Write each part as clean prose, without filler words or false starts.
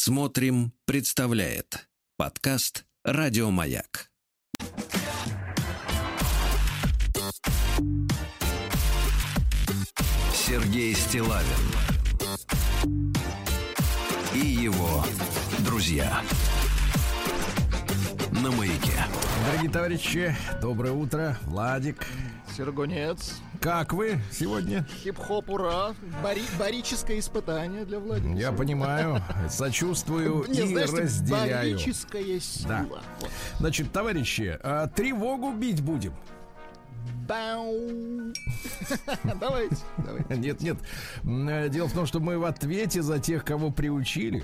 Смотрим, представляет подкаст «Радиомаяк». Сергей Стиллавин и его друзья на Маяке. Дорогие товарищи, доброе утро. Владик. Сергунец. Как вы сегодня? Хип-хоп, ура. Барическое испытание для Владимира. Я понимаю, сочувствую и разделяю. Барическая сила. Да. Вот. Значит, товарищи, тревогу бить будем. Давайте. Нет. Дело в том, что мы в ответе за тех, кого приучили.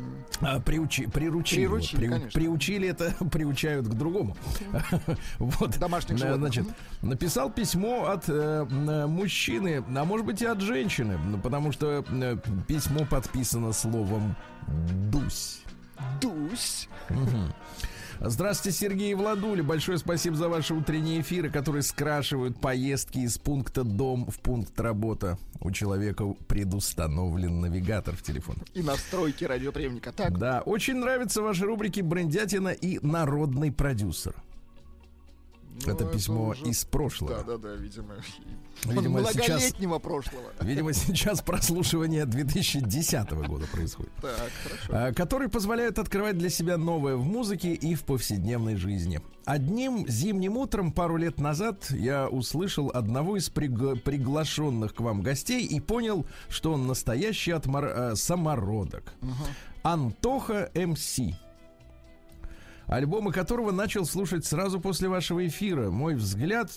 Приручили. Приучили, это приучают к другому. Вот. Домашних животных. Значит, написал письмо от мужчины, а может быть и от женщины, потому что письмо подписано словом «Дусь». Дусь. Здравствуйте, Сергей и Владуля. Большое спасибо за ваши утренние эфиры, которые скрашивают поездки из пункта дом в пункт работа. У человека предустановлен навигатор в телефон. И настройки радиоприемника. Так. Да, очень нравятся ваши рубрики «Брендятина» и «Народный продюсер». Это письмо уже из прошлого. Да, видимо многолетнего прошлого. Видимо, сейчас прослушивание 2010 года происходит. Так, хорошо. Который позволяет открывать для себя новое в музыке и в повседневной жизни. Одним зимним утром пару лет назад я услышал одного из приглашенных к вам гостей и понял, что он настоящий самородок. Антоха МС. Альбомы которого начал слушать сразу после вашего эфира. На мой взгляд,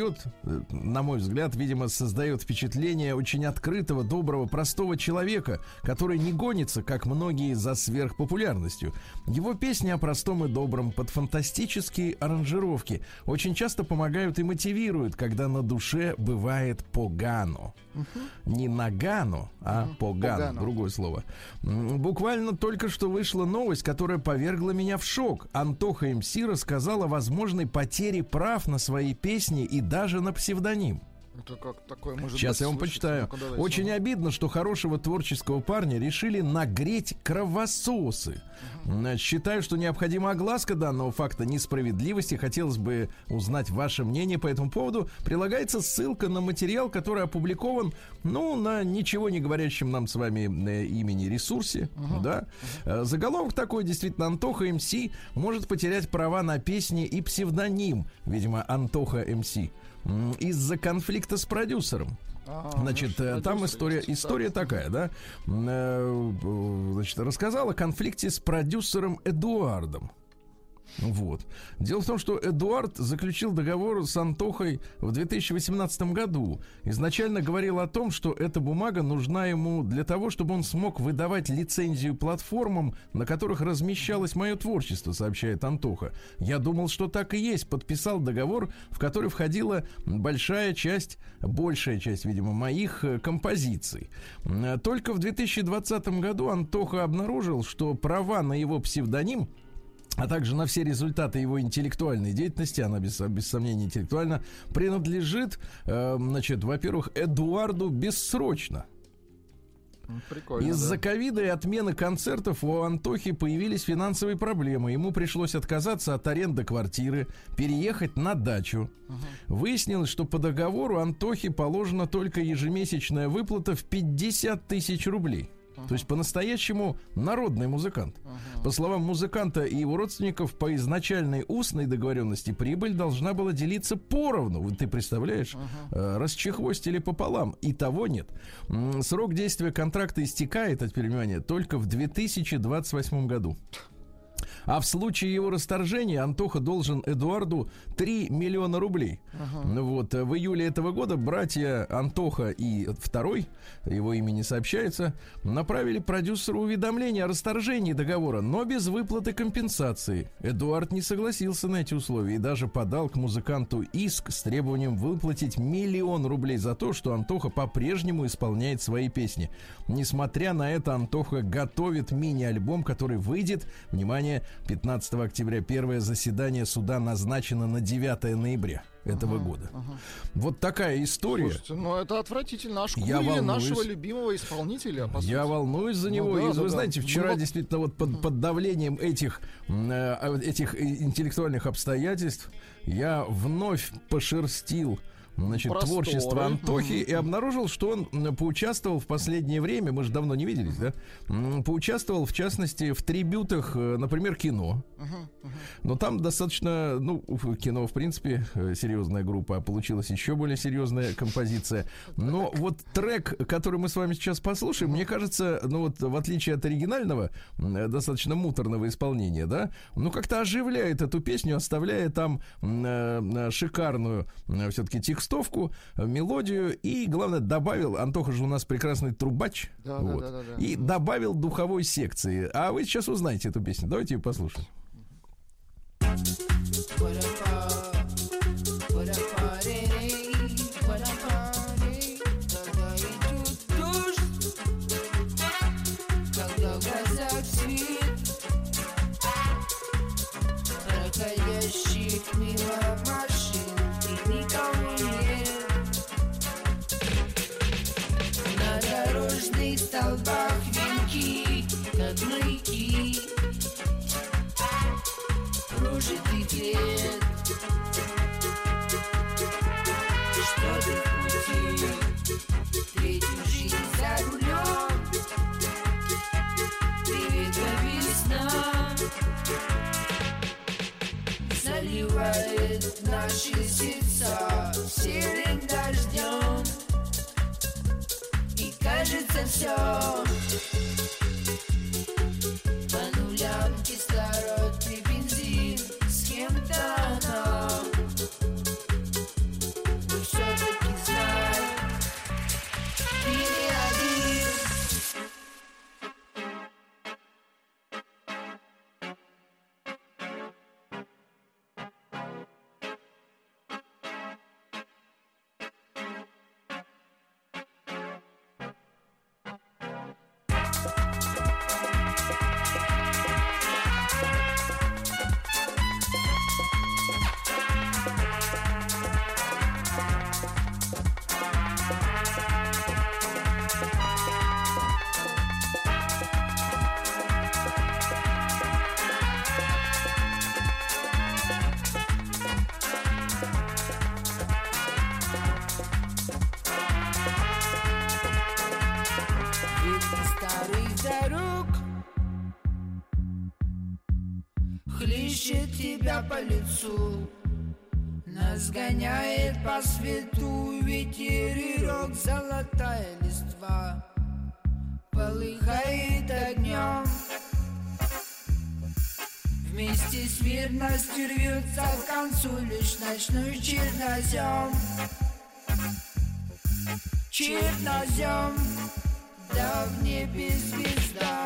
видимо, создает впечатление очень открытого, доброго, простого человека, который не гонится, как многие, за сверхпопулярностью. Его песни о простом и добром под фантастические аранжировки очень часто помогают и мотивируют, когда на душе бывает погано. Не нагано, а погано, другое слово. Буквально только что вышла новость, которая повергла меня в шок. Антоха МС рассказал о возможной потере прав на свои песни и даже на псевдоним. Это как такое может Сейчас быть, я вам почитаю. Очень обидно, что хорошего творческого парня решили нагреть кровососы. Считаю, что необходима огласка данного факта несправедливости. Хотелось бы узнать ваше мнение по этому поводу. Прилагается ссылка на материал, который опубликован, на ничего не говорящем нам с вами имени ресурсе. Да? Заголовок такой, действительно, Антоха МС может потерять права на песни и псевдоним. Видимо, Антоха МС. Из-за конфликта с продюсером. Значит, там история такая, да? Значит, рассказал о конфликте с продюсером Эдуардом. Вот. Дело в том, что Эдуард заключил договор с Антохой в 2018 году. Изначально говорил о том, что эта бумага нужна ему для того, чтобы он смог выдавать лицензию платформам, на которых размещалось мое творчество, сообщает Антоха. Я думал, что так и есть. Подписал договор, в который входила большая часть, видимо, моих композиций. Только в 2020 году Антоха обнаружил, что права на его псевдоним, а также на все результаты его интеллектуальной деятельности, она без сомнения интеллектуальна, принадлежит, во-первых, Эдуарду бессрочно. Прикольно, Из-за ковида и отмены концертов у Антохи появились финансовые проблемы. Ему пришлось отказаться от аренды квартиры, переехать на дачу. Выяснилось, что по договору Антохе положена только ежемесячная выплата в 50 тысяч рублей. То есть по-настоящему народный музыкант. По словам музыканта и его родственников, по изначальной устной договоренности прибыль должна была делиться поровну. Вот ты представляешь? Расчехвостили пополам. И того нет. Срок действия контракта истекает, а теперь внимание, только в 2028 году. А в случае его расторжения Антоха должен Эдуарду 3 миллиона рублей. Вот. В июле этого года братья Антоха и второй, его имя не сообщается, направили продюсеру уведомление о расторжении договора, но без выплаты компенсации. Эдуард не согласился на эти условия и даже подал к музыканту иск с требованием выплатить 1 миллион рублей за то, что Антоха по-прежнему исполняет свои песни. Несмотря на это, Антоха готовит мини-альбом, который выйдет, внимание, 15 октября. Первое заседание суда назначено на 9 ноября. этого года. Вот такая история. Слушайте, ну это отвратительно. Аж Я курили волнуюсь. нашего любимого исполнителя, по сути. Я волнуюсь за него. да, И, да, вы да. знаете, вчера Ну, действительно вот под давлением этих интеллектуальных обстоятельств я вновь пошерстил, значит, Просторы. творчество Антохи и обнаружил, что он поучаствовал в последнее время, мы же давно не виделись, да? Поучаствовал, в частности, в трибютах, например, кино. Но там достаточно, ну, кино, в принципе, серьезная группа, а получилась еще более серьезная композиция. Но вот трек, который мы с вами сейчас послушаем, мне кажется, ну вот в отличие от оригинального, достаточно муторного исполнения, да, ну как-то оживляет эту песню, оставляя там шикарную все-таки текстовку, мелодию и, главное, добавил, Антоха же у нас прекрасный трубач, Да, вот, да. и добавил духовой секции. А вы сейчас узнаете эту песню. Давайте ее послушаем. Когда в глазах свет проходящих мимо машин, и никого нет. На дорожных столбах венки, как маяки, прожитый лет. Что ты в пути, третью жизнь за рулем. Привет, весна заливает наши сердца серым дождем. И кажется все по нулям, кислород и бензин. С кем-то нам, но все-таки знай, ты не один. Видно старых дорог хлещет тебя по лицу, нас гоняет по свету ветерок, золотая листва полыхает огнем. Вместе с мирностью рвется к концу лишь ночной чернозем. Чернозем, да в небе звезда.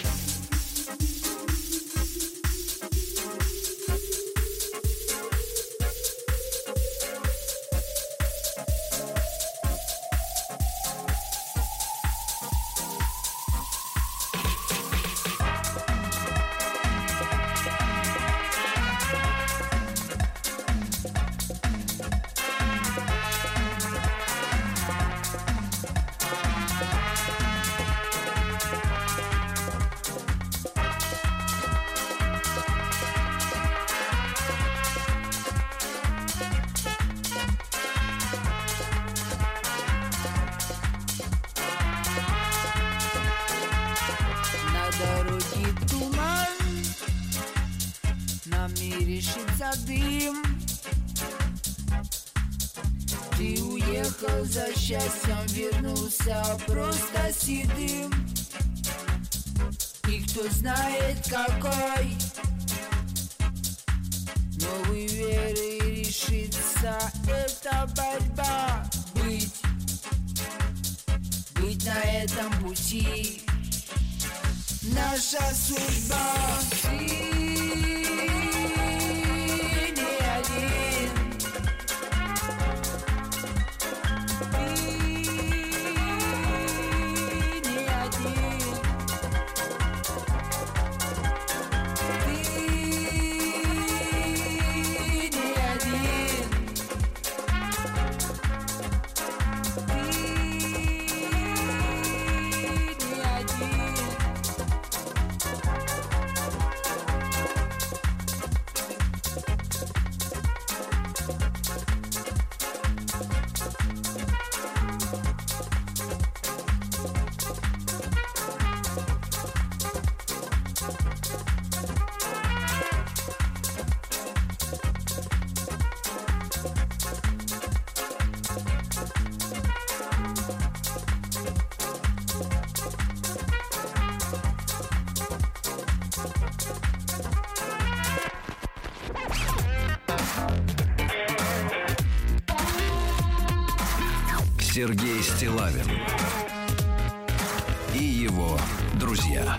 На дороге туман, нам мерещится дым. Ты уехал за счастьем, вернулся просто седым. И кто знает какой новый веры решится эта борьба. Быть на этом пути наша судьба. Ты не один. Ты не один. Ты не один. Сергей Стиллавин и его друзья.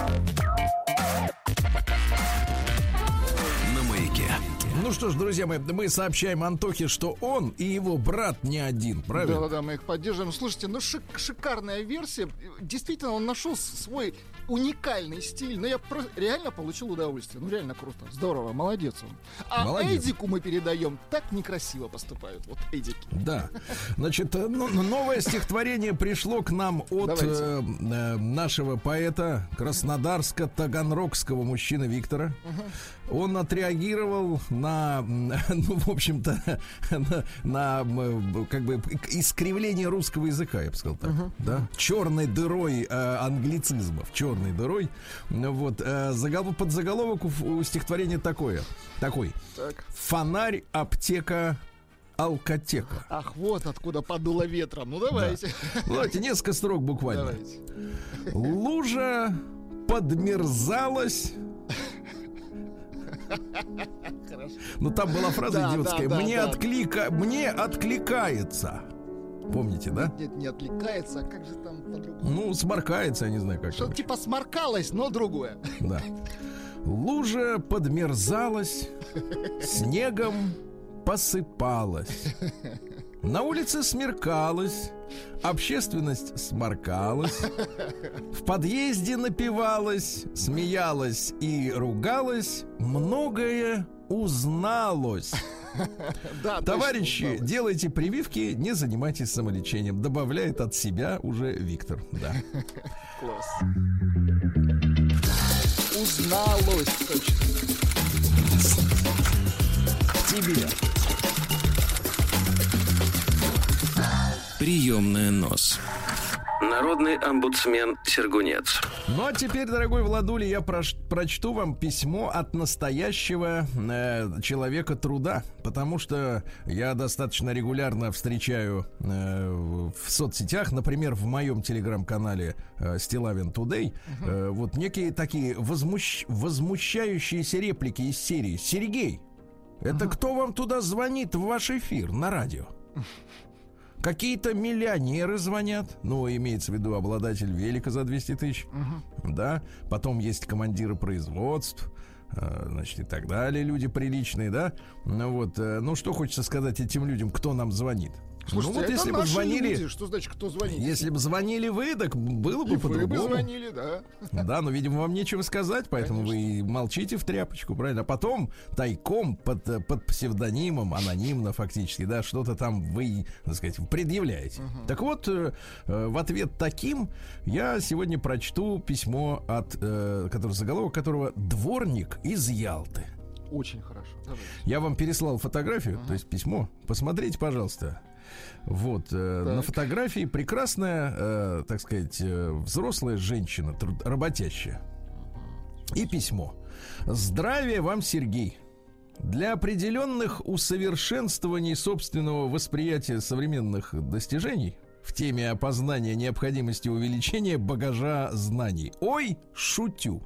На Маяке. Ну что ж, друзья мои, мы сообщаем Антохе, что он и его брат не один, правильно? Да, мы их поддерживаем. Слушайте, ну шикарная версия. Действительно, он нашел свой уникальный стиль. Но я реально получил удовольствие. Ну реально круто, здорово, молодец он. А молодец. Эдику мы передаем, так некрасиво поступают. Вот Эдики. Да. Значит, новое стихотворение пришло к нам от нашего поэта краснодарско-таганрогского мужчины Виктора. Он отреагировал на, ну, в общем-то, на как бы искривление русского языка, я бы сказал так, да? Черной дырой англицизмов, черной дырой. Вот, подзаголовок у стихотворения такой. Так. Фонарь, аптека, алкотека. Ах, вот откуда подуло ветром. Ну, давайте. Да. Давайте, несколько строк буквально. Давайте. Лужа подмерзалась. Ну, там была фраза идиотская. Мне откликается. Помните, да? Нет, не откликается, а как же там по-другому? Ну, сморкается, я не знаю, как. Что-то типа сморкалось, но другое. Да. Лужа подмерзалась, снегом посыпалась. На улице смеркалось, общественность сморкалась, в подъезде напивалась, смеялась и ругалась, многое узналось. Да, товарищи, делайте прививки, не занимайтесь самолечением. Добавляет от себя уже Виктор. Да. Класс. Узналось, точно. Тебе. Приемная нос. Народный омбудсмен Сергунец. Ну а теперь, дорогой Владуля, я прочту вам письмо от настоящего человека труда, потому что я достаточно регулярно встречаю в соцсетях, например, в моем телеграм-канале Стиллавин Today, вот некие такие возмущающиеся реплики из серии: Сергей, это кто вам туда звонит в ваш эфир на радио? Какие-то миллионеры звонят. Ну, имеется в виду обладатель велика за 200 тысяч. Да. Потом есть командиры производств, значит, и так далее. Люди приличные, да. Ну, вот. Ну, что хочется сказать этим людям, кто нам звонит? Слушайте, ну, вот если бы звонили, люди. Что значит, кто звонит? Если бы звонили вы, так было бы по-другому. Вы бы звонили, да. Да, но, видимо, вам нечего сказать, поэтому вы молчите в тряпочку, правильно? А потом тайком под псевдонимом, анонимно фактически, да, что-то там вы, так сказать, предъявляете. Так вот, в ответ таким я сегодня прочту письмо, заголовок которого «Дворник из Ялты». Очень хорошо. Давайте. Я вам переслал фотографию, то есть письмо. Посмотрите, пожалуйста. Вот, на фотографии прекрасная, так сказать, взрослая женщина, работящая. И письмо. Здравия вам, Сергей. Для определенных усовершенствований собственного восприятия современных достижений в теме опознания необходимости увеличения багажа знаний. Ой, шутю.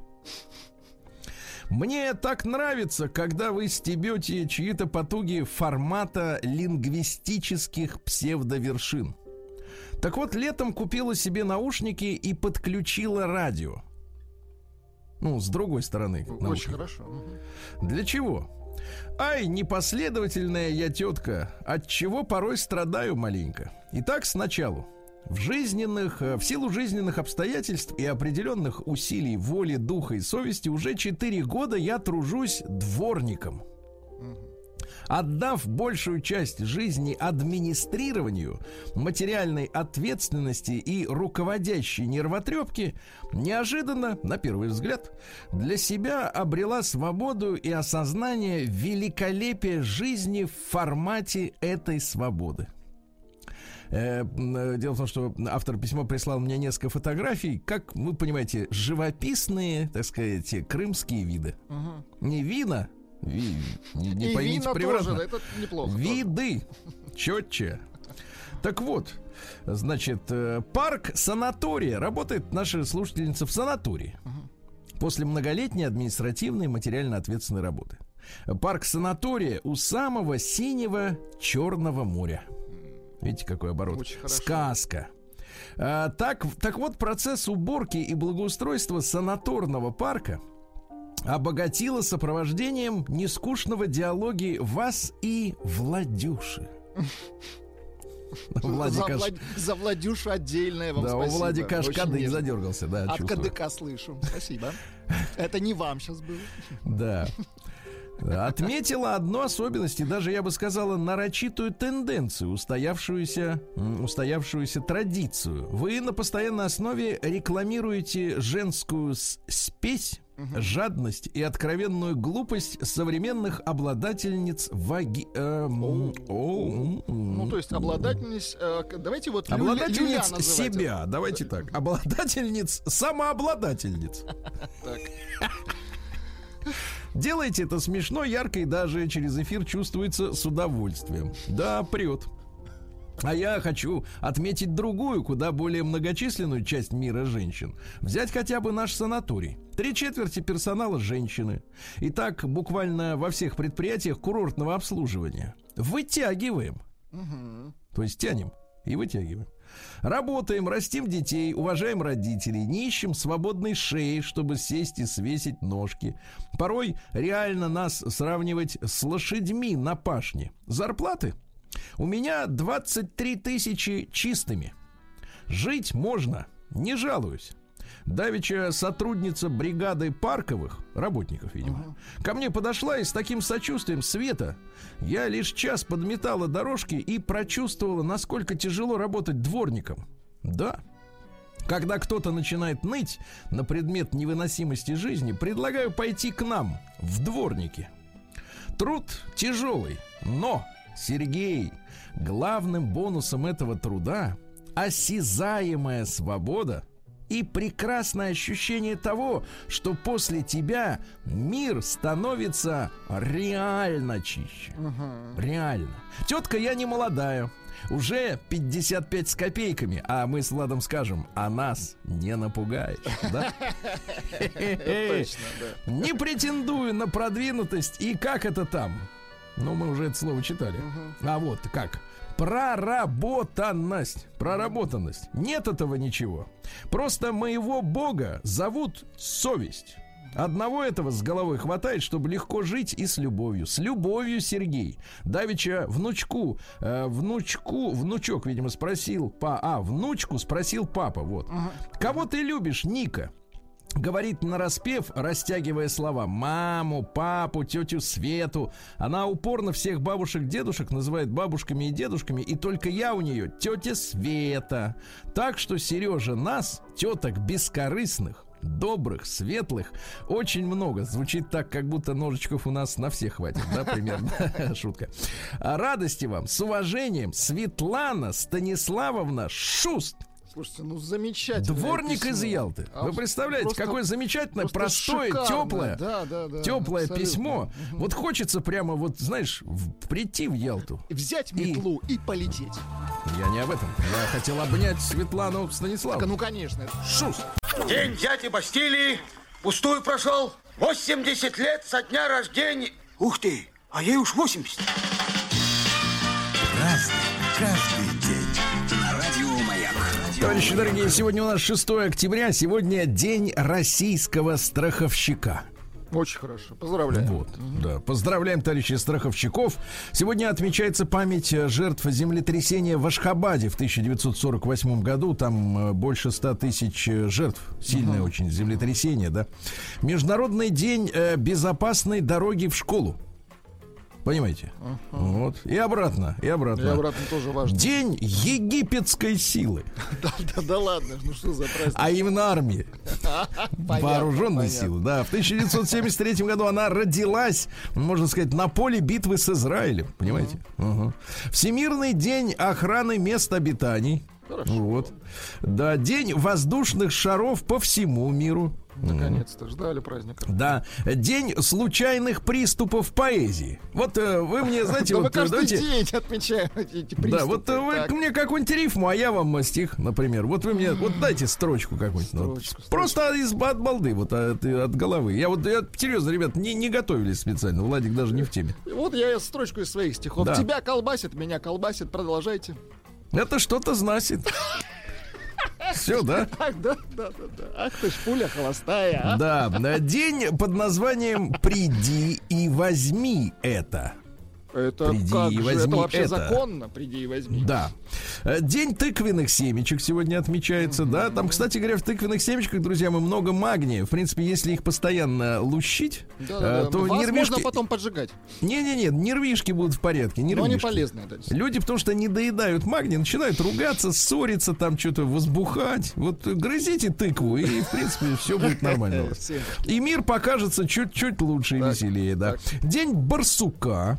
Мне так нравится, когда вы стебете чьи-то потуги формата лингвистических псевдовершин. Так вот, летом купила себе наушники и подключила радио. Ну, с другой стороны. Очень наушники. Хорошо. Для чего? Ай, непоследовательная я тетка, от чего порой страдаю маленько. Итак, сначала. В силу жизненных обстоятельств и определенных усилий воли, духа и совести уже 4 года я тружусь дворником. Отдав большую часть жизни администрированию, материальной ответственности и руководящей нервотрепке, неожиданно, на первый взгляд, для себя обрела свободу и осознание великолепия жизни в формате этой свободы. Дело в том, что автор письма прислал мне несколько фотографий, как вы понимаете, живописные, так сказать, крымские виды. Не вина, не поймите превратно. Тоже, это неплохо. Виды четче. Так вот, значит, парк санатория. Работает наша слушательница в санатории. После многолетней административной и материально ответственной работы. Парк санатория у самого синего Черного моря. Видите, какой оборот? Очень хорошо. Сказка. Так вот, процесс уборки и благоустройства санаторного парка обогатило сопровождением нескучного диалоги вас и Владюши. За Владюшу отдельное вам спасибо. Да, у Владика аж кадык задергался. Да, от кадыка слышу. Спасибо. Это не вам сейчас было. Да. Отметила одну особенность и даже, я бы сказала, нарочитую тенденцию, устоявшуюся традицию. Вы на постоянной основе рекламируете женскую спесь, жадность и откровенную глупость современных обладательниц Ну, то есть обладательниц... Давайте вот обладательниц Люля себя, давайте так. Обладательниц, самообладательниц. Так. Делайте это смешно, ярко и даже через эфир чувствуется с удовольствием. Да, прет. А я хочу отметить другую, куда более многочисленную часть мира женщин. Взять хотя бы наш санаторий. 3/4 персонала женщины. И так буквально во всех предприятиях курортного обслуживания. Вытягиваем. То есть тянем и вытягиваем. Работаем, растим детей, уважаем родителей, не ищем свободной шеи, чтобы сесть и свесить ножки. Порой реально нас сравнивать с лошадьми на пашне. Зарплаты? У меня 23 тысячи чистыми. Жить можно, не жалуюсь. Давеча сотрудница бригады парковых, работников, видимо, ко мне подошла и с таким сочувствием: Света, я лишь час подметала дорожки и прочувствовала, насколько тяжело работать дворником. Да. Когда кто-то начинает ныть на предмет невыносимости жизни, предлагаю пойти к нам, в дворники. Труд тяжелый, но, Сергей, главным бонусом этого труда осязаемая свобода и прекрасное ощущение того, что после тебя мир становится реально чище. Реально. Тетка, я не молодая. Уже 55 с копейками. А мы с Владом скажем: а нас не напугаешь. Да? Не претендую на продвинутость. И как это там? Ну, мы уже это слово читали. А вот как? Проработанность. Нет этого ничего. Просто моего бога зовут совесть. Одного этого с головой хватает, чтобы легко жить и с любовью. С любовью, Сергей. Давеча внучок, видимо, спросил внучку спросил папа. Вот. Кого ты любишь, Ника? Говорит нараспев, растягивая слова: маму, папу, тетю Свету. Она упорно всех бабушек-дедушек называет бабушками и дедушками, и только я у нее тетя Света. Так что, Сережа, нас, теток бескорыстных, добрых, светлых, очень много. Звучит так, как будто ножичков у нас на всех хватит, да, примерно. Шутка. Радости вам, с уважением, Светлана Станиславовна Шуст. Слушайте, ну замечательно. Дворник из Ялты. Вы представляете, какое замечательное, простое, теплое, теплое письмо. Вот хочется прямо, вот, знаешь, прийти в Ялту. Взять метлу и полететь. Я не об этом. Я хотел обнять Светлану Станиславовну. Ну, конечно. Шуст. День дяди Бастилии пустую прошел. 80 лет со дня рождения. Ух ты, а ей уж 80. Разный, каждый день. На радио Маяк. Товарищи дорогие, сегодня у нас 6 октября. Сегодня день российского страховщика. Очень хорошо, поздравляем. Вот, да, поздравляем, товарищи страховщиков. Сегодня отмечается память жертв землетрясения в Ашхабаде в 1948 году. Там больше 100 тысяч жертв. Сильное очень землетрясение, да. Международный день безопасной дороги в школу. Понимаете? Вот. И обратно, и обратно. И обратно тоже важно. День египетской силы. Да ладно, ну что за праздник? А именно армии. Вооруженные силы, да. В 1973 году она родилась, можно сказать, на поле битвы с Израилем. Понимаете? Всемирный день охраны мест обитаний. Хорошо. Вот. Да, день воздушных шаров по всему миру. Наконец-то ждали праздника. Да, день случайных приступов поэзии. Вот вы мне, знаете, вот каждый день отмечаем эти приступы. Да, вот вы мне какую-нибудь рифму, а я вам стих, например. Вот вы мне, вот дайте строчку какую-нибудь. Просто от балды, вот от головы. Я серьезно, ребят, не готовились специально. Владик даже не в теме. Вот я строчку из своих стихов. Да. Тебя колбасит, меня колбасит. Продолжайте. Это что-то значит. Все, да? Ах, да. Ах ты ж пуля холостая, а? Да, день под названием «Приди и возьми это». Это Приди как и же, возьми это вообще это. законно, приди и возьми. Да. День тыквенных семечек сегодня отмечается, да. Там, кстати говоря, в тыквенных семечках, друзья, мы много магния. В принципе, если их постоянно лущить, то вас нервишки... можно потом поджигать. Не, нервишки будут в порядке. Но они полезные, да. Люди, потому что не доедают магний, начинают ругаться, ссориться, там что-то возбухать. Вот грызите тыкву, и, в принципе, все будет нормально у вас. И мир покажется чуть-чуть лучше и веселее, да. День барсука.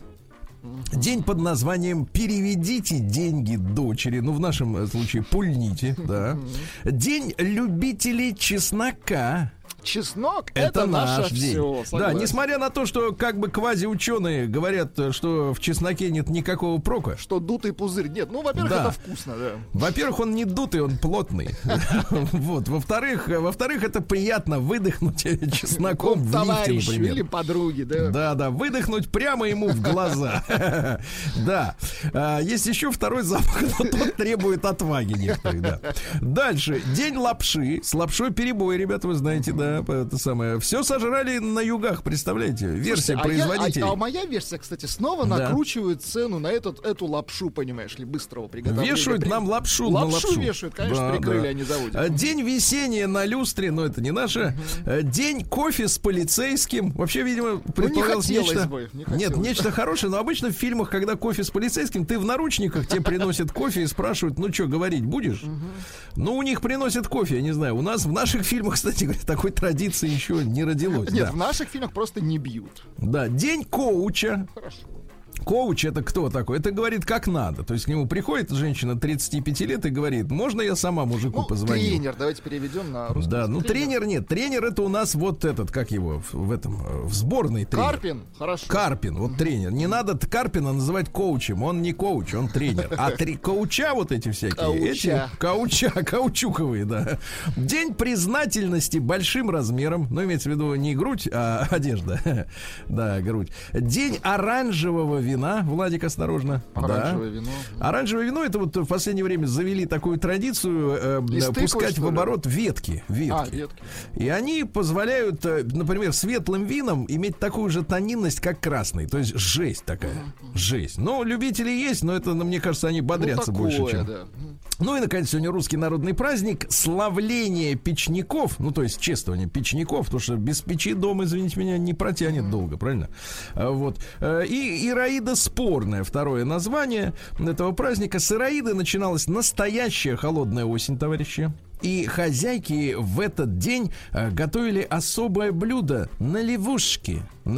День под названием «Переведите деньги дочери». Ну, в нашем случае «Пульните», да. День любителей чеснока. Чеснок — это наш день. Все, да, несмотря на то, что как бы квази-ученые говорят, что в чесноке нет никакого прока. Что дутый пузырь. Нет, ну, во-первых, это вкусно, да. Во-первых, он не дутый, он плотный. Вот. Во-вторых, это приятно выдохнуть чесноком в лифте, например. Или подруги, да. Да, выдохнуть прямо ему в глаза. Да. Есть еще второй запах, но тот требует отваги некоторых, да. Дальше. День лапши. С лапшой перебой, ребята, вы знаете, да. Это самое. Все сожрали на югах, представляете? Версия производителей. А моя версия, кстати, снова накручивает цену на эту лапшу, понимаешь ли, быстрого приготовления. Вешают нам лапшу на лапшу. Лапшу вешают, конечно, прикрыли, они заводят. День весеннее на люстре, но это не наше. День кофе с полицейским. Вообще, видимо, предполагалось нечто... Нет, нечто хорошее, но обычно в фильмах, когда кофе с полицейским, ты в наручниках, тебе приносят кофе и спрашивают, ну что, говорить будешь? Ну, у них приносят кофе, я не знаю. У нас в наших фильмах, кстати говоря, такой традиции еще не родилось. Нет, в наших фильмах просто не бьют. Да, день коуча. Хорошо. Коуч — это кто такой? Это говорит, как надо. То есть к нему приходит женщина 35 лет и говорит, можно я сама мужику позвоню? Тренер, давайте переведем на русский. Да, тренер нет. Тренер — это у нас вот этот, как его, в сборной тренер. Карпин, хорошо. Карпин, вот тренер. Не надо Карпина называть коучем. Он не коуч, он тренер. А коуча вот эти всякие. Каучуковые, да. День признательности большим размером. Ну, имеется в виду не грудь, а одежда. Да, грудь. День оранжевого вина. Владик, осторожно. Оранжевое вино. Оранжевое вино — это вот в последнее время завели такую традицию пускать в оборот ветки. Ветки. И они позволяют, например, светлым винам иметь такую же тонинность, как красный. То есть жесть такая. Жесть. Ну, любители есть, но это, мне кажется, они бодрятся больше, чем... Да. Ну и, наконец, сегодня русский народный праздник — славление печников. Ну, то есть чествование печников, потому что без печи дом, извините меня, не протянет долго, правильно? Вот. И Ираида спорная, второе название этого праздника. С Ираиды начиналась настоящая холодная осень, товарищи. И хозяйки в этот день готовили особое блюдо — наливушки.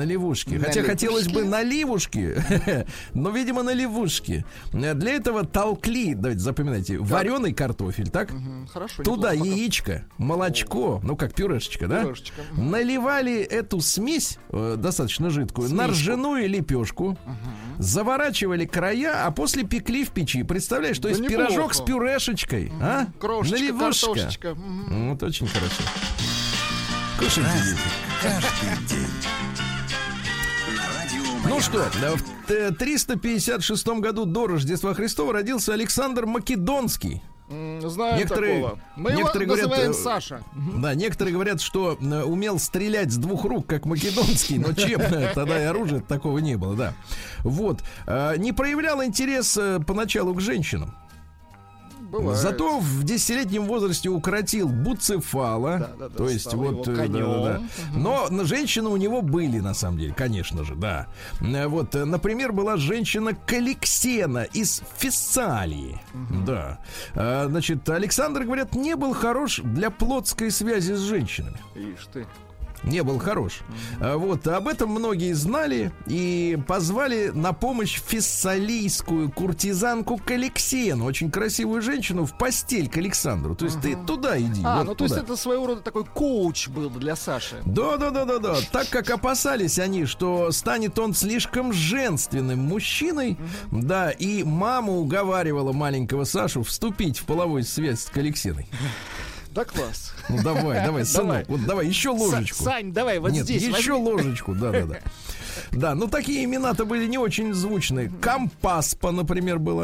Хотя хотелось бы наливушки, но, видимо, наливушки. Для этого толкли, давайте запоминайте, вареный картофель, так? Хорошо. Туда яичко, молочко, ну как пюрешечка, да? Наливали эту смесь, достаточно жидкую, на ржаную лепешку, заворачивали края, а после пекли в печи. Представляешь, то есть пирожок с пюрешечкой, а? Наливушка. Вот очень хорошо. Кушайте. Каждый день. Ну что, в 356 году до Рождества Христова родился Александр Македонский. Знаем такого. Мы его называем Саша. Да, некоторые говорят, что умел стрелять с двух рук, как Македонский, но честно, тогда и оружия такого не было, да. Вот. Не проявлял интерес поначалу к женщинам. Бывает. Зато в 10-летнем возрасте укоротил Буцефала. То есть вот. Но женщины у него были, на самом деле, конечно же, да. Вот, например, была женщина Каликсена из Фессалии. Да. Значит, Александр, говорят, не был хорош для плотской связи с женщинами. Ишь ты. Не был хорош. Вот, об этом многие знали и позвали на помощь фессалийскую куртизанку Каликсену, очень красивую женщину, в постель к Александру. То есть ты туда иди. Вот то есть это своего рода такой коуч был для Саши. Да. Так как опасались они, что станет он слишком женственным мужчиной, да, и мама уговаривала маленького Сашу вступить в половую связь с Каликсеной. Да класс. Ну давай, сынок. Вот давай еще ложечку. Сань, давай вот здесь. Еще ложечку, да. Да, ну такие имена-то были не очень звучные. Кампаспа, например, была.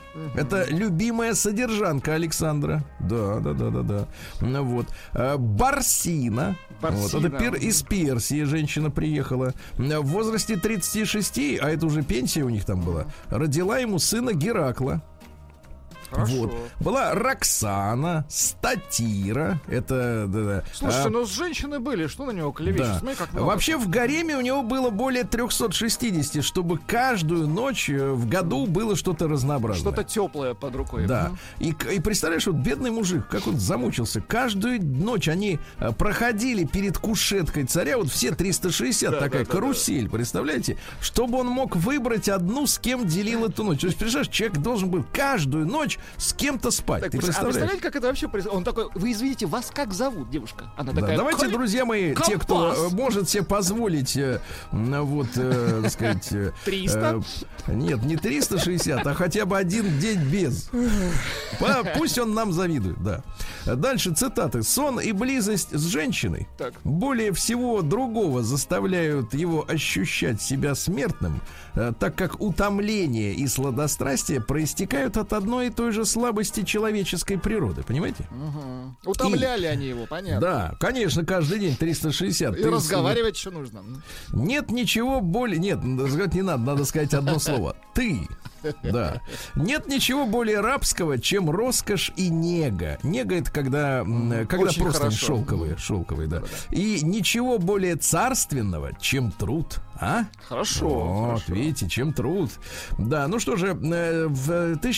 Это любимая содержанка Александра. Да. Вот. Барсина. Вот. Это из Персии женщина приехала. В возрасте 36, а это уже пенсия у них там была, родила ему сына Геракла. Хорошо. Вот. Была Роксана, Статира. Это. Слушайте, ну женщины были, что на него клевещут? Да. Смотри, как много. Вообще в гареме у него было более 360, чтобы каждую ночь в году было что-то разнообразное. Что-то теплое под рукой. Да. И представляешь, вот бедный мужик, как он замучился. Каждую ночь они проходили перед кушеткой царя, вот все 360, такая карусель, представляете? Чтобы он мог выбрать одну, с кем делил эту ночь. То есть, представляешь, человек должен был каждую ночь с кем-то спать. Так, ты представляешь? представляете, как это вообще происходит? Он такой: вы извините, вас как зовут, девушка? Она такая: давайте, друзья мои, те, кто может себе позволить, так сказать... 300? Нет, не 360, а хотя бы один день без. Пусть он нам завидует, да. Дальше цитаты. Сон и близость с женщиной более всего другого заставляют его ощущать себя смертным, так как утомление и сладострастие проистекают от одной и той же слабости человеческой природы. Понимаете? Утомляли они его, понятно. Да, конечно, каждый день 360. И разговаривать еще нужно. Нет ничего более... Нет, сказать не надо сказать одно слово. Ты. Да. Нет ничего более рабского, чем роскошь и нега. Нега — это когда просто шелковые, да. И ничего более царственного, чем труд. А? Хорошо. Видите, чем труд. Да, ну что же, в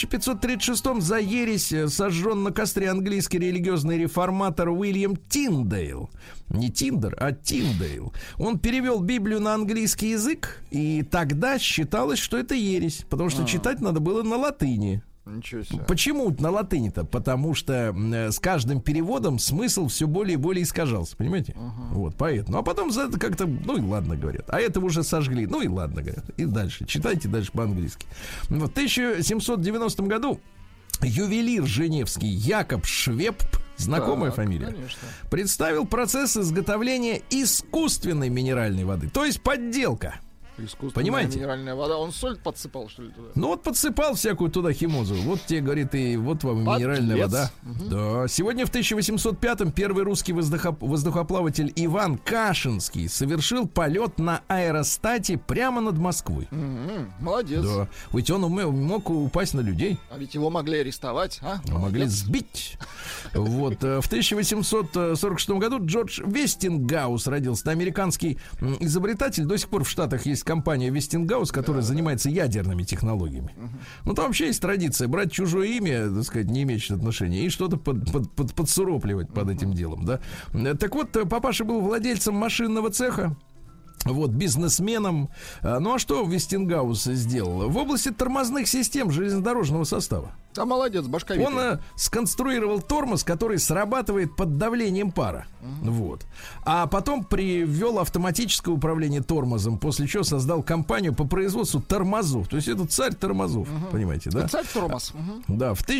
1536-м за ересь сожжен на костре английский религиозный реформатор Уильям Тиндейл. Не Тиндер, а Тиндейл. Он перевел Библию на английский язык, и тогда считалось, что это ересь, потому что читать надо было на латыни. Ничего себе. Почему на латыни-то? Потому что с каждым переводом смысл все более и более искажался, понимаете? Вот, поэтому. А потом за это как-то, ну и ладно, говорят. А это уже сожгли, ну и ладно, говорят. И дальше, читайте дальше по-английски. В 1790 году ювелир женевский Якоб Швеб, знакомая фамилия, конечно, представил процесс изготовления искусственной минеральной воды, то есть подделка. Понимаете? Минеральная вода. Он соль подсыпал, что ли, туда? Ну вот подсыпал всякую туда химозу. Вот тебе, говорит, и вот вам минеральная вода. Да. Сегодня в 1805-м первый русский воздухоплаватель Иван Кашинский совершил полет на аэростате прямо над Москвой. Молодец. Да. Ведь он мог упасть на людей. А ведь его могли арестовать, а? Могли сбить. Вот. В 1846 году Джордж Вестингаус родился. Это американский изобретатель. До сих пор в Штатах есть компания Вестингаус, которая занимается ядерными технологиями. Ну, там вообще есть традиция брать чужое имя, так сказать, не имеющее отношения, и что-то подсуропливать под этим делом, да. Так вот, папаша был владельцем машинного цеха, вот, бизнесменом. Ну, а что Вестингаус сделал? В области тормозных систем железнодорожного состава. Да, молодец, башка витая. Он сконструировал тормоз, который срабатывает под давлением пара. Вот. А потом привел автоматическое управление тормозом, после чего создал компанию по производству тормозов. То есть это царь тормозов, понимаете, да? Царь тормоз. Да, в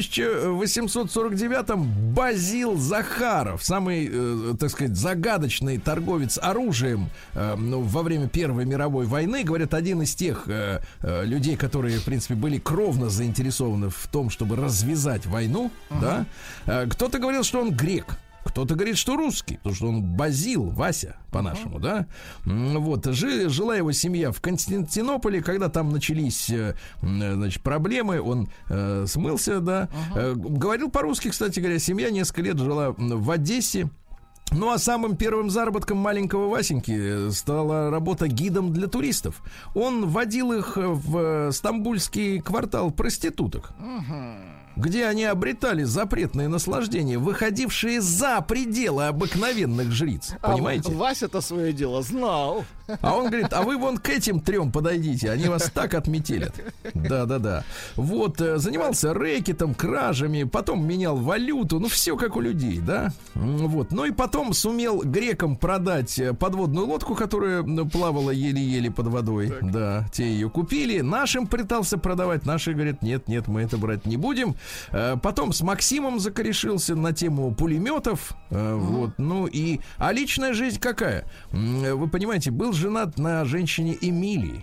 1849-м Базил Захаров, самый, так сказать, загадочный торговец оружием во время Первой мировой войны, говорят, один из тех людей, которые, в принципе, были кровно заинтересованы в том, чтобы развязать войну, да. Кто-то говорил, что он грек, кто-то говорит, что русский, потому что он Базил, Вася, по-нашему, да. Вот, жила его семья в Константинополе, когда там начались, значит, проблемы, он смылся, да. Говорил по-русски, кстати говоря, семья несколько лет жила в Одессе. Ну, а самым первым заработком маленького Васеньки стала работа гидом для туристов. Он водил их в стамбульский квартал проституток, где они обретали запретные наслаждения, выходившие за пределы обыкновенных жриц. Понимаете? Вася-то свое дело знал. А он говорит, а вы вон к этим трем подойдите, они вас так отметелят. Да-да-да. Вот, занимался рэкетом, кражами, потом менял валюту, ну, все как у людей, да? Вот, ну и потом сумел грекам продать подводную лодку, которая плавала еле-еле под водой. Так. Да, те ее купили, нашим пытался продавать, наши говорят, нет, мы это брать не будем. Потом с Максимом закорешился на тему пулеметов. Вот, ну и... А личная жизнь какая? Вы понимаете, был женат на женщине Эмилии.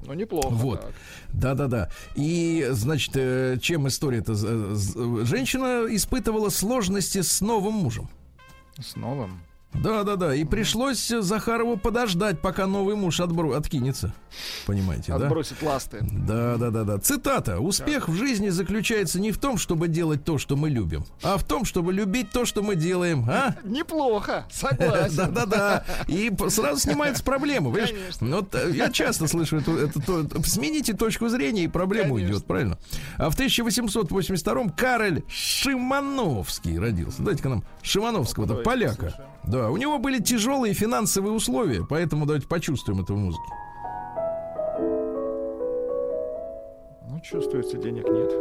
Ну, неплохо. Вот. Да-да-да. И, значит, чем история-то? Женщина испытывала сложности с новым мужем. С новым? Да-да-да. И пришлось Захарову подождать, пока новый муж откинется. Понимаете, да? Отбросит ласты. Да-да-да. Цитата. «Успех в жизни заключается не в том, чтобы делать то, что мы любим, а в том, чтобы любить то, что мы делаем». А? Неплохо, согласен. Да-да-да. И сразу снимается проблема. Вот я часто слышу эту смените точку зрения, и проблема уйдет, правильно? А в 1882-м Кароль Шимановский родился. Дайте-ка нам Шимановского-то, поляка. Да, у него были тяжелые финансовые условия, поэтому давайте почувствуем это в музыке. Ну, чувствуется, денег нет.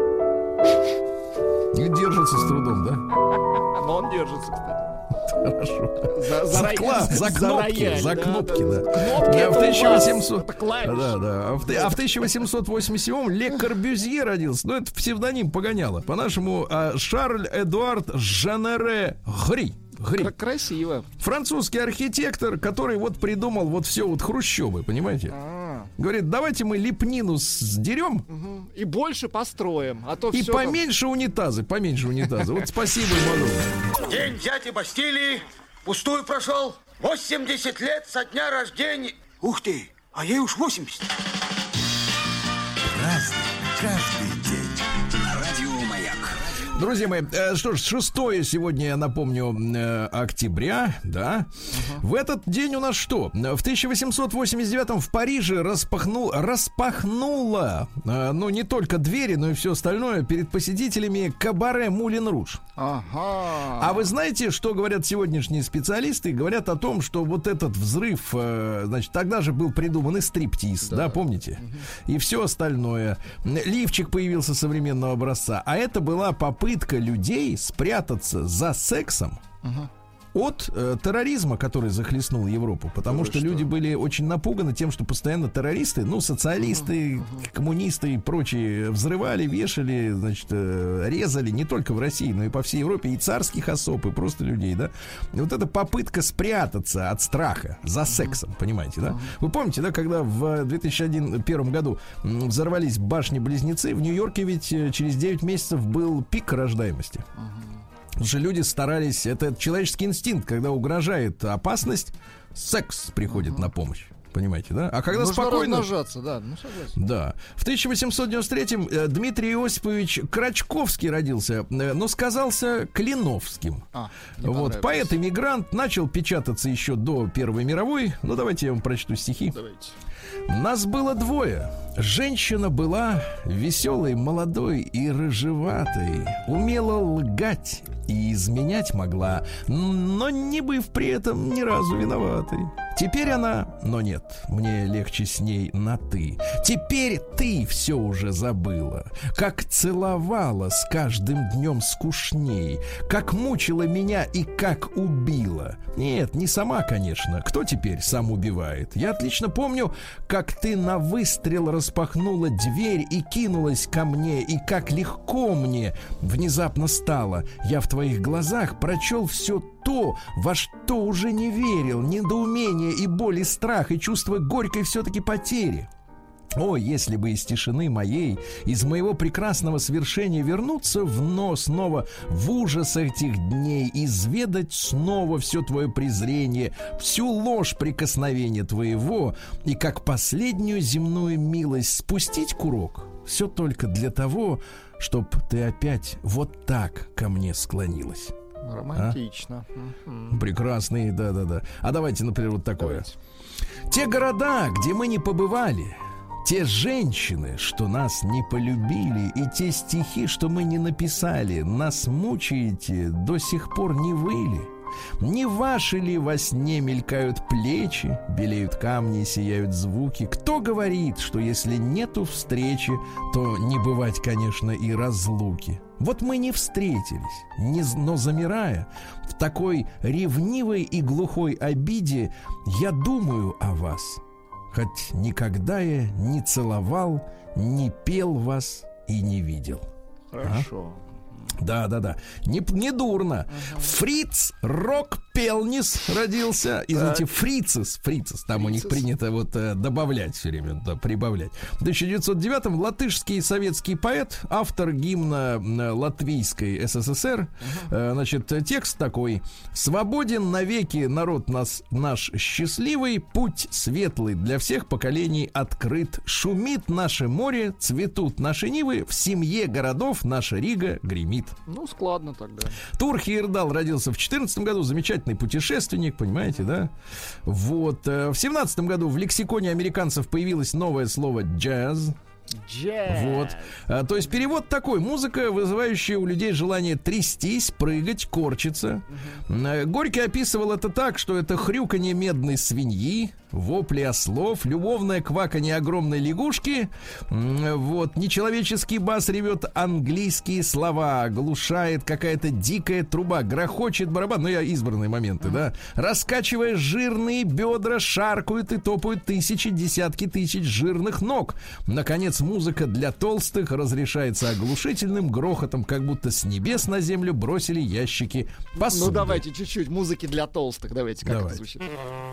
И держится с трудом, да? Но он держится, кстати. Хорошо. За кнопки, да. Кнопки это 1800... это клавиши. Да. А в 1887-м Ле Корбюзье родился. Ну, это псевдоним погоняло. По-нашему, Шарль Эдуард Жанере Гри. Красиво. Французский архитектор, который вот придумал вот все вот хрущевы, понимаете? Говорит, давайте мы лепнину сдерем. И больше построим. А то и все поменьше унитазы. Вот спасибо ему. День дяди Бастилии пустую прошел. 80 лет со дня рождения. Ух ты, а ей уж 80. Разный, каждый день. На радио «Маяк». Друзья мои, что ж, 6 сегодня, я напомню, октября, да? В этот день у нас что? В 1889-м в Париже распахнула, ну, не только двери, но и все остальное перед посетителями кабаре «Мулен Руж». А вы знаете, что говорят сегодняшние специалисты? Говорят о том, что вот этот взрыв, значит, тогда же был придуман и стриптиз, да, помните? И все остальное. Лифчик появился современного образца. А это была попытка людей спрятаться за сексом от терроризма, который захлестнул Европу. Потому что люди были очень напуганы тем, что постоянно террористы, ну, социалисты, коммунисты и прочие взрывали, вешали, значит, резали не только в России, но и по всей Европе, и царских особ, и просто людей, да. И вот эта попытка спрятаться от страха за сексом, понимаете, да? Вы помните, да, когда в 2001 году взорвались башни-близнецы, в Нью-Йорке ведь через 9 месяцев был пик рождаемости. Потому что люди старались, это человеческий инстинкт, когда угрожает опасность, секс приходит на помощь. Понимаете, да? А когда нужно спокойно... размножаться, да, ну согласен. Да. В 1893-м Дмитрий Иосифович Крачковский родился, но сказался Клиновским. Вот, поэт-эмигрант, начал печататься еще до Первой мировой. Ну, давайте я вам прочту стихи. Давайте. Нас было двое. Женщина была веселой, молодой и рыжеватой, умела лгать и изменять могла, но не быв при этом ни разу виноватой. Теперь она, но нет, мне легче с ней на «ты». Теперь ты все уже забыла, как целовала с каждым днем скучней, как мучила меня и как убила. Нет, не сама, конечно. Кто теперь сам убивает? Я отлично помню, как ты на выстрел распахнула дверь и кинулась ко мне, и как легко мне внезапно стало. Я в твоих глазах прочел все то, во что уже не верил, недоумение и боль, и страх, и чувство горькой все-таки потери. О, если бы из тишины моей, из моего прекрасного свершения вернуться снова в ужас этих дней, изведать снова все твое презрение, всю ложь прикосновения твоего, и как последнюю земную милость спустить курок, все только для того, чтоб ты опять вот так ко мне склонилась. Романтично. Прекрасный, да-да-да. А давайте, например, вот такое. Те города, где мы не побывали, те женщины, что нас не полюбили, и те стихи, что мы не написали, нас мучаете, до сих пор не вы ли? Не ваши ли во сне мелькают плечи, белеют камни, сияют звуки? Кто говорит, что если нету встречи, то не бывать, конечно, и разлуки? Вот мы не встретились, но замирая в такой ревнивой и глухой обиде, я думаю о вас. Хоть никогда я не целовал, не пел вас и не видел. Хорошо. Да. Не дурно. Фриц Рок Пелнис родился. Извините, Фрицис, там у них принято вот добавлять все время, да, прибавлять. В 1909-м латышский советский поэт, автор гимна Латвийской СССР. Значит, текст такой: «Свободен навеки народ наш счастливый, путь светлый для всех поколений открыт. Шумит наше море, цветут наши нивы, в семье городов наша Рига гремит». Ну, складно тогда. Тур Хейердал родился в 14 году, замечательный путешественник, понимаете, да? Вот. В 17 году в лексиконе американцев появилось новое слово «джаз». Вот. То есть перевод такой: музыка, вызывающая у людей желание трястись, прыгать, корчиться. Горький описывал это так, что это хрюканье медной свиньи, вопли ослов, любовное кваканье огромной лягушки. Вот. Нечеловеческий бас ревет английские слова, оглушает какая-то дикая труба, грохочет барабан, ну я избранные моменты, да, раскачивая жирные бедра, шаркают и топают тысячи, десятки тысяч жирных ног. Наконец, музыка для толстых разрешается оглушительным грохотом, как будто с небес на землю бросили ящики посуды. Ну давайте чуть-чуть музыки для толстых, давайте, как это звучит.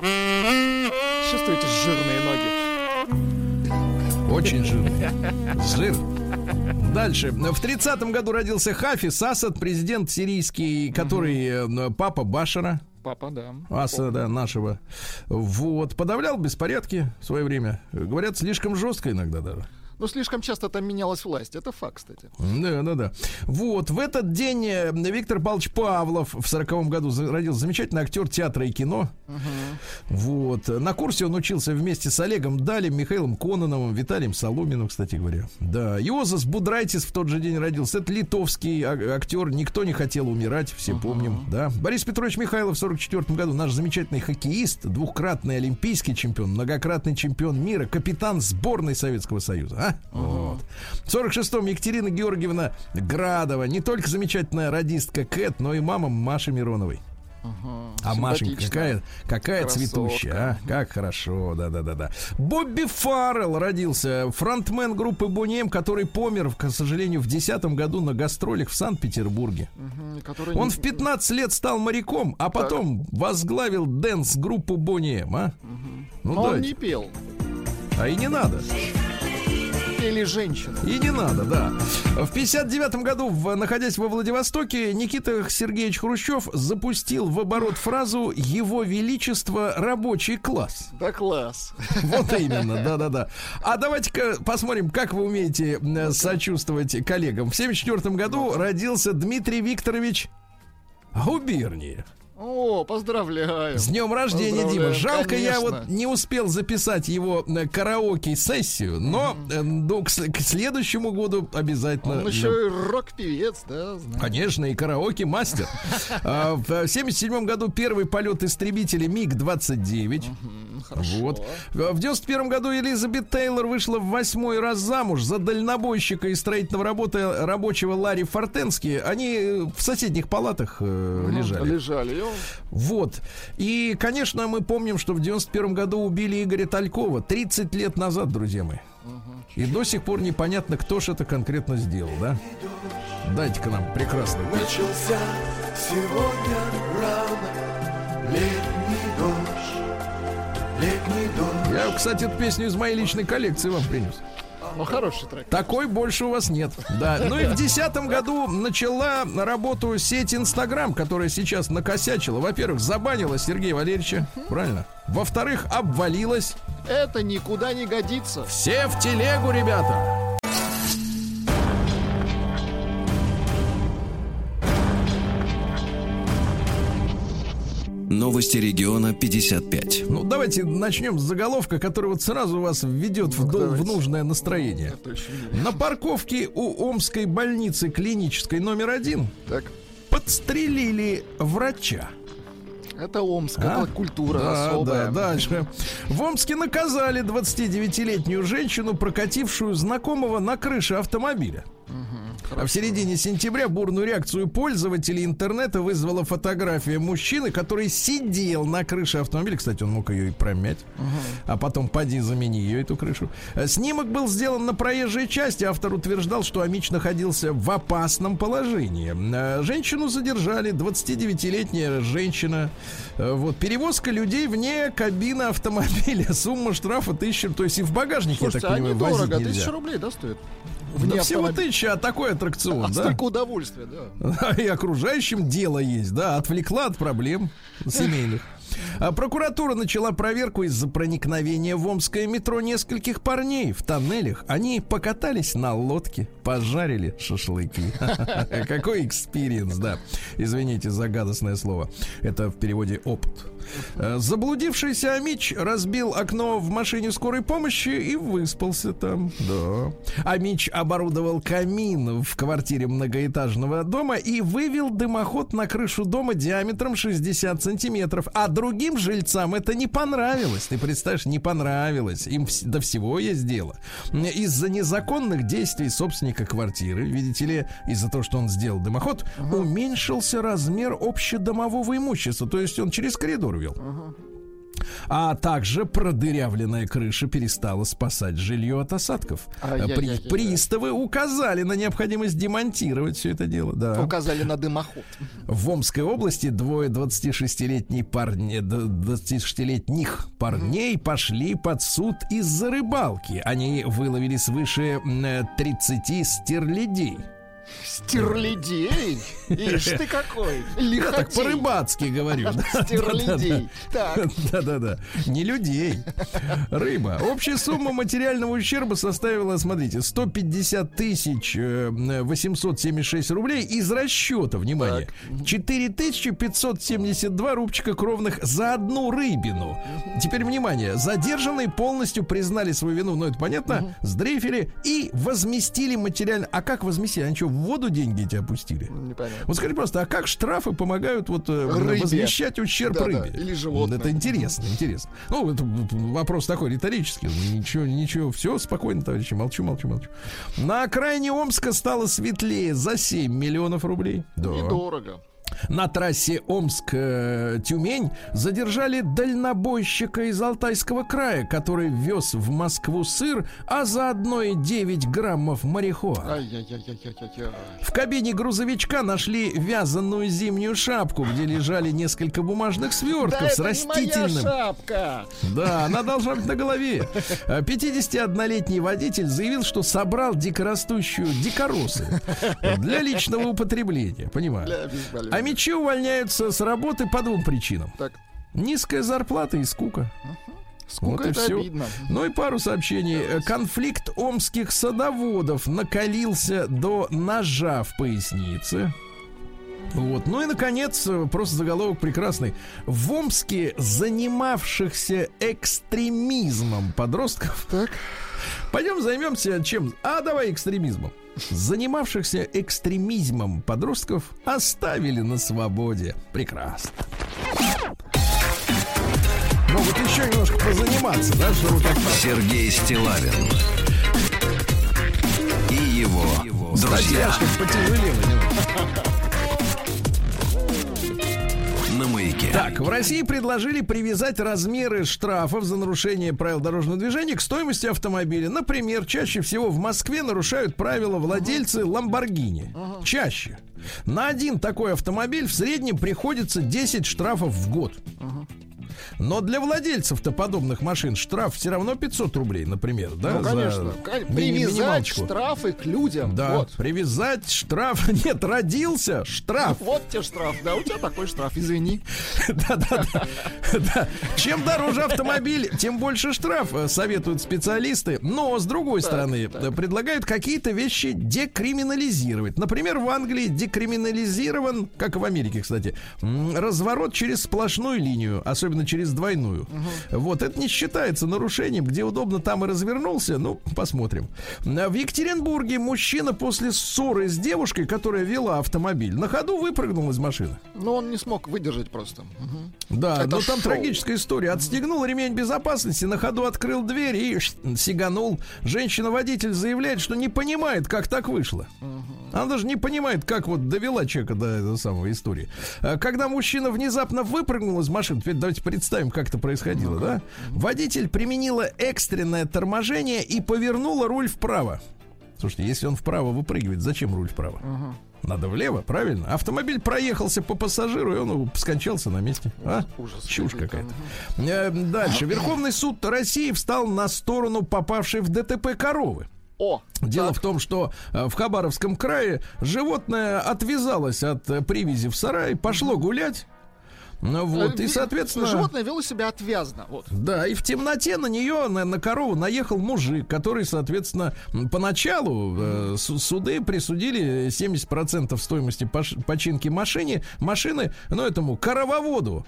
Чувствуете жирные ноги? Очень жирные. Жир. Дальше. В 30-м году родился Хафиз Асад, президент сирийский, который папа Башара. Папа, да. Асада нашего. Вот. Подавлял беспорядки в свое время. Говорят, слишком жестко иногда даже. Ну, слишком часто там менялась власть. Это факт, кстати. Да. Вот. В этот день Виктор Павлович Павлов в 40-м году родился. Замечательный актер театра и кино. Вот. На курсе он учился вместе с Олегом Далем, Михаилом Кононовым, Виталием Соломиным, кстати говоря. Да. Йозас Будрайтис в тот же день родился. Это литовский актер. Никто не хотел умирать, все помним. Да. Борис Петрович Михайлов в 44-м году. Наш замечательный хоккеист, двукратный олимпийский чемпион, многократный чемпион мира, капитан сборной Советского Союза. Вот. В 46-м Екатерина Георгиевна Градова. Не только замечательная радистка Кэт, но и мама Маши Мироновой. А Машенька какая цветущая, а? Как хорошо, да. Бобби Фаррелл родился, фронтмен группы Boney M, который помер, к сожалению, в 10-м году на гастролях в Санкт-Петербурге. Он в 15 лет стал моряком, а потом возглавил дэнс-группу Boney M, а? Ну, но он не пел. А и не надо. Или женщины. И не надо, да. В 59-м году, находясь во Владивостоке, Никита Сергеевич Хрущев запустил в оборот фразу «Его Величество рабочий класс». Да, класс. Вот именно, да. А давайте-ка посмотрим, как вы умеете сочувствовать коллегам. В 74-м году родился Дмитрий Викторович Губерниев. О, поздравляю. С днем рождения, Дима. Жалко, конечно. Я вот не успел записать его караоке-сессию, но к следующему году обязательно. Он еще и рок-певец, да? Знаю. Конечно, и караоке-мастер. В 77 году первый полет истребителя МиГ-29. Хорошо. Вот. В 91 году Элизабет Тейлор вышла в 8-й раз замуж за дальнобойщика и строительного рабочего Ларри Фортенски. Они в соседних палатах лежали. Вот. И, конечно, мы помним, что в 91 году убили Игоря Талькова. 30 лет назад, друзья мои. И до сих пор непонятно, кто же это конкретно сделал, да? Дайте-ка нам прекрасно. Начался сегодня рано летний дождь. Я, кстати, эту песню из моей личной коллекции вам принес. Ну, хороший трек. Такой больше у вас нет. Да. Ну и в 2010 году начала работу сеть Инстаграм, которая сейчас накосячила. Во-первых, забанила Сергея Валерьевича. Правильно? Во-вторых, обвалилась. Это никуда не годится. Все в телегу, ребята. Новости региона 55. Ну, давайте начнем с заголовка, который вот сразу вас введет в нужное настроение. На парковке у Омской больницы клинической номер 1 подстрелили врача. Это Омск, это культура особая. Да, дальше. В Омске наказали 29-летнюю женщину, прокатившую знакомого на крыше автомобиля. А в середине сентября бурную реакцию пользователей интернета вызвала фотография мужчины, который сидел на крыше автомобиля. Кстати, он мог ее и промять. А потом поди замени ее, эту крышу. Снимок был сделан на проезжей части. Автор утверждал, что Амич находился в опасном положении. Женщину задержали. 29-летняя женщина. Вот, перевозка людей вне кабины автомобиля. Сумма штрафа 1000. То есть и в багажнике, слушайте, я так понимаю, возить дорого, нельзя. 1000 рублей, да, стоит? Да всего 1000, а такой аттракцион, да? Столько удовольствия, да. И окружающим дело есть, да, отвлекла от проблем семейных. Прокуратура начала проверку из-за проникновения в омское метро нескольких парней в тоннелях. Они покатались на лодке, пожарили шашлыки. Какой экспириенс, да. Извините за гадостное слово. Это в переводе опыт. Заблудившийся Амич разбил окно в машине скорой помощи и выспался там. Да. Амич оборудовал камин в квартире многоэтажного дома и вывел дымоход на крышу дома диаметром 60 сантиметров. А другим жильцам это не понравилось. Ты представляешь, не понравилось. Им до всего есть дело. Из-за незаконных действий собственника квартиры, видите ли, из-за того, что он сделал дымоход, уменьшился размер общедомового имущества. То есть он через коридор вел. А также продырявленная крыша перестала спасать жилье от осадков. Приставы указали на необходимость демонтировать все это дело. Да. Указали на дымоход. В Омской области двое 26-летних парней пошли под суд из-за рыбалки. Они выловили свыше 30 стерлядей. Стерлядей? Ишь ты какой! Лихотей! Я так по-рыбацки говорю. Стерлядей. Да-да-да. Не людей. Рыба. Общая сумма материального ущерба составила, смотрите, 150 876 рублей из расчета, внимание, 4572 рубчика кровных за одну рыбину. Теперь, внимание, задержанные полностью признали свою вину, ну это понятно, сдрейфили и возместили материально. А как возместили? Они что, в воду деньги эти опустили? Непонятно. Вот скажи просто, а как штрафы помогают вот возмещать ущерб рыбе? Или животным. Это интересно. Ну, это вопрос такой риторический. Ничего, все спокойно, товарищи, молчу. На окраине Омска стало светлее за 7 миллионов рублей. Да. Недорого. На трассе Омск-Тюмень задержали дальнобойщика из Алтайского края, который вез в Москву сыр, а заодно и 9 граммов марихуаны. В кабине грузовичка нашли вязаную зимнюю шапку, где лежали несколько бумажных свертков с растительным... Не моя шапка. Да, она должна быть на голове. 51-летний водитель заявил, что собрал дикорастущую дикоросы для личного употребления. Понимаю. Амичи увольняются с работы по двум причинам. Так. Низкая зарплата и скука. Скука, вот это все. обидно. Ну и пару сообщений. Конфликт омских садоводов накалился до ножа в пояснице. Вот. Ну и, наконец, просто заголовок прекрасный. В Омске занимавшихся экстремизмом подростков... Так. Пойдем займемся чем? Давай экстремизмом. Занимавшихся экстремизмом подростков оставили на свободе. Прекрасно. Ну вот еще немножко позаниматься, да, что вот так. Сергей Стиллавин и его друзья. Потяжелело. На Маяке. Так, в России предложили привязать размеры штрафов за нарушение правил дорожного движения к стоимости автомобиля. Например, чаще всего в Москве нарушают правила владельцы Lamborghini. Чаще. На один такой автомобиль в среднем приходится 10 штрафов в год. Но для владельцев-то подобных машин штраф все равно 500 рублей, например, да? Ну, конечно. Привязать штрафы к людям. Да, вот. Привязать штраф. Нет, родился штраф. Вот тебе штраф, да, у тебя такой штраф, извини. Да. Чем дороже автомобиль, тем больше штраф, советуют специалисты. Но, с другой стороны, предлагают какие-то вещи декриминализировать. Например, в Англии декриминализирован, как и в Америке, кстати, разворот через сплошную линию, особенно через двойную. Вот, это не считается нарушением. Где удобно, там и развернулся. Ну, посмотрим. В Екатеринбурге мужчина после ссоры с девушкой, которая вела автомобиль, на ходу выпрыгнул из машины. Но он не смог выдержать просто. Да, это но там шоу. трагическая история. Отстегнул ремень безопасности, на ходу открыл дверь и сиганул. Женщина-водитель заявляет, что не понимает, как так вышло. Она даже не понимает, как вот довела человека до этой самой истории. Когда мужчина внезапно выпрыгнул из машины, теперь давайте представим, как это происходило, да? Водитель применила экстренное торможение и повернула руль вправо. Слушайте, если он вправо выпрыгивает, зачем руль вправо? Надо влево, правильно? Автомобиль проехался по пассажиру, и он скончался на месте. Ужас. Чушь какая-то. Дальше. Верховный суд России встал на сторону попавшей в ДТП коровы. Дело в том, что в Хабаровском крае животное отвязалось от привязи в сарай, пошло гулять. Ну вот, и, соответственно... Животное вело себя отвязно. Вот. Да, и в темноте на нее, на корову, наехал мужик, который, соответственно, поначалу суды присудили 70% стоимости починки машины, ну, этому корововоду.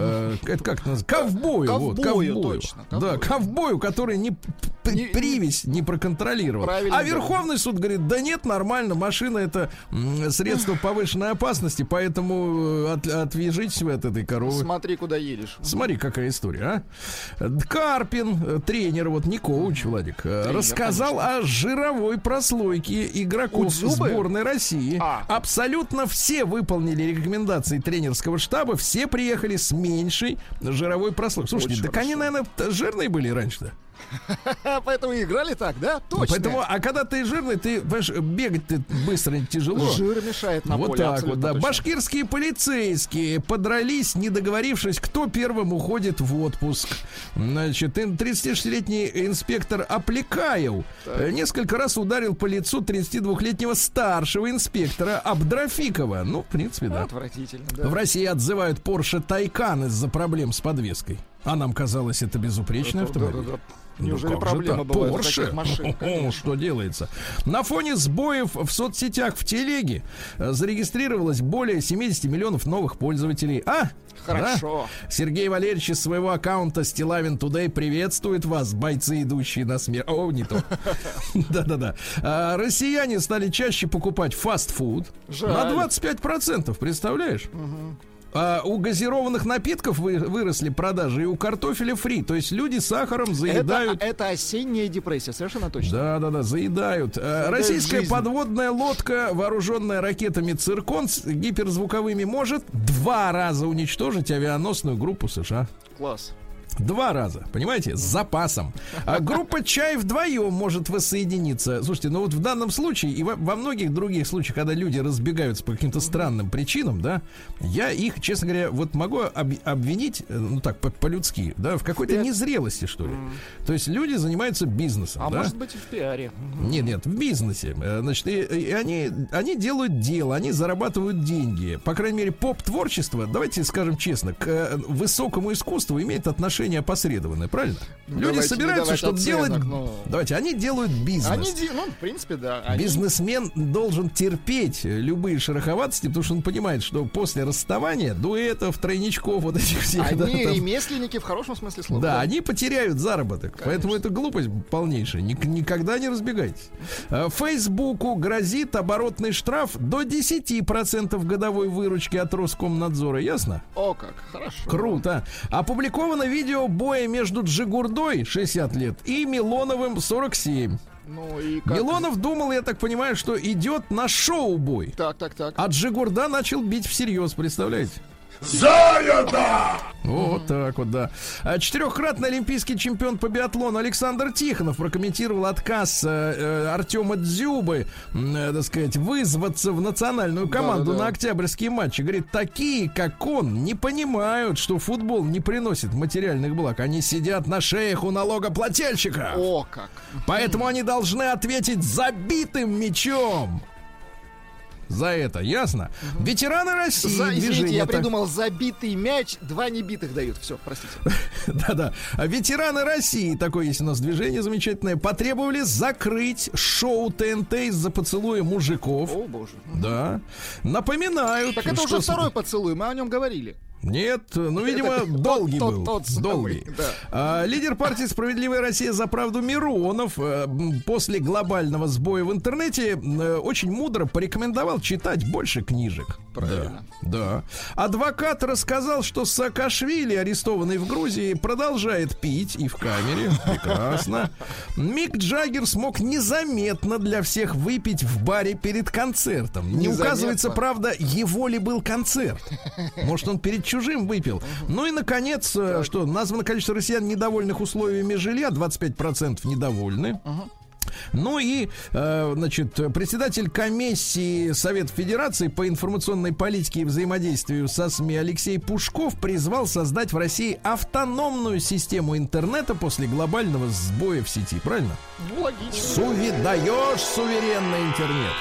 Это как называется? Ковбою. Точно. Да, ковбою, который привязь не проконтролировал. Правильно, а Верховный суд говорит, да нет, нормально, машина это средство повышенной опасности, поэтому отвяжитесь вы от этой коровы. Смотри, куда едешь. Смотри, какая история, а. Карпин, тренер, вот не коуч, Владик, рассказал о жировой прослойке игроков сборной России. Абсолютно все выполнили рекомендации тренерского штаба, все приехали с меньшей жировой прослойкой. Слушайте, так они, наверное, жирные были раньше-то. Поэтому и играли так, да? Точно. Поэтому, а когда ты жирный, ты, понимаешь, бегать-то быстро и тяжело. Жир мешает на вот поле. Так вот, да. Точно. Башкирские полицейские подрались, не договорившись, кто первым уходит в отпуск. Значит, 36-летний инспектор Аплекаев несколько раз ударил по лицу 32-летнего старшего инспектора Абдрафикова. Ну, в принципе, да. Отвратительно, да. В России отзывают Porsche Taycan из-за проблем с подвеской. А нам казалось, это безупречный автомобиль. Неужели проблема бывает в таких машинах? Что делается? На фоне сбоев в соцсетях в телеге зарегистрировалось более 70 миллионов новых пользователей. Хорошо. Да? Сергей Валерьевич из своего аккаунта Стилавин Today приветствует вас, бойцы, идущие на смерть. Не то. Да-да-да. Россияне стали чаще покупать фастфуд. На 25%, представляешь? У газированных напитков выросли продажи, и у картофеля фри. То есть люди сахаром заедают. Это осенняя депрессия, совершенно точно. Да, заедают. Российская подводная лодка, вооруженная ракетами «Циркон» с гиперзвуковыми, может 2 раза уничтожить авианосную группу США. Класс. 2 раза, понимаете, с запасом. А группа «Чай» вдвоем может воссоединиться. Слушайте, ну вот в данном случае и во многих других случаях, когда люди разбегаются по каким-то странным причинам, да, я их, честно говоря, вот могу обвинить, ну так, по-людски, да, в какой-то незрелости, что ли. То есть люди занимаются бизнесом, да? Может быть и в пиаре. Нет, в бизнесе. Значит, и они делают дело, они зарабатывают деньги. По крайней мере, поп-творчество, давайте скажем честно, к высокому искусству имеет отношение опосредованное, правильно? Люди собираются, чтобы делать... Давайте, они делают бизнес. В принципе, да. Бизнесмен должен терпеть любые шероховатости, потому что он понимает, что после расставания дуэтов, тройничков, вот этих всех... Они ремесленники в хорошем смысле слова. Да, они потеряют заработок. Конечно. Поэтому это глупость полнейшая. Никогда не разбегайтесь. Фейсбуку грозит оборотный штраф до 10% годовой выручки от Роскомнадзора. Ясно? О, как хорошо. Круто. Опубликовано видео боя между Джигурдой 60 лет и Милоновым 47. Ну, и как? Милонов думал, я так понимаю, что идет на шоу-бой. Так. А Джигурда начал бить всерьез, представляете? Занято! Вот так вот, да. 4-кратный олимпийский чемпион по биатлону Александр Тихонов прокомментировал отказ Артема Дзюбы, так сказать, вызваться в национальную команду на октябрьские матчи. Говорит, такие, как он, не понимают, что футбол не приносит материальных благ. Они сидят на шеях у налогоплательщика. О, как! Поэтому они должны ответить забитым мячом. За это, ясно? Ветераны России. Извините, я придумал забитый мяч, 2 небитых дают. Все, простите. Да. Ветераны России, такое есть у нас движение замечательное, потребовали закрыть шоу ТНТ из-за поцелуя мужиков. О, боже. Да. Напоминают. Так это уже второй поцелуй, мы о нем говорили. Нет, ну, видимо, долгий был. Долгий. Да. Лидер партии «Справедливая Россия за правду» Миронов после глобального сбоя в интернете очень мудро порекомендовал читать больше книжек. Правильно. Да. Адвокат рассказал, что Саакашвили, арестованный в Грузии, продолжает пить и в камере. Прекрасно. Мик Джаггер смог незаметно для всех выпить в баре перед концертом. Не указывается, правда, его ли был концерт. Может, он перед чужим выпил. Ну и, наконец, что названо количество россиян, недовольных условиями жилья. 25% недовольны. Ну и, значит, председатель комиссии Совета Федерации по информационной политике и взаимодействию со СМИ Алексей Пушков призвал создать в России автономную систему интернета после глобального сбоя в сети. Правильно? Ну, логично. Даешь суверенный интернет.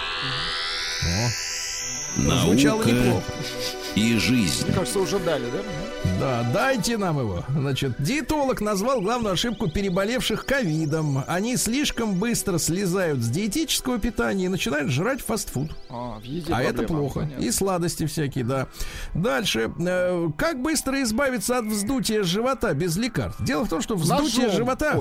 Наука звучало неплохо. И жизнь. Мне кажется, уже дали, да? Да, дайте нам его. Значит, диетолог назвал главную ошибку переболевших ковидом. Они слишком быстро слезают с диетического питания и начинают жрать фастфуд. Это плохо. Понятно. И сладости всякие, да. Дальше. Как быстро избавиться от вздутия живота без лекарств? Дело в том, что вздутие живота...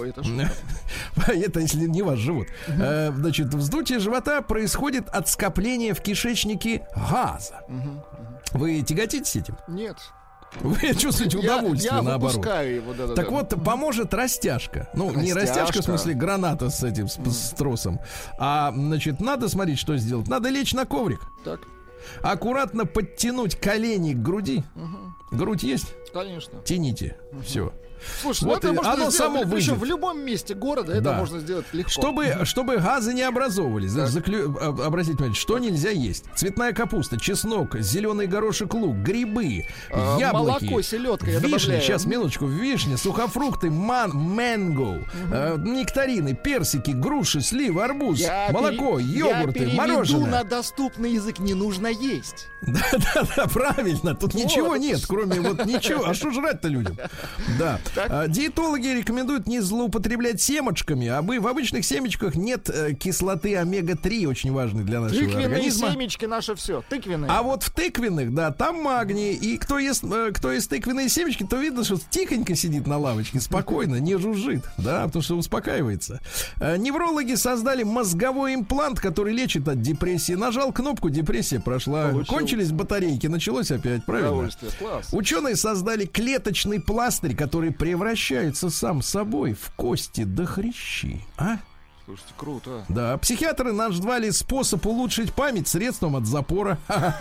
это если не ваш живот. Значит, вздутие живота происходит от скопления в кишечнике газа. Вы тяготитесь этим? Нет. Вы чувствуете удовольствие, наоборот. Его, так вот, поможет растяжка. Ну, не растяжка, в смысле граната с этим, с тросом. А, значит, надо смотреть, что сделать. Надо лечь на коврик. Так. Аккуратно подтянуть колени к груди. Грудь есть? Конечно. Тяните. Все. Слушай, вот это можно оно само выйдет. В любом месте города это можно сделать легко. Чтобы газы не образовывались. Обратите внимание, что нельзя есть: цветная капуста, чеснок, зеленый горошек, лук, грибы, яблоки, молоко, селедка, вишня, сейчас, минуточку, вишня, сухофрукты, манго, нектарины, персики, груши, сливы, арбуз, молоко, йогурты, мороженое. На доступный язык не нужно есть. Да, правильно. Тут ничего нет, кроме вот ничего. А что жрать-то людям? Да. Диетологи рекомендуют не злоупотреблять семечками, а в обычных семечках нет кислоты омега-3, очень важной для нашего организма. Тыквенные семечки наше все, тыквенные. А вот в тыквенных, да, там магний. И кто ест тыквенные семечки, то видно, что тихонько сидит на лавочке, спокойно, не жужжит, да, потому что успокаивается. Неврологи создали мозговой имплант, который лечит от депрессии. Нажал кнопку, депрессия прошла. Кончились батарейки, началось опять, правильно? Ученые создали клеточный пластырь, который превращается сам собой в кости до хрящи. Слушайте, круто. Да, психиатры назвали способ улучшить память средством от запора.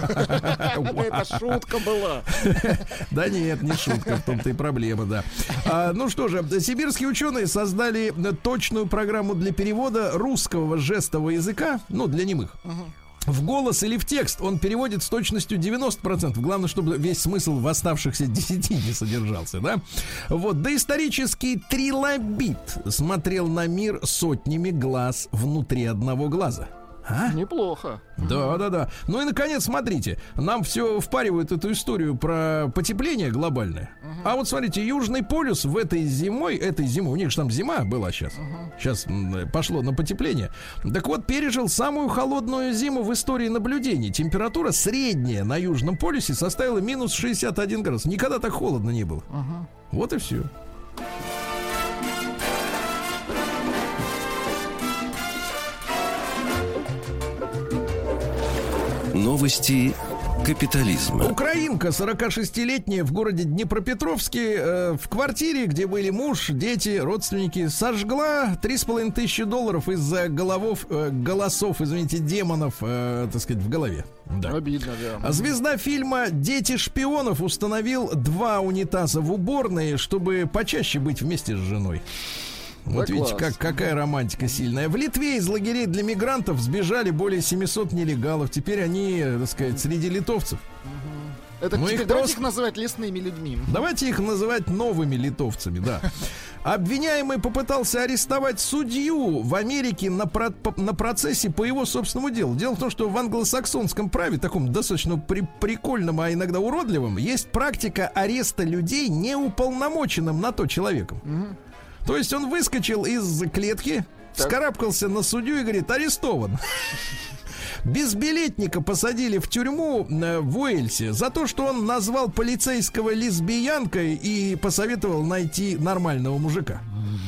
Это шутка была. Да нет, не шутка, в том-то и проблема, да. Ну что же, сибирские ученые создали точную программу для перевода русского жестового языка, ну, для немых. В голос или в текст. Он переводит с точностью 90%. Главное, чтобы весь смысл в оставшихся 10 не содержался, да? Вот. Доисторический трилобит смотрел на мир сотнями глаз внутри одного глаза. Неплохо. Да. Ну и, наконец, смотрите. Нам все впаривают эту историю про потепление глобальное. А вот, смотрите, Южный полюс в этой зимой, у них же там зима была сейчас. Сейчас пошло на потепление. Так вот, пережил самую холодную зиму в истории наблюдений. Температура средняя на Южном полюсе составила минус 61 градус. Никогда так холодно не было. Вот и все. Новости капитализма. Украинка, 46-летняя, в городе Днепропетровске, в квартире, где были муж, дети, родственники, сожгла $3500 из-за голосов, извините, демонов, так сказать, в голове. Да. Обидно, да. Звезда фильма «Дети шпионов» установил 2 унитаза в уборной, чтобы почаще быть вместе с женой. Вот да, видите, какая романтика сильная. В Литве из лагерей для мигрантов сбежали более 700 нелегалов. Теперь они, так сказать, среди литовцев. Это давайте их называть лесными людьми. Давайте их называть новыми литовцами, да. Обвиняемый попытался арестовать судью в Америке на процессе по его собственному делу. Дело в том, что в англосаксонском праве, таком достаточно прикольном, а иногда уродливом, есть практика ареста людей неуполномоченным на то человеком. То есть он выскочил из клетки, вскарабкался на судью и говорит: арестован. Безбилетника посадили в тюрьму в Уэльсе за то, что он назвал полицейского лесбиянкой и посоветовал найти нормального мужика.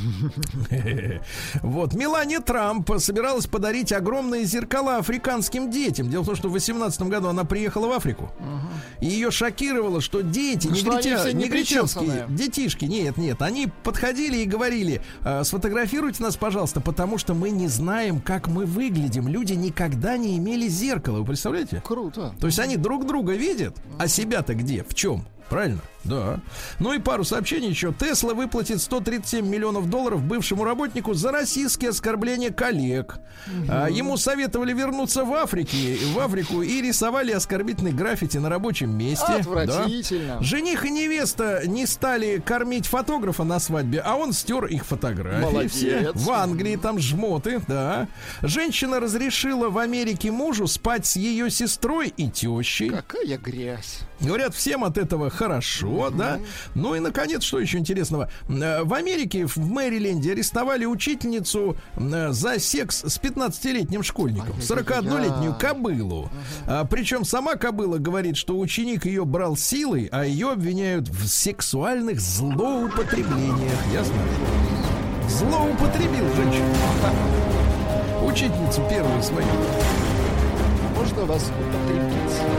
Вот. Мелания Трамп собиралась подарить огромные зеркала африканским детям. Дело в том, что в 2018 году она приехала в Африку. И ее шокировало, что дети, негритянские детишки, нет, они подходили и говорили: сфотографируйте нас, пожалуйста, потому что мы не знаем, как мы выглядим. Люди никогда не имели зеркала, вы представляете? Круто. То есть они друг друга видят, а себя-то где? В чем? Правильно? Да. Ну и пару сообщений еще. Тесла выплатит $137 миллионов бывшему работнику за российские оскорбления коллег. Ему советовали вернуться в Африку и рисовали оскорбительные граффити на рабочем месте. Отвратительно. Да. Жених и невеста не стали кормить фотографа на свадьбе, а он стер их фотографии. Молодец. Все. В Англии там жмоты, да. Женщина разрешила в Америке мужу спать с ее сестрой и тещей. Какая грязь. Говорят, всем от этого хорошо, да. Ну и, наконец, что еще интересного? В Америке, в Мэриленде, арестовали учительницу за секс с 15-летним школьником, 41-летнюю кобылу. Причем сама кобыла говорит, что ученик ее брал силой, а ее обвиняют в сексуальных злоупотреблениях. Ясно? Злоупотребил женщина. Учительницу первую свою. Можно вас употребить?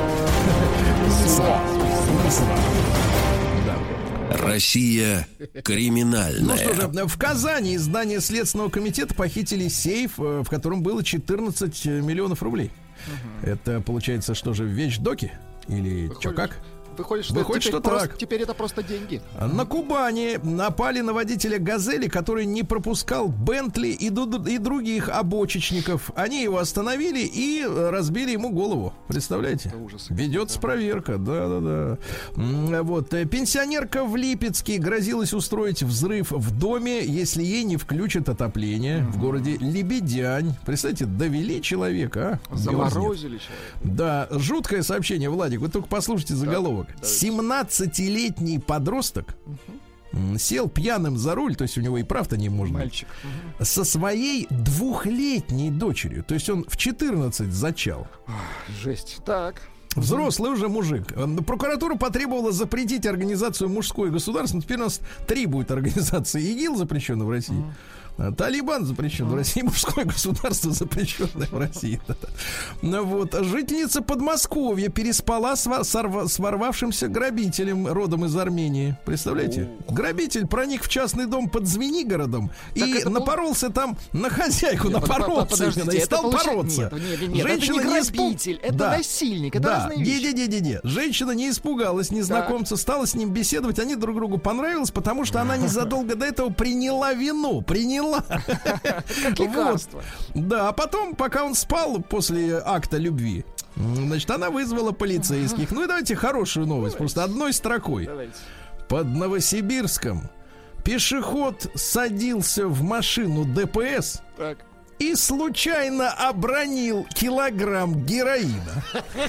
Россия криминальная. Ну что же, в Казани из здания Следственного комитета похитили сейф, в котором было 14 миллионов рублей. Это получается, что же, вещдоки? Или что, как? Выходит, что так. Теперь это просто деньги. На Кубани напали на водителя «Газели», который не пропускал «Бентли» и других обочечников. Они его остановили и разбили ему голову. Представляете? Ведется проверка. Да. Вот. Пенсионерка в Липецке грозилась устроить взрыв в доме, если ей не включат отопление. В городе Лебедянь. Представляете, довели человека. Заморозили человека. Да. Жуткое сообщение, Владик. Вы только послушайте заголовок. 17-летний подросток сел пьяным за руль, то есть у него и прав-то не можно. Мальчик. Со своей 2-летней дочерью. То есть он в 14 зачал. Жесть. Так. Взрослый уже мужик. Прокуратура потребовала запретить организацию мужской государства. Теперь у нас 3 будет организации. ИГИЛ запрещена в России. Талибан запрещен в России, мужское государство запрещенное в России. Вот. Жительница Подмосковья переспала с ворвавшимся грабителем родом из Армении. Представляете? Грабитель проник в частный дом под Звенигородом и напоролся там на хозяйку, напоролся и стал бороться. Нет, женщина это не грабитель, это насильник, это разные вещи. Не. Женщина не испугалась незнакомца, стала с ним беседовать, они друг другу понравились, потому что она незадолго до этого приняла вино, как лекарство. Вот. Да, а потом, пока он спал после акта любви, значит, она вызвала полицейских. Ну и давайте хорошую новость, просто одной строкой. Под Новосибирском пешеход садился в машину ДПС и случайно обронил килограмм героина.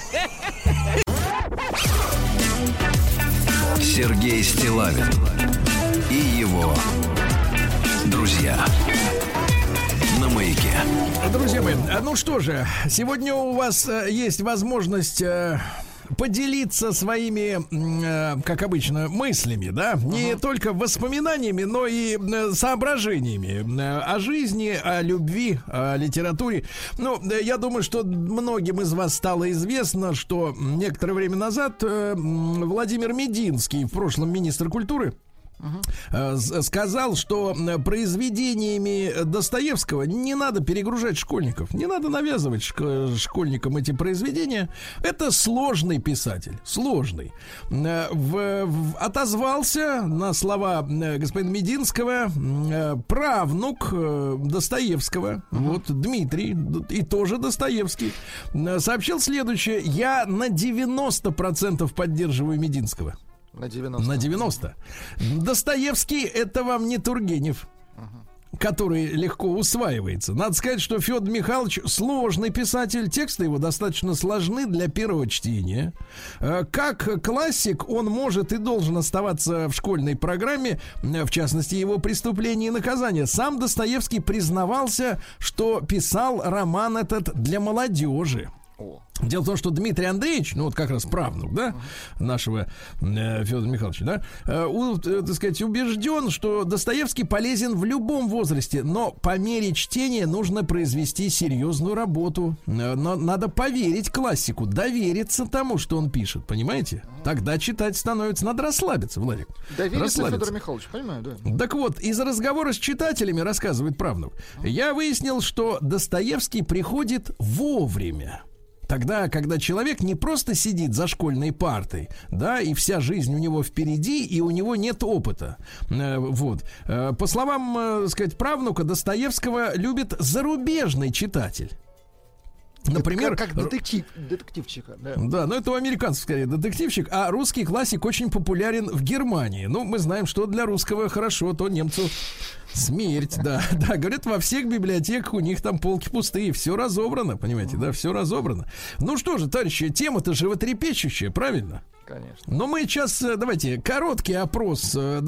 Сергей Стиллавин и его друзья на Маяке. Друзья мои, ну что же, сегодня у вас есть возможность поделиться своими, как обычно, мыслями, да, не только воспоминаниями, но и соображениями о жизни, о любви, о литературе. Ну, я думаю, что многим из вас стало известно, что некоторое время назад Владимир Мединский, в прошлом министр культуры, сказал, что произведениями Достоевского не надо перегружать школьников, не надо навязывать школьникам эти произведения. Это сложный писатель, сложный. Отозвался на слова господина Мединского правнук Достоевского, вот Дмитрий, и тоже Достоевский, сообщил следующее: я на 90% поддерживаю Мединского. На 90. На 90. Достоевский — это вам не Тургенев. который легко усваивается. Надо сказать, что Федор Михайлович сложный писатель, тексты его достаточно сложны для первого чтения. Как классик он может и должен оставаться в школьной программе, в частности, его «Преступление и наказание». Сам Достоевский признавался, что писал роман этот для молодежи. Дело в том, что Дмитрий Андреевич, ну вот как раз правнук, да, нашего Федора Михайловича, да, так сказать, убежден, что Достоевский полезен в любом возрасте, но по мере чтения нужно произвести серьезную работу. Но надо поверить классику, довериться тому, что он пишет, понимаете? Тогда читать становится, надо расслабиться, Владик. Довериться Федору Михайловичу, понимаю, да. Так вот, из разговора с читателями, рассказывает правнук, я выяснил, что Достоевский приходит вовремя. Тогда, когда человек не просто сидит за школьной партой, да, и вся жизнь у него впереди, и у него нет опыта. Вот. По словам, сказать, правнука, Достоевского любит зарубежный читатель. Например, как детективчика, да. Да, но это у американцев скорее детективчик, а русский классик очень популярен в Германии. Ну, мы знаем, что для русского хорошо, то немцу смерть, да. Да, говорят, во всех библиотеках у них там полки пустые, все разобрано, понимаете, да, все разобрано. Ну что же, товарищи, тема-то животрепещущая, правильно? Конечно. Но мы сейчас, давайте, короткий опрос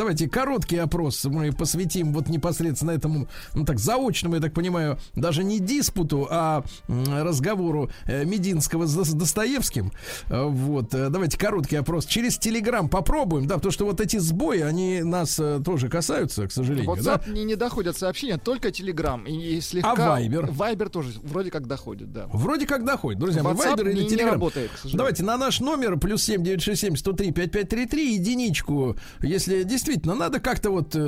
мы посвятим вот непосредственно этому, ну так, заочному, я так понимаю, даже не диспуту, а разговору Мединского с Достоевским. Вот, давайте короткий опрос через Телеграм попробуем, да, потому что вот эти сбои, они нас тоже касаются, к сожалению. WhatsApp да? не доходят сообщения, только Телеграм. И слегка... А Viber? Viber тоже вроде как доходит, да. Вроде как доходит, друзья мои, Viber или Telegram. Работает, давайте на наш номер +7 967 103 5533 единичку, если действительно надо как-то вот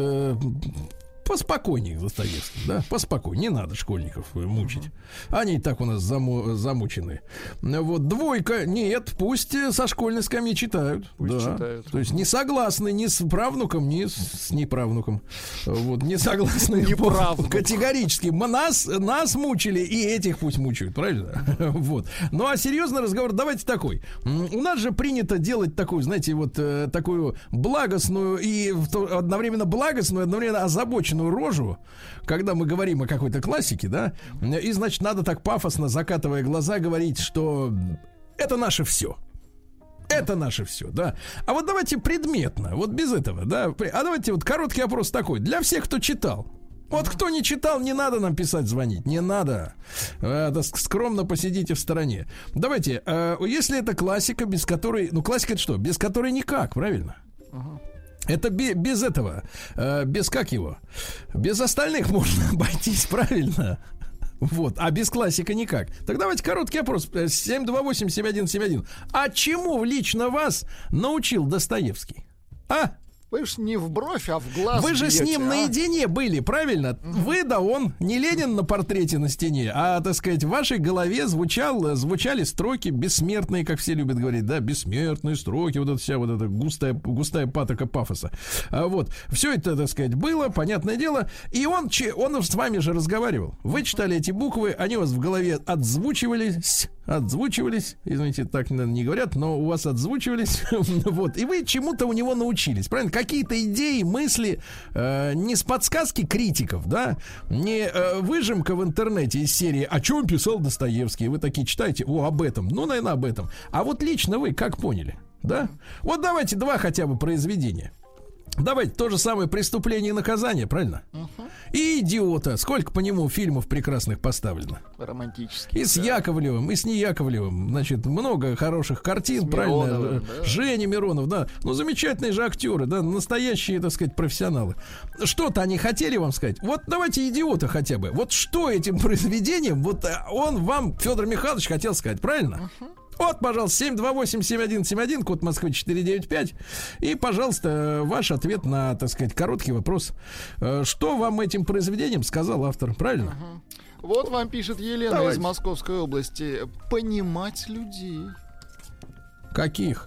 поспокойнее, Достоевский, да, поспокойнее, не надо школьников мучить. Они и так у нас замучены. Вот, двойка, нет, пусть со школьной скамьи читают. Пусть да. Читают. То есть не согласны ни с правнуком, ни с неправнуком. Вот, не согласны категорически. Нас мучили, и этих пусть мучают, правильно? Вот. Ну, а серьезный разговор, давайте такой. У нас же принято делать такую, знаете, вот такую благостную и одновременно благостную, одновременно озабоченную рожу, когда мы говорим о какой-то классике, да, и, значит, надо так пафосно, закатывая глаза, говорить, что это наше все. Это наше все, да. А вот давайте предметно, вот без этого, да. А давайте вот короткий опрос такой, для всех, кто читал. Вот кто не читал, не надо нам писать, звонить, не надо. Скромно посидите в стороне. Давайте, если это классика, без которой, ну, классика это что? Без которой никак, правильно? Это без этого, без как его? Без остальных можно обойтись, правильно? Вот, а без классика никак. Так давайте короткий опрос. 728-7171. А чему лично вас научил Достоевский? А? Вы же не в бровь, а в глаз. Вы же бьете, с ним наедине были, правильно? Вы да он, не Ленин на портрете на стене, а, так сказать, в вашей голове звучали строки бессмертные, как все любят говорить, да, бессмертные строки, вот эта вся вот эта густая патока пафоса. Вот, все это, так сказать, было, понятное дело, и он с вами же разговаривал. Вы читали эти буквы, они у вас в голове отзвучивались, извините, так не говорят, но у вас отзвучивались, вот, и вы чему-то у него научились, правильно? Какие-то идеи, мысли, не с подсказки критиков, да, не выжимка в интернете из серии «О чем писал Достоевский?» Вы такие читаете, об этом, ну, наверное, об этом. А вот лично вы как поняли, да? Вот давайте два хотя бы произведения. Давайте то же самое «Преступление и наказание», правильно? И «Идиота». Сколько по нему фильмов прекрасных поставлено? Романтических. И с Яковлевым, и с Неяковлевым. Значит, много хороших картин, правильно? Да. Женя Миронов, да. Ну, замечательные же актеры, да, настоящие, так сказать, профессионалы. Что-то они хотели вам сказать? Вот давайте «Идиота» хотя бы. Вот что этим произведением, вот он вам, Федор Михайлович, хотел сказать, правильно? Вот, пожалуйста, 728-7171, код Москвы 495. И, пожалуйста, ваш ответ на, так сказать, короткий вопрос. Что вам этим произведением сказал автор, правильно? Вот вам пишет Елена из Московской области. Понимать людей. Каких?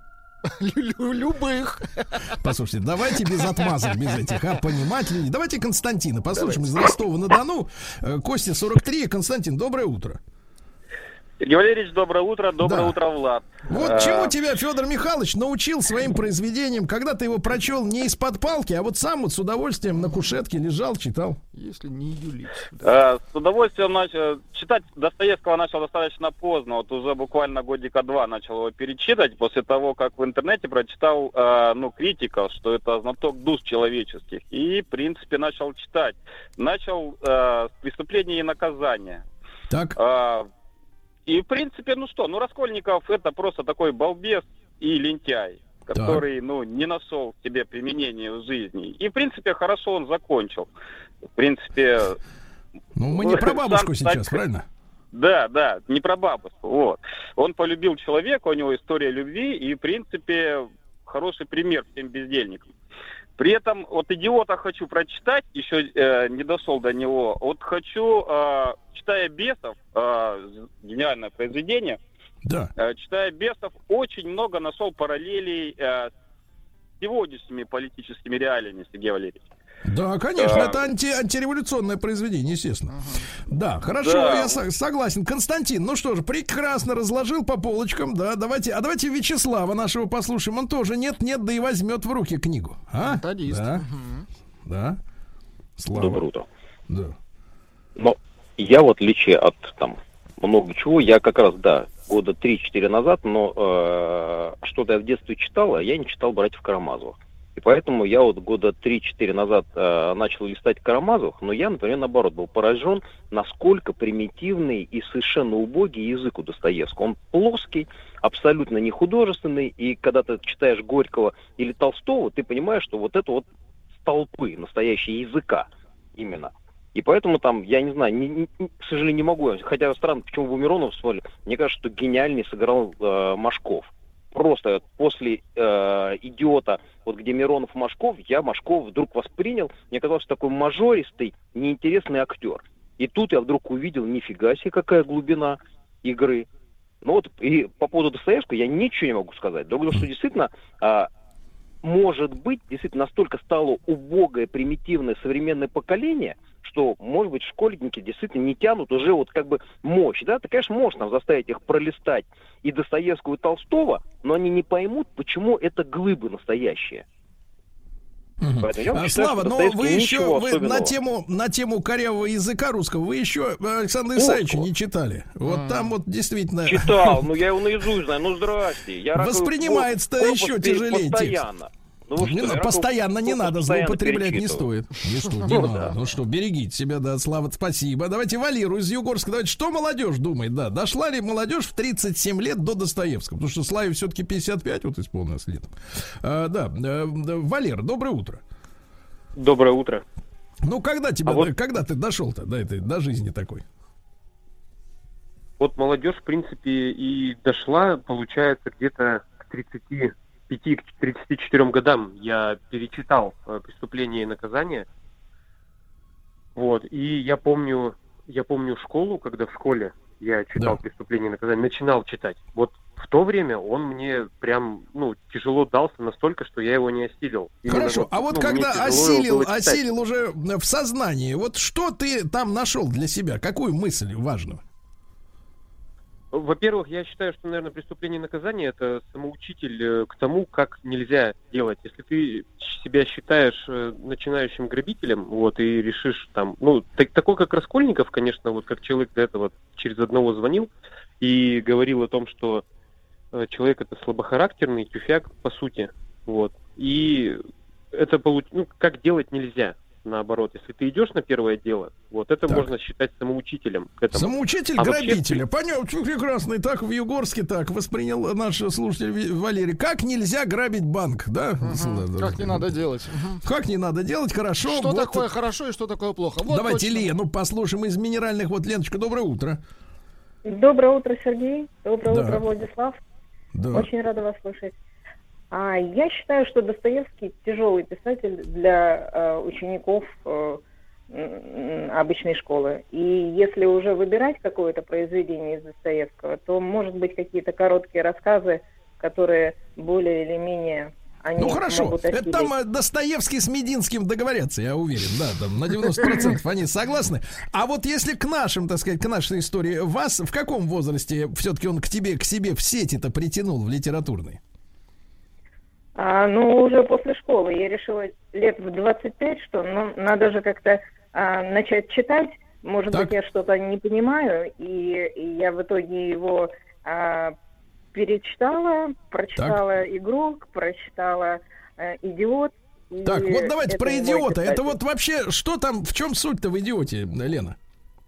Любых. Послушайте, давайте без отмазок, без этих, понимать людей. Давайте Константина послушаем из Ростова-на-Дону. Костя 43. Константин, доброе утро. Сергей Валерьевич, доброе утро. Доброе Да. утро, Влад. Вот чему тебя Федор Михайлович научил своим произведением, когда ты его прочел не из-под палки, а вот сам вот с удовольствием на кушетке лежал, читал. Если не юлить. Да. С удовольствием начал читать Достоевского начал достаточно поздно. Вот уже буквально годика 2 начал его перечитывать после того, как в интернете прочитал критиков, что это знаток душ человеческих. И, в принципе, начал читать. Начал с «Преступления и наказания». Так. И, в принципе, Раскольников это просто такой балбес и лентяй, который, не нашел себе применения в жизни. И, в принципе, хорошо он закончил. В принципе... Мы не про бабушку сейчас, правильно? Да, не про бабушку. Вот. Он полюбил человека, у него история любви, и, в принципе, хороший пример всем бездельникам. При этом вот «Идиота» хочу прочитать, еще не дошел до него. Вот хочу, читая «Бесов», гениальное произведение, да. Читая «Бесов», очень много нашел параллелей с сегодняшними политическими реалиями, Сергей Валерьевич. Да, конечно, это антиреволюционное произведение, естественно. Да, хорошо, я согласен. Константин, ну что же, прекрасно разложил по полочкам, да, давайте Вячеслава нашего послушаем, он тоже нет-нет, да и возьмет в руки книгу. Методист. Да. Слава. Доброе утро. Да. Но я в отличие от много чего, я как раз, года 3-4 назад, но что-то я в детстве читал, а я не читал «Братьев Карамазовых». И поэтому я вот года 3-4 назад начал листать Карамазовых, но я, например, наоборот, был поражен, насколько примитивный и совершенно убогий язык у Достоевского. Он плоский, абсолютно не художественный, и когда ты читаешь Горького или Толстого, ты понимаешь, что вот это вот столпы настоящие языка именно. И поэтому я не знаю, к сожалению, не могу, хотя странно, почему вы Миронова вспомнили, мне кажется, что гениальней сыграл Машков. Просто после «Идиота», вот где Миронов и Машков, я Машкова вдруг воспринял, мне казалось, что такой мажористый, неинтересный актер. И тут я вдруг увидел, нифига себе, какая глубина игры. И по поводу Достоевского я ничего не могу сказать. Другое, что действительно, может быть, действительно настолько стало убогое, примитивное современное поколение, что, может быть, школьники действительно не тянут уже мощь. Да? Ты, конечно, можешь заставить их пролистать и Достоевского, и Толстого, но они не поймут, почему это глыбы настоящие. Слава, но вы еще на тему корявого языка русского вы еще Александра Исаевича не читали. Вот там вот действительно... Читал, я его наизусть знаю, здрасте. Воспринимается-то еще тяжелее постоянно. Постоянно не надо, злоупотреблять не стоит. Не надо. Ну что, берегите себя, Слава, спасибо. Давайте Валеру из Югорска. Давайте, что молодежь думает? Дошла ли молодежь в 37 лет до Достоевского? Потому что Славе все-таки 55 вот исполнилось летом. Валер, доброе утро. Доброе утро. Ну, когда ты дошел-то до жизни такой? Вот молодежь, в принципе, и дошла, получается, где-то к 35-34 годам я перечитал «Преступление и наказание». Вот. И я помню школу, когда в школе я читал «Преступление и наказание», начинал читать. Вот в то время он мне прям, тяжело дался настолько, что я его не осилил. Хорошо, когда осилил уже в сознании, вот что ты там нашел для себя? Какую мысль важную? Во-первых, я считаю, что, наверное, «Преступление и наказание» — это самоучитель к тому, как нельзя делать. Если ты себя считаешь начинающим грабителем, и решишь такой, как Раскольников, конечно, как человек до этого через одного звонил и говорил о том, что человек — это слабохарактерный тюфяк, по сути, и это как делать нельзя. Наоборот, если ты идешь на первое дело, это можно считать самоучителем. Самоучитель грабителя. Понятно, прекрасно. И так в Югорске воспринял наш слушатель Валерий. Как нельзя грабить банк, да? Как не надо делать. Как не надо делать, хорошо. Что такое хорошо и что такое плохо. Давайте Лену послушаем из Минеральных. Леночка, доброе утро. Доброе утро, Сергей. Доброе утро, Владислав. Да. Очень рада вас слышать. Я считаю, что Достоевский тяжелый писатель для учеников обычной школы. И если уже выбирать какое-то произведение из Достоевского, то, может быть, какие-то короткие рассказы, которые более или менее они Ну хорошо, могут это осилить. там Достоевский с Мединским договорятся, я уверен, да, там на 90% они согласны. А вот если к нашим, так сказать, к нашей истории, вас в каком возрасте все-таки он к себе в сети-то притянул, в литературной? Ну, уже после школы я решила лет в 25, что надо же как-то начать читать. Может быть, я что-то не понимаю, и я в итоге его перечитала, прочитала «Игрок», прочитала «Идиот». Так, вот давайте про «Идиота». Это вот вообще, что там, в чем суть-то в «Идиоте», Лена?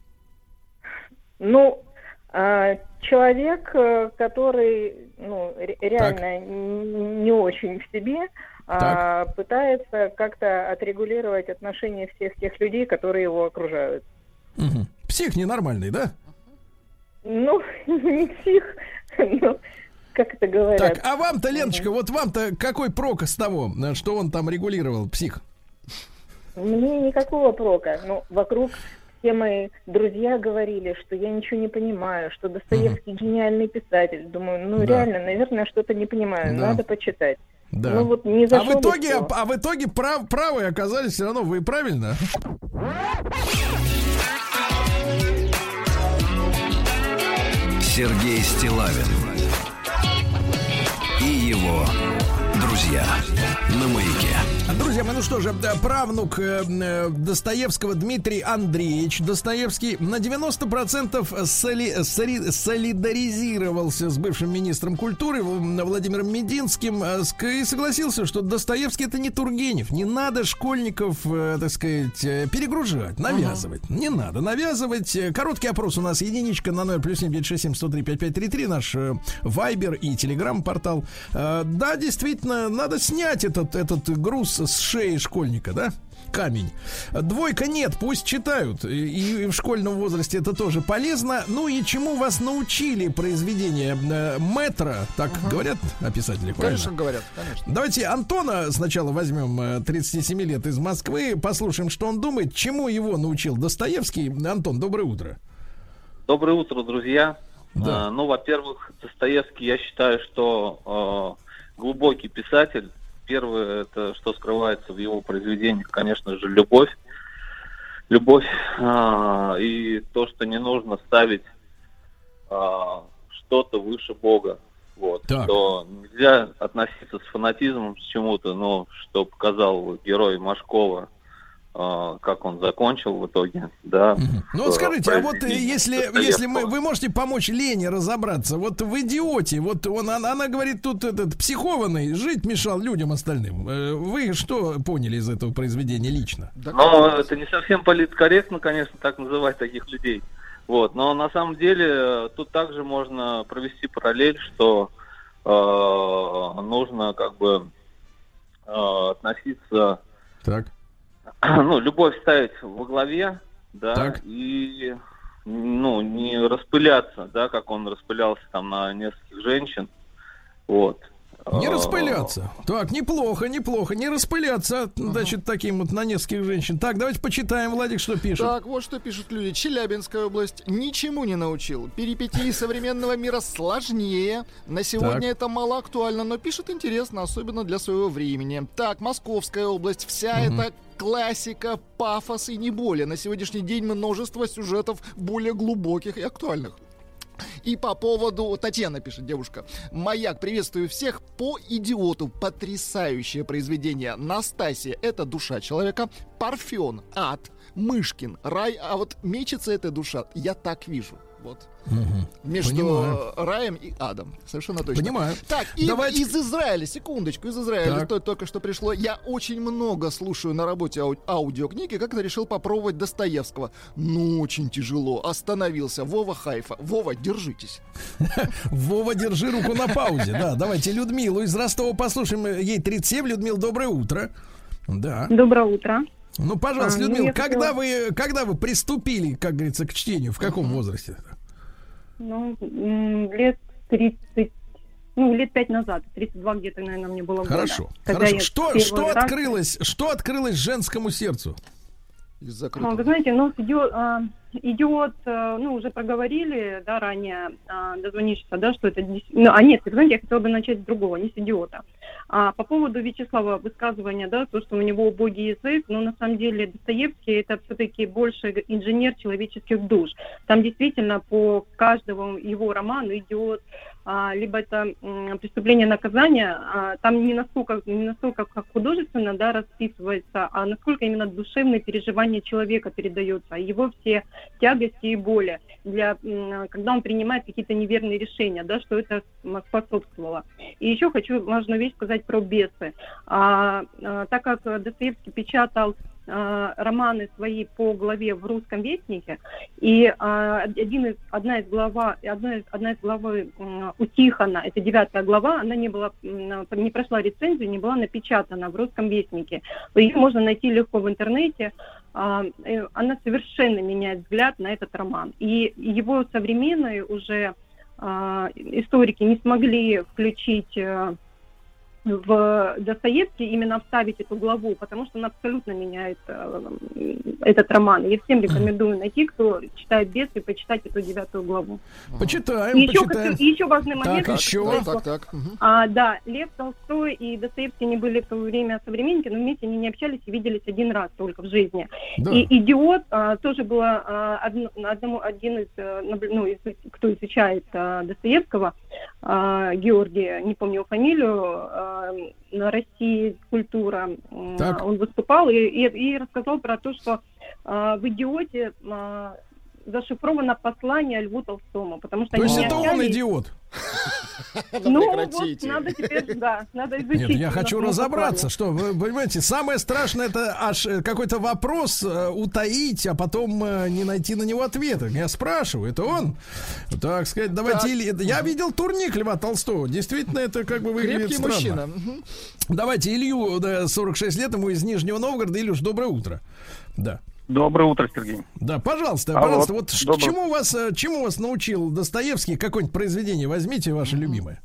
Ну, человек, который, реально не очень в себе, пытается как-то отрегулировать отношения всех тех людей, которые его окружают. Угу. Псих ненормальный, да? Ну, не псих, но как это говорят. Так, а вам-то, Леночка, вот вам-то какой прок с того, что он там регулировал, псих? Мне никакого прока. Ну, вокруг все мои друзья говорили, что я ничего не понимаю, что Достоевский гениальный писатель. Думаю, реально, наверное, что-то не понимаю, надо почитать. Да. Ну, вот не а в итоге правы оказались все равно вы, правильно? Сергей Стиллавин и его друзья на Маяке. Друзья мои, ну что же, правнук Достоевского Дмитрий Андреевич Достоевский на 90% солидаризировался с бывшим министром культуры Владимиром Мединским и согласился, что Достоевский это не Тургенев. Не надо школьников, так сказать, перегружать, навязывать. Не надо навязывать. Короткий опрос у нас, единичка на номер +7 967 103 5533, наш Вайбер и Телеграм-портал. Да, действительно, надо снять этот груз с шеи школьника, да? Камень. Двойка нет, пусть читают. И в школьном возрасте это тоже полезно. Ну и чему вас научили произведения Мэтра? Так говорят писатели, правильно? Конечно, говорят, конечно. Давайте Антона сначала возьмем, 37 лет, из Москвы. Послушаем, что он думает. Чему его научил Достоевский? Антон, доброе утро. Доброе утро, друзья. Да. Ну, во-первых, Достоевский, я считаю, что глубокий писатель. Первое, это что скрывается в его произведениях, конечно же, любовь. Любовь и то, что не нужно ставить что-то выше Бога. Вот. Что нельзя относиться с фанатизмом к чему-то, но что показал герой Машкова, как он закончил в итоге, да. Ну вот скажите, а вот если вы можете помочь Лене разобраться, вот в «Идиоте», вот она говорит, тут этот психованный жить мешал людям остальным. Вы что поняли из этого произведения лично? Ну, это не совсем политкорректно, конечно, так называть таких людей. Вот, но на самом деле тут также можно провести параллель, что нужно как бы относиться... Так. Ну, любовь ставить во главе, да, и, не распыляться, да, как он распылялся там на нескольких женщин, вот. Не распыляться. Так, неплохо. Не распыляться, значит, таким вот на нескольких женщин. Так, давайте почитаем, Владик, что пишет. Так, вот что пишут люди. Челябинская область ничему не научил. Перипетии современного мира сложнее. На сегодня это мало актуально, но пишет интересно, особенно для своего времени. Так, Московская область. Вся эта классика, пафос и не более. На сегодняшний день множество сюжетов более глубоких и актуальных. И по поводу... Татьяна пишет, девушка. «Маяк, приветствую всех. По «Идиоту» потрясающее произведение. Настасья — это душа человека. Парфен — ад. Мышкин — рай. А вот мечется эта душа, я так вижу. Вот. Между раем и адом. Совершенно точно. Понимаю. Так, и из Израиля, секундочку, из Израиля только что пришло. Я очень много слушаю на работе аудиокниги, как-то решил попробовать Достоевского. Ну, очень тяжело. Остановился. Вова Хайфа. Вова, держитесь. Вова, держи руку на паузе. Да, давайте Людмилу из Ростова послушаем. Ей 37. Людмила, доброе утро. Да. Доброе утро. Ну, пожалуйста, Людмила, когда вы приступили, как говорится, к чтению? В каком возрасте? Ну, лет 30, лет 5 назад, 32 где-то, наверное, мне было года. Хорошо. Что открылось женскому сердцу? Вы знаете, идиот, уже проговорили, да, ранее, дозвонившись, да, что это... нет, вы знаете, я хотела бы начать с другого, не с «Идиота». А по поводу Вячеслава высказывания, да, то, что у него убогий язык, но на самом деле Достоевский это все-таки больше инженер человеческих душ. Там действительно по каждому его роману идет либо это преступление наказания, там не настолько как художественно, да, расписывается, а насколько именно душевные переживания человека передаются, его все тягости и боли, когда он принимает какие-то неверные решения, да, что это способствовало. И еще хочу важную вещь сказать про бесы. Так как Достоевский печатал романы свои по главе в «Русском вестнике», и одна из главы у Тихона, это 9 глава, она не прошла рецензию, не была напечатана в «Русском вестнике». Ее можно найти легко в интернете. Она совершенно меняет взгляд на этот роман. И его современные уже историки не смогли включить в Достоевский, именно вставить эту главу, потому что она абсолютно меняет этот роман. Я всем рекомендую найти, кто читает «Бесы», почитать эту 9 главу. Почитаем. Еще важный момент. Так. Лев Толстой и Достоевский не были в то время современники, но вместе они не общались и виделись один раз только в жизни. Да. И «Идиот» тоже было один из, кто изучает Достоевского, Георгий, не помню его фамилию, на России культура, так. Он выступал и рассказал про то, что в «Идиоте» зашифровано послание Льву Толстому, потому что то есть это он идиот? Ну, вот надо теперь, надо изучить. Нет, я хочу разобраться, что, вы понимаете, самое страшное это аж какой-то вопрос утаить, а потом не найти на него ответа. Я спрашиваю, это он? Так сказать, давайте... Я видел турник Льва Толстого, действительно, это как бы выглядит странно. Мужчина. Давайте Илью, 46 лет, ему из Нижнего Новгорода. Илюш, доброе утро. Да. Доброе утро, Сергей. Да, пожалуйста, вот чему вас научил Достоевский? Какое-нибудь произведение возьмите, ваше любимое.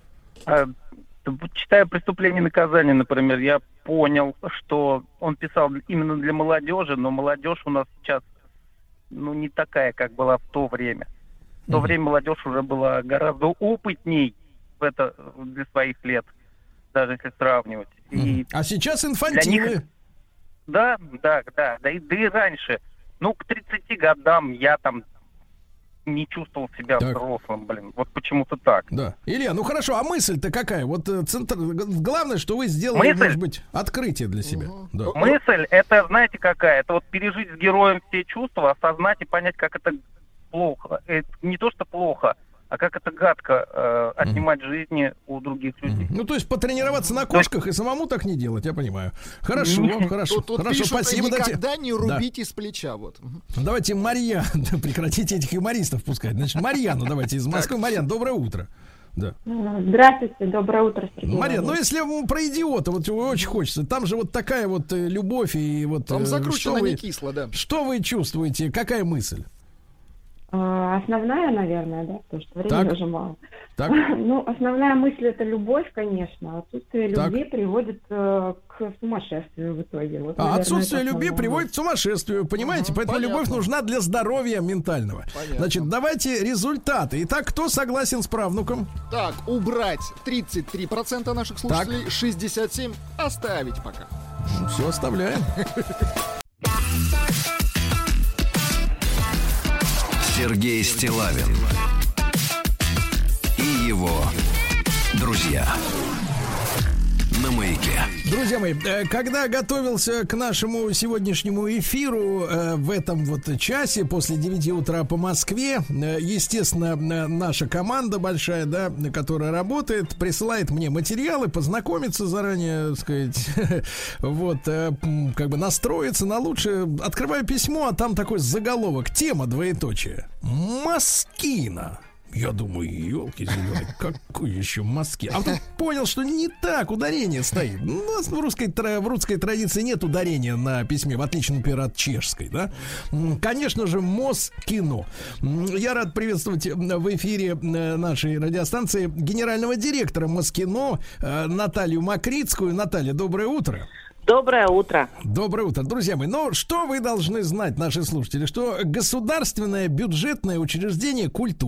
Читая «Преступление и наказание», например, я понял, что он писал именно для молодежи, но молодежь у нас сейчас не такая, как была в то время. В то время молодежь уже была гораздо опытней для своих лет, даже если сравнивать. А сейчас инфантилы. Да и раньше. К 30 годам я там не чувствовал себя взрослым, вот почему-то так. Да. Илья, хорошо, а мысль-то какая? Вот главное, что вы сделали, может быть, открытие для себя. Да. Мысль, это, знаете, какая? Это вот пережить с героем все чувства, осознать и понять, как это плохо. Это не то, что плохо, а как это гадко отнимать жизни у других людей. То есть потренироваться на кошках и самому так не делать, я понимаю. Хорошо. Тут пишут, спасибо. Никогда не рубите с плеча. Вот. Давайте Марьян, прекратите этих юмористов пускать. Значит, Марьяну давайте из Москвы. Марьян, доброе утро. Да. Здравствуйте, доброе утро, Сергей. Марьян, если про «Идиота», вот очень хочется, там же вот такая вот любовь и вот... Там закручено не кисло, да. Что вы чувствуете, какая мысль? Основная, наверное, да, потому что времени уже мало. Основная мысль — это любовь, конечно. Отсутствие любви приводит к сумасшествию в итоге. Вот, наверное, отсутствие любви приводит к сумасшествию, понимаете? Поэтому любовь нужна для здоровья ментального. Понятно. Значит, давайте результаты. Итак, кто согласен с правнуком? Так, убрать 33% наших слушателей, 67% оставить пока. Все оставляем. Сергей Стиллавин и его друзья на Маяке. Друзья мои, когда готовился к нашему сегодняшнему эфиру в этом вот часе после 9 утра по Москве, естественно, наша команда большая, да, которая работает, присылает мне материалы, познакомиться заранее, так сказать, вот, как бы настроиться на лучшее. Открываю письмо, а там такой заголовок, тема двоеточие. Москина. Я думаю, елки-зеленые, какой еще Москве? А потом понял, что не так ударение стоит. У нас в русской традиции нет ударения на письме, в отличие, например, от чешской, да? Конечно же, Москино. Я рад приветствовать в эфире нашей радиостанции генерального директора Москино Наталью Макритскую. Наталья, доброе утро. Доброе утро. Доброе утро. Друзья мои, что вы должны знать, наши слушатели, что государственное бюджетное учреждение культуры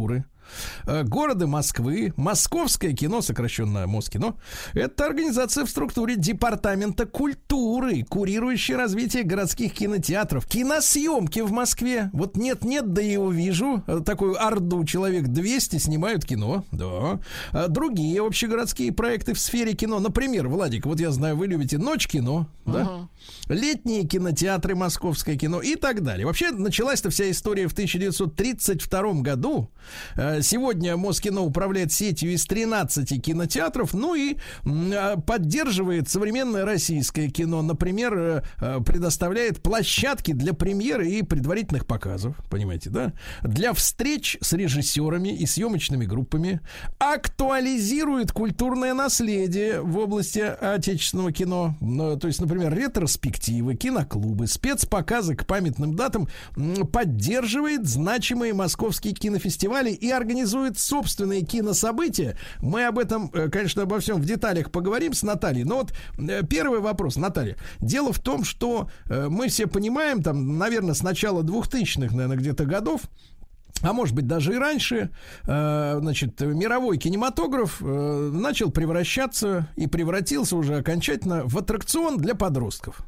города Москвы. Московское кино, сокращенно Москино, это организация в структуре Департамента культуры, курирующая развитие городских кинотеатров. Киносъемки в Москве. Вот нет-нет, да и увижу. Такую орду человек 200 снимают кино. Да. Другие общегородские проекты в сфере кино. Например, Владик, вот я знаю, вы любите «Ночь кино», да? Летние кинотеатры, московское кино и так далее. Вообще началась-то вся история в 1932 году. Сегодня Москино управляет сетью из 13 кинотеатров, ну и поддерживает современное российское кино. Например, предоставляет площадки для премьеры и предварительных показов, понимаете, да? Для встреч с режиссерами и съемочными группами. Актуализирует культурное наследие в области отечественного кино. То есть, например, ретроспективы, киноклубы, спецпоказы к памятным датам. Поддерживает значимые московские кинофестивали и организует собственные кинособытия. Мы об этом, конечно, обо всем в деталях поговорим с Натальей. Но вот первый вопрос, Наталья. Дело в том, что мы все понимаем, там, наверное, с начала 2000-х, наверное, где-то годов, а может быть даже и раньше, значит, мировой кинематограф начал превращаться и превратился уже окончательно в аттракцион для подростков.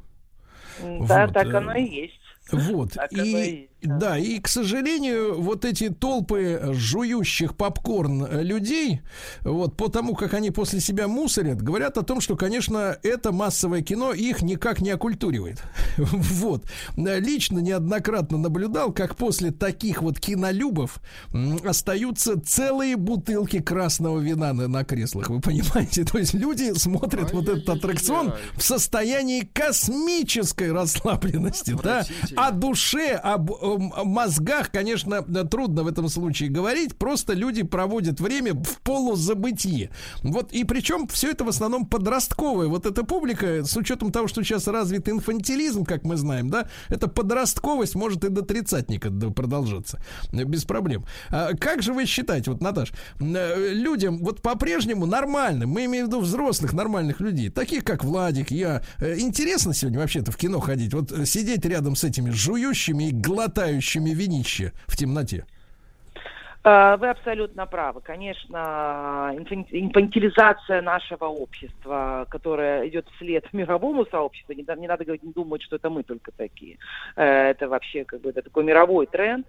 Да, вот. Так оно и есть. Вот. И, да, и, к сожалению, вот эти толпы жующих попкорн людей, вот, по тому, как они после себя мусорят, говорят о том, что, конечно, это массовое кино их никак не окультуривает. Вот. Лично неоднократно наблюдал, как после таких вот кинолюбов остаются целые бутылки красного вина на креслах, вы понимаете? То есть люди смотрят вот этот аттракцион в состоянии космической расслабленности, да? О душе, об мозгах, конечно, трудно в этом случае говорить. Просто люди проводят время в полузабытии. Вот, и причем все это в основном подростковое. Вот эта публика, с учетом того, что сейчас развит инфантилизм, как мы знаем, да, эта подростковость может и до тридцатника продолжаться. Без проблем. Как же вы считаете, вот, Наташ, людям вот по-прежнему нормальным, мы имеем в виду взрослых нормальных людей, таких как Владик, я, интересно сегодня вообще-то в кино ходить? Вот сидеть рядом с этими жующими и глотающими винище в темноте? Вы абсолютно правы. Конечно, инфантилизация нашего общества, которая идет вслед мировому сообществу, не надо говорить, не думать, что это мы только такие. Это вообще как бы это такой мировой тренд.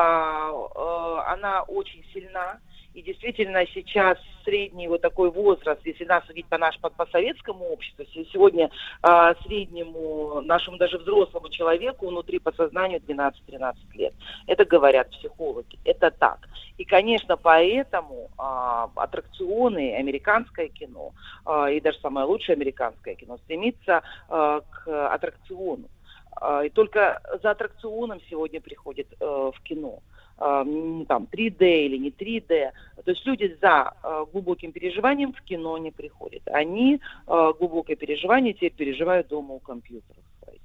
Она очень сильна. И действительно сейчас средний вот такой возраст, если нас судить по советскому обществу, сегодня среднему нашему даже взрослому человеку внутри подсознанию 12-13 лет. Это говорят психологи. Это так. И, конечно, поэтому аттракционы, американское кино, и даже самое лучшее американское кино стремится к аттракциону. И только за аттракционом сегодня приходят в кино. Там 3D или не 3D. То есть люди за глубоким переживанием в кино не приходят. Они глубокое переживание теперь переживают дома у компьютеров.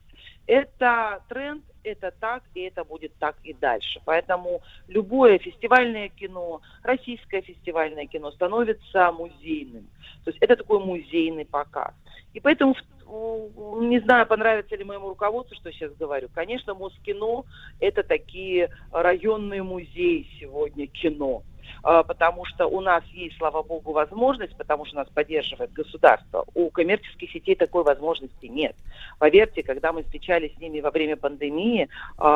Это тренд, это так, и это будет так и дальше. Поэтому любое фестивальное кино, российское фестивальное кино становится музейным. То есть это такой музейный показ. И поэтому, не знаю, понравится ли моему руководству, что я сейчас говорю. Конечно, Москино – это такие районные музеи сегодня кино. Потому что у нас есть, слава богу, возможность, потому что нас поддерживает государство. У коммерческих сетей такой возможности нет. Поверьте, когда мы встречались с ними во время пандемии,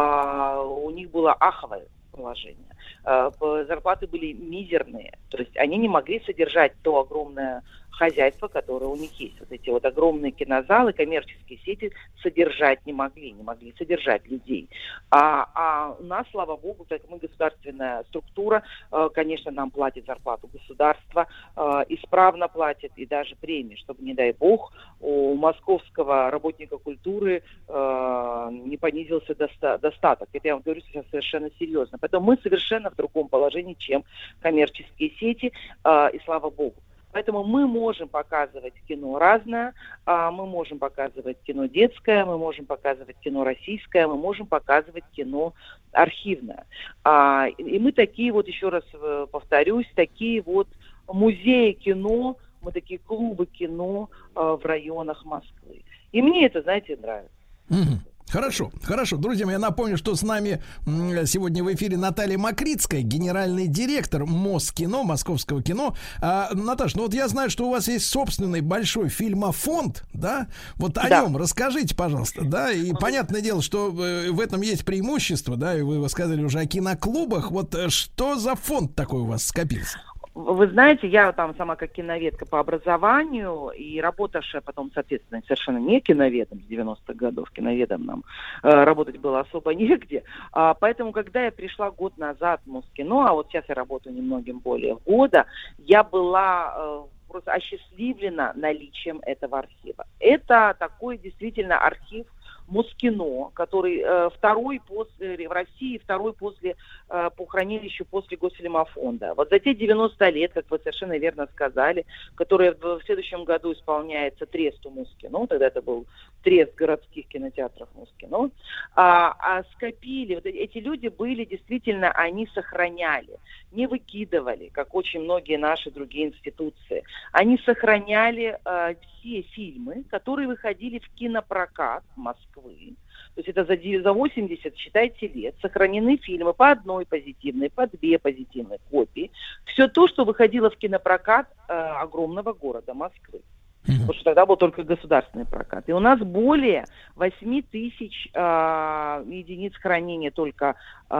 у них было аховое положение. Зарплаты были мизерные. То есть они не могли содержать то огромное хозяйство, которое у них есть. Вот эти вот огромные кинозалы, коммерческие сети содержать не могли содержать людей. А у нас, слава богу, так мы государственная структура, конечно, нам платит зарплату государство, исправно платит и даже премии, чтобы, не дай бог, у московского работника культуры не понизился достаток. Это я вам говорю сейчас совершенно серьезно. Поэтому мы совершенно в другом положении, чем коммерческие сети, и слава богу. Поэтому мы можем показывать кино разное, мы можем показывать кино детское, мы можем показывать кино российское, мы можем показывать кино архивное. И мы такие вот, еще раз повторюсь, такие вот музеи кино, мы такие клубы кино в районах Москвы. И мне это, знаете, нравится. Хорошо. Друзья мои, я напомню, что с нами сегодня в эфире Наталья Макритская, генеральный директор Москино, Московского кино. Наташ, ну вот я знаю, что у вас есть собственный большой фильмофонд, да? Вот о нем расскажите, пожалуйста, да? И понятное дело, что в этом есть преимущество, да? И вы сказали уже о киноклубах. Вот что за фонд такой у вас скопился? Вы знаете, я там сама как киноведка по образованию и работавшая потом, соответственно, совершенно не киноведом с 90-х годов. Киноведом нам работать было особо негде. Поэтому, когда я пришла год назад в Москино, а вот сейчас я работаю немногим более года, я была просто осчастливлена наличием этого архива. Это такой действительно архив Москино, который второй в России, второй по хранилищу после Госфильмофонда. Вот за те 90 лет, как вы совершенно верно сказали, которые в следующем году исполняется тресту Москино, тогда это был трест городских кинотеатров Москино, скопили, вот эти люди были действительно, они сохраняли, не выкидывали, как очень многие наши другие институции. Они сохраняли все фильмы, которые выходили в кинопрокат Москвы. То есть это за 80, считайте, лет сохранены фильмы по одной позитивной, по две позитивные копии. Все то, что выходило в кинопрокат огромного города Москвы. Потому что тогда был только государственный прокат. И у нас более 8 тысяч единиц хранения только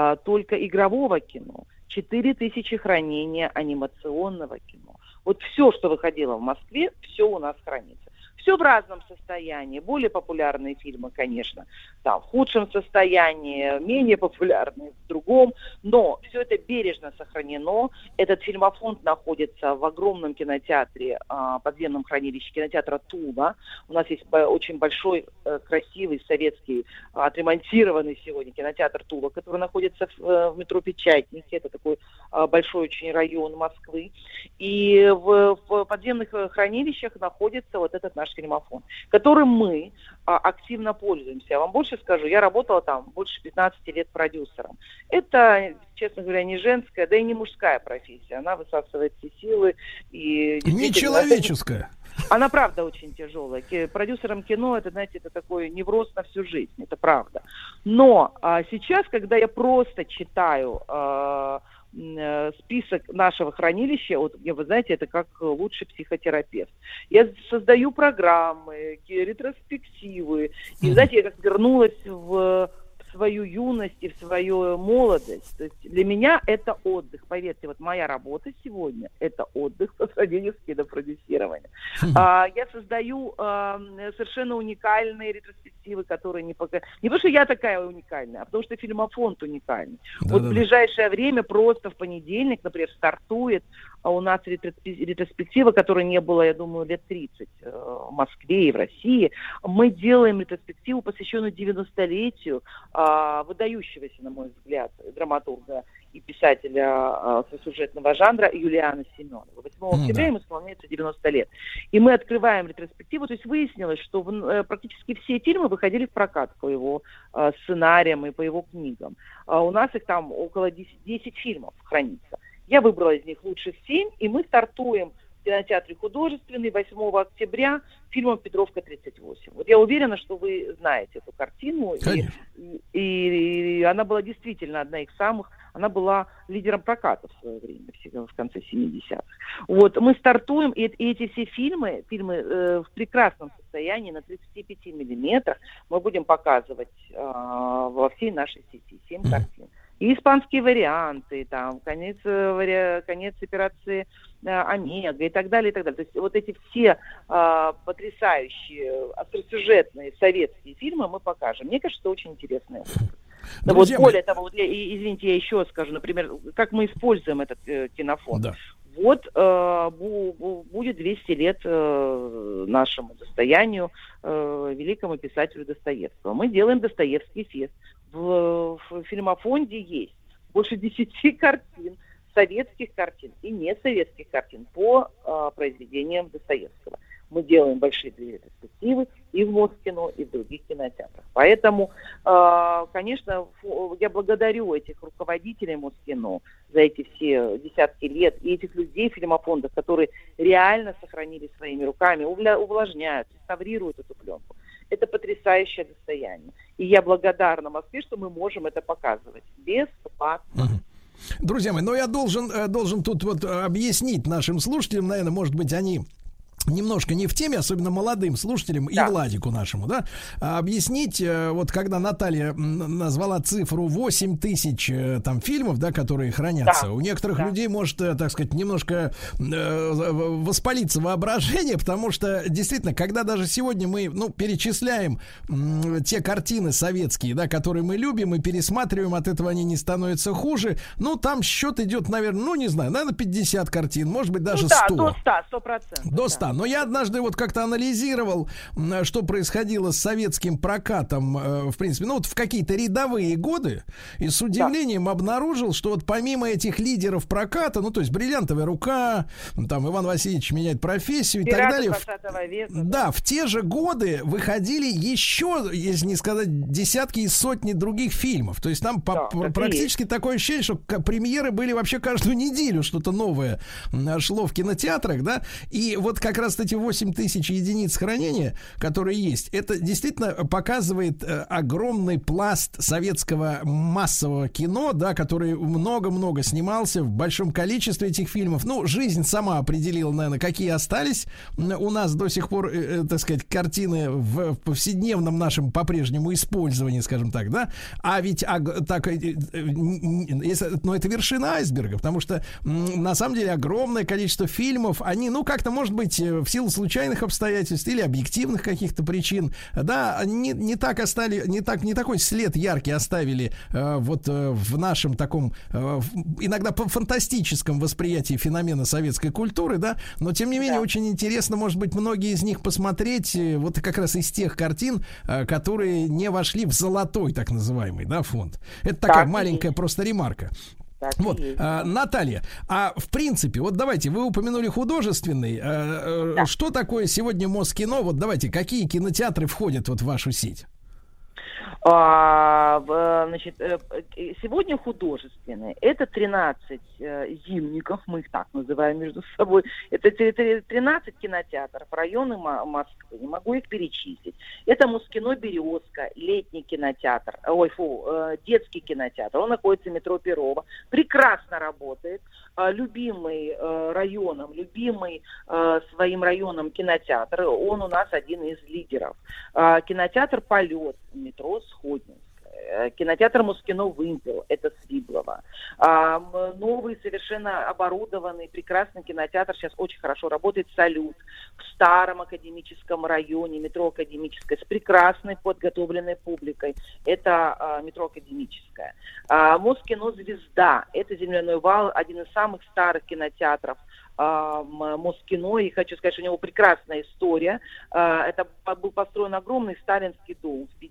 игрового кино, 4 тысячи хранения анимационного кино. Вот все, что выходило в Москве, все у нас хранится. Все в разном состоянии. Более популярные фильмы, конечно, там в худшем состоянии, менее популярные в другом. Но все это бережно сохранено. Этот фильмофонд находится в огромном кинотеатре, подземном хранилище кинотеатра Тула. У нас есть очень большой, красивый, советский, отремонтированный сегодня кинотеатр Тула, который находится в метро Печатники. Это такой большой очень район Москвы. И в подземных хранилищах находится вот этот наш фильмофон, которым мы активно пользуемся. Я вам больше скажу, я работала там больше 15 лет продюсером. Это, честно говоря, не женская, да и не мужская профессия. Она высасывает все силы. И не человеческая. Она, правда, очень тяжелая. Продюсером кино, это, знаете, это такой невроз на всю жизнь, это правда. Но сейчас, когда я просто читаю список нашего хранилища, вот, вы знаете, это как лучший психотерапевт. Я создаю программы, ретроспективы. И, знаете, я как вернулась в свою юность и в свою молодость. То есть для меня это отдых. Поверьте, вот моя работа сегодня – это отдых по сравнению с кинопродюсированием. Я создаю совершенно уникальные ретроспективы, которые не потому что я такая уникальная, а потому что фильмофонд уникальный. Вот в ближайшее время, просто в понедельник, например, стартует у нас ретроспектива, которой не было, я думаю, лет 30 в Москве и в России. Мы делаем ретроспективу, посвященную 90-летию выдающегося, на мой взгляд, драматурга и писателя сюжетного жанра Юлиана Семенова. 8 октября ему исполняется 90 лет. И мы открываем ретроспективу. То есть выяснилось, что практически все фильмы выходили в прокат по его сценариям и по его книгам. У нас их там около 10 фильмов хранится. Я выбрала из них лучших 7, и мы стартуем в кинотеатре «Художественный» 8 октября фильмом «Петровка-38». Вот я уверена, что вы знаете эту картину. И она была действительно одна из самых. Она была лидером проката в свое время, в конце 70-х. Вот, мы стартуем, и эти все фильмы в прекрасном состоянии, на 35 миллиметрах, мы будем показывать во всей нашей сети 7 картин. И испанские варианты, там, конец операции «Омега» и так далее, и так далее. То есть вот эти все потрясающие остросюжетные советские фильмы мы покажем. Мне кажется, это очень интересно. Но вот более того, вот извините, я еще скажу, например, как мы используем этот кинофонд. Да. Вот будет 200 лет нашему достоянию, великому писателю Достоевскому. Мы делаем Достоевский фест. В фильмофонде есть больше 10 картин, советских картин и несоветских картин по произведениям Достоевского. Мы делаем большие ретроспективы и в Москино, и в других кинотеатрах. Поэтому, конечно, я благодарю этих руководителей Москино за эти все десятки лет и этих людей фильмофондов, которые реально сохранили своими руками, увлажняют, реставрируют эту пленку. Это потрясающее достояние. И я благодарна Москве, что мы можем это показывать бесплатно. Друзья мои, но я должен тут вот объяснить нашим слушателям, наверное, может быть, они немножко не в теме, особенно молодым слушателям и Владику нашему, да, объяснить, вот когда Наталья назвала цифру 8 тысяч там фильмов, да, которые хранятся, у некоторых людей может, так сказать, немножко воспалиться воображение, потому что действительно, когда даже сегодня мы, перечисляем те картины советские, да, которые мы любим и пересматриваем, от этого они не становятся хуже, там счет идет, наверное, не знаю, наверное, 50 картин, может быть, даже 100. До 100%. До 100. Но я однажды вот как-то анализировал, что происходило с советским прокатом, в принципе, в какие-то рядовые годы, и с удивлением обнаружил, что вот помимо этих лидеров проката, то есть «Бриллиантовая рука», там Иван Васильевич меняет профессию и так далее. 20 века. Да, в те же годы выходили еще, если не сказать, десятки и сотни других фильмов. То есть там практически такое ощущение, что премьеры были вообще каждую неделю, что-то новое шло в кинотеатрах, да, и вот как раз эти 8 тысяч единиц хранения, которые есть, это действительно показывает огромный пласт советского массового кино, да, который много-много снимался в большом количестве этих фильмов. Жизнь сама определила, наверное, какие остались у нас до сих пор, так сказать, картины в повседневном нашем по-прежнему использовании, скажем так, да, а ведь это вершина айсберга, потому что на самом деле огромное количество фильмов, они, как-то, может быть, в силу случайных обстоятельств или объективных каких-то причин, да, не такой след яркий оставили в нашем таком иногда фантастическом восприятии феномена советской культуры, да, но тем не менее очень интересно, может быть, многие из них посмотреть вот как раз из тех картин, которые не вошли в золотой, так называемый, да, фонд. Это такая маленькая просто ремарка. Вот, Наталья, в принципе, вот давайте, вы упомянули художественный. Что такое сегодня Москино? Вот давайте, какие кинотеатры входят в вашу сеть? Значит, сегодня художественные. Это 13 зимников, мы их так называем между собой. Это 13 кинотеатров, районы Москвы, не могу их перечислить. Это Москино «Березка», летний кинотеатр, детский кинотеатр. Он находится в метро Перово. Прекрасно работает. Любимый районом, своим районом кинотеатр. Он у нас один из лидеров. Кинотеатр «Полет», метро Сходнинская. Кинотеатр Москино «Вымпел», это Свиблово. Новый, совершенно оборудованный, прекрасный кинотеатр, сейчас очень хорошо работает, «Салют», в старом академическом районе, метро Академическое, с прекрасной подготовленной публикой. Это метро Академическое. Москино «Звезда», это «Земляной вал», один из самых старых кинотеатров Москино, и хочу сказать, что у него прекрасная история. Это был построен огромный сталинский дом в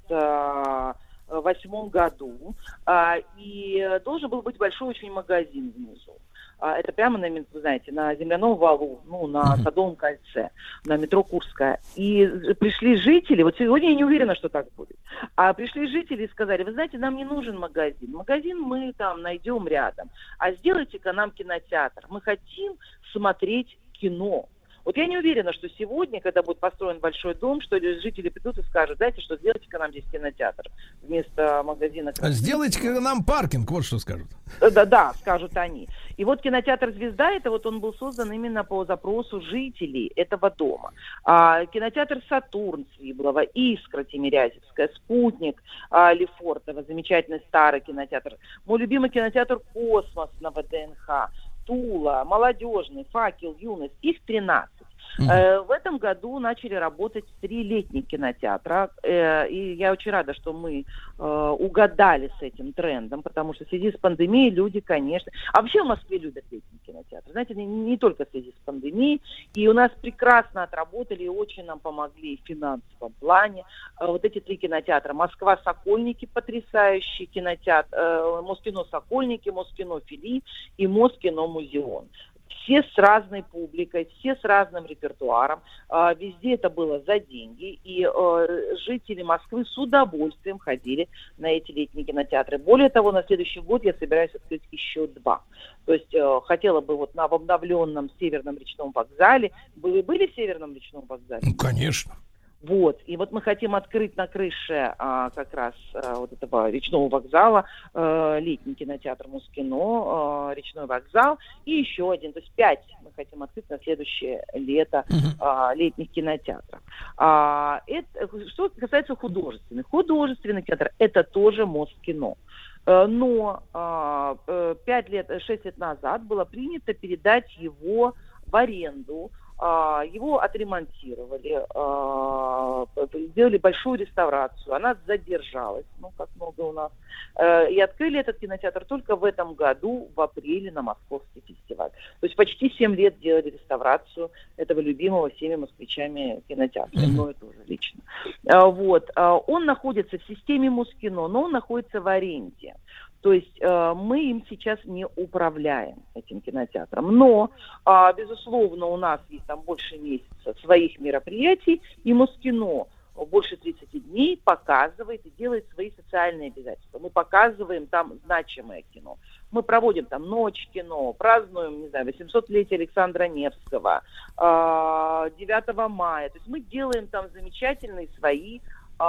1958 году, и должен был быть большой очень магазин внизу. Это прямо, вы знаете, на Земляном валу, на Садовом кольце, на метро Курская. И пришли жители, вот сегодня я не уверена, что так будет, а пришли жители и сказали: вы знаете, нам не нужен магазин. Магазин мы там найдем рядом, а сделайте-ка нам кинотеатр. Мы хотим смотреть кино. Вот я не уверена, что сегодня, когда будет построен большой дом, что жители придут и скажут: знаете, что сделайте-ка нам здесь кинотеатр вместо магазина. Сделайте-ка нам паркинг, вот что скажут. Да, скажут они. И вот кинотеатр «Звезда», это вот он был создан именно по запросу жителей этого дома. Кинотеатр «Сатурн» Свиблова, «Искра» Тимирязевская, «Спутник» Лефортово, замечательный старый кинотеатр. Мой любимый кинотеатр «Космос» на ВДНХ, Тула, молодежный, «Факел», «Юность», их 13. В этом году начали работать 3 летних кинотеатра, и я очень рада, что мы угадали с этим трендом, потому что в связи с пандемией люди, конечно... А вообще в Москве любят летний кинотеатр, знаете, не только в связи с пандемией, и у нас прекрасно отработали и очень нам помогли в финансовом плане вот эти 3 кинотеатра. Москва-Сокольники, потрясающий кинотеатр, Москино-Сокольники, Москино-Фили и Москино-Музеон. Все с разной публикой, все с разным репертуаром. Везде это было за деньги. И жители Москвы с удовольствием ходили на эти летние кинотеатры. Более того, на следующий год я собираюсь открыть еще 2. То есть хотела бы в обновленном Северном речном вокзале. Вы были в Северном речном вокзале? Ну, конечно. Вот, и вот мы хотим открыть на крыше как раз вот этого речного вокзала летний кинотеатр Москино, речной вокзал, и еще один, то есть 5 мы хотим открыть на следующее лето летних кинотеатров. Это, что касается художественных. Художественный театр – это тоже Москино. Но 6 лет назад было принято передать его в аренду. Его отремонтировали, сделали большую реставрацию, она задержалась, как много у нас, и открыли этот кинотеатр только в этом году, в апреле, на Московский фестиваль. То есть почти 7 лет делали реставрацию этого любимого всеми москвичами кинотеатра, мною тоже лично. Вот. Он находится в системе Москино, но он находится в аренде. То есть мы им сейчас не управляем, этим кинотеатром. Но, безусловно, у нас есть там больше месяца своих мероприятий, и Москино больше 30 дней показывает и делает свои социальные обязательства. Мы показываем там значимое кино. Мы проводим там Ночь кино, празднуем, 800-летие Александра Невского, 9 мая. То есть мы делаем там замечательные свои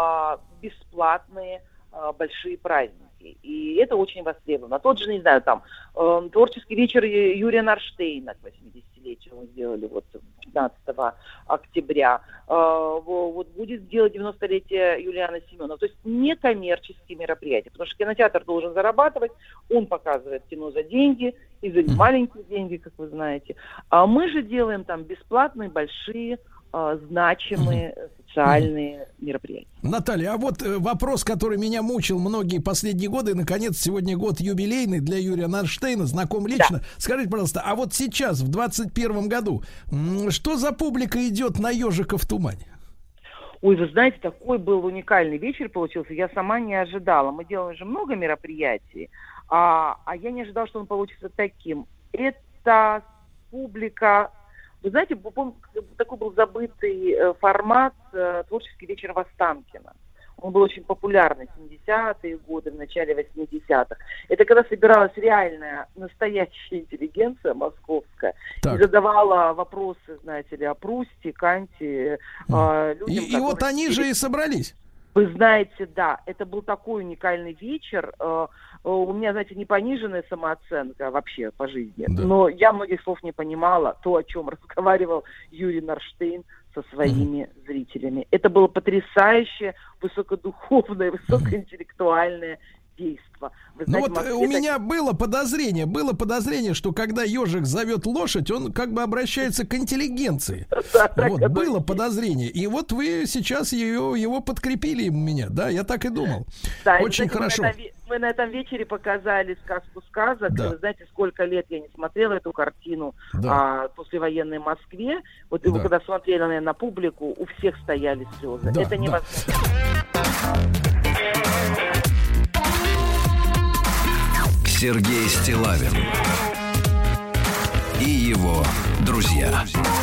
бесплатные большие праздники. И это очень востребовано. Тот же, творческий вечер Юрия Нарштейна к 80-летию мы сделали 15 октября. Вот будет делать 90-летие Юлиана Семенова. То есть некоммерческие мероприятия. Потому что кинотеатр должен зарабатывать, он показывает кино за деньги, и за маленькие деньги, как вы знаете. А мы же делаем там бесплатные, большие, значимые социальные мероприятия. Наталья, а вот вопрос, который меня мучил многие последние годы, и, наконец, сегодня год юбилейный для Юрия Нарштейна, знаком лично. Да. Скажите, пожалуйста, а вот сейчас, в 2021 году, что за публика идет на «Ежика в тумане»? Ой, вы знаете, такой был уникальный вечер получился, я сама не ожидала. Мы делаем же много мероприятий, а я не ожидала, что он получится таким. Это публика... Вы знаете, такой был забытый формат «Творческий вечер» в Останкино. Он был очень популярный в 70-е годы, в начале 80-х. Это когда собиралась реальная, настоящая интеллигенция московская и задавала вопросы, знаете ли, о Прусте, Канте, людям. И вот они же и собрались. Вы знаете, да, это был такой уникальный вечер. У меня, знаете, не пониженная самооценка вообще по жизни, но я многих слов не понимала, то, о чем разговаривал Юрий Нарштейн со своими зрителями. Это было потрясающее, высокодуховное, высокоинтеллектуальное действо. Вы знаете, у меня было подозрение, что когда ежик зовет лошадь, он как бы обращается к интеллигенции. Было подозрение. И вот вы сейчас его подкрепили меня, да, я так и думал. Да, очень хорошо. Мы на этом вечере показали сказку сказок. Да. Вы знаете, сколько лет я не смотрела эту картину о послевоенной Москве. Вот его когда смотрели на публику, у всех стояли слезы. Это невозможно. Сергей Стиллавин и его друзья.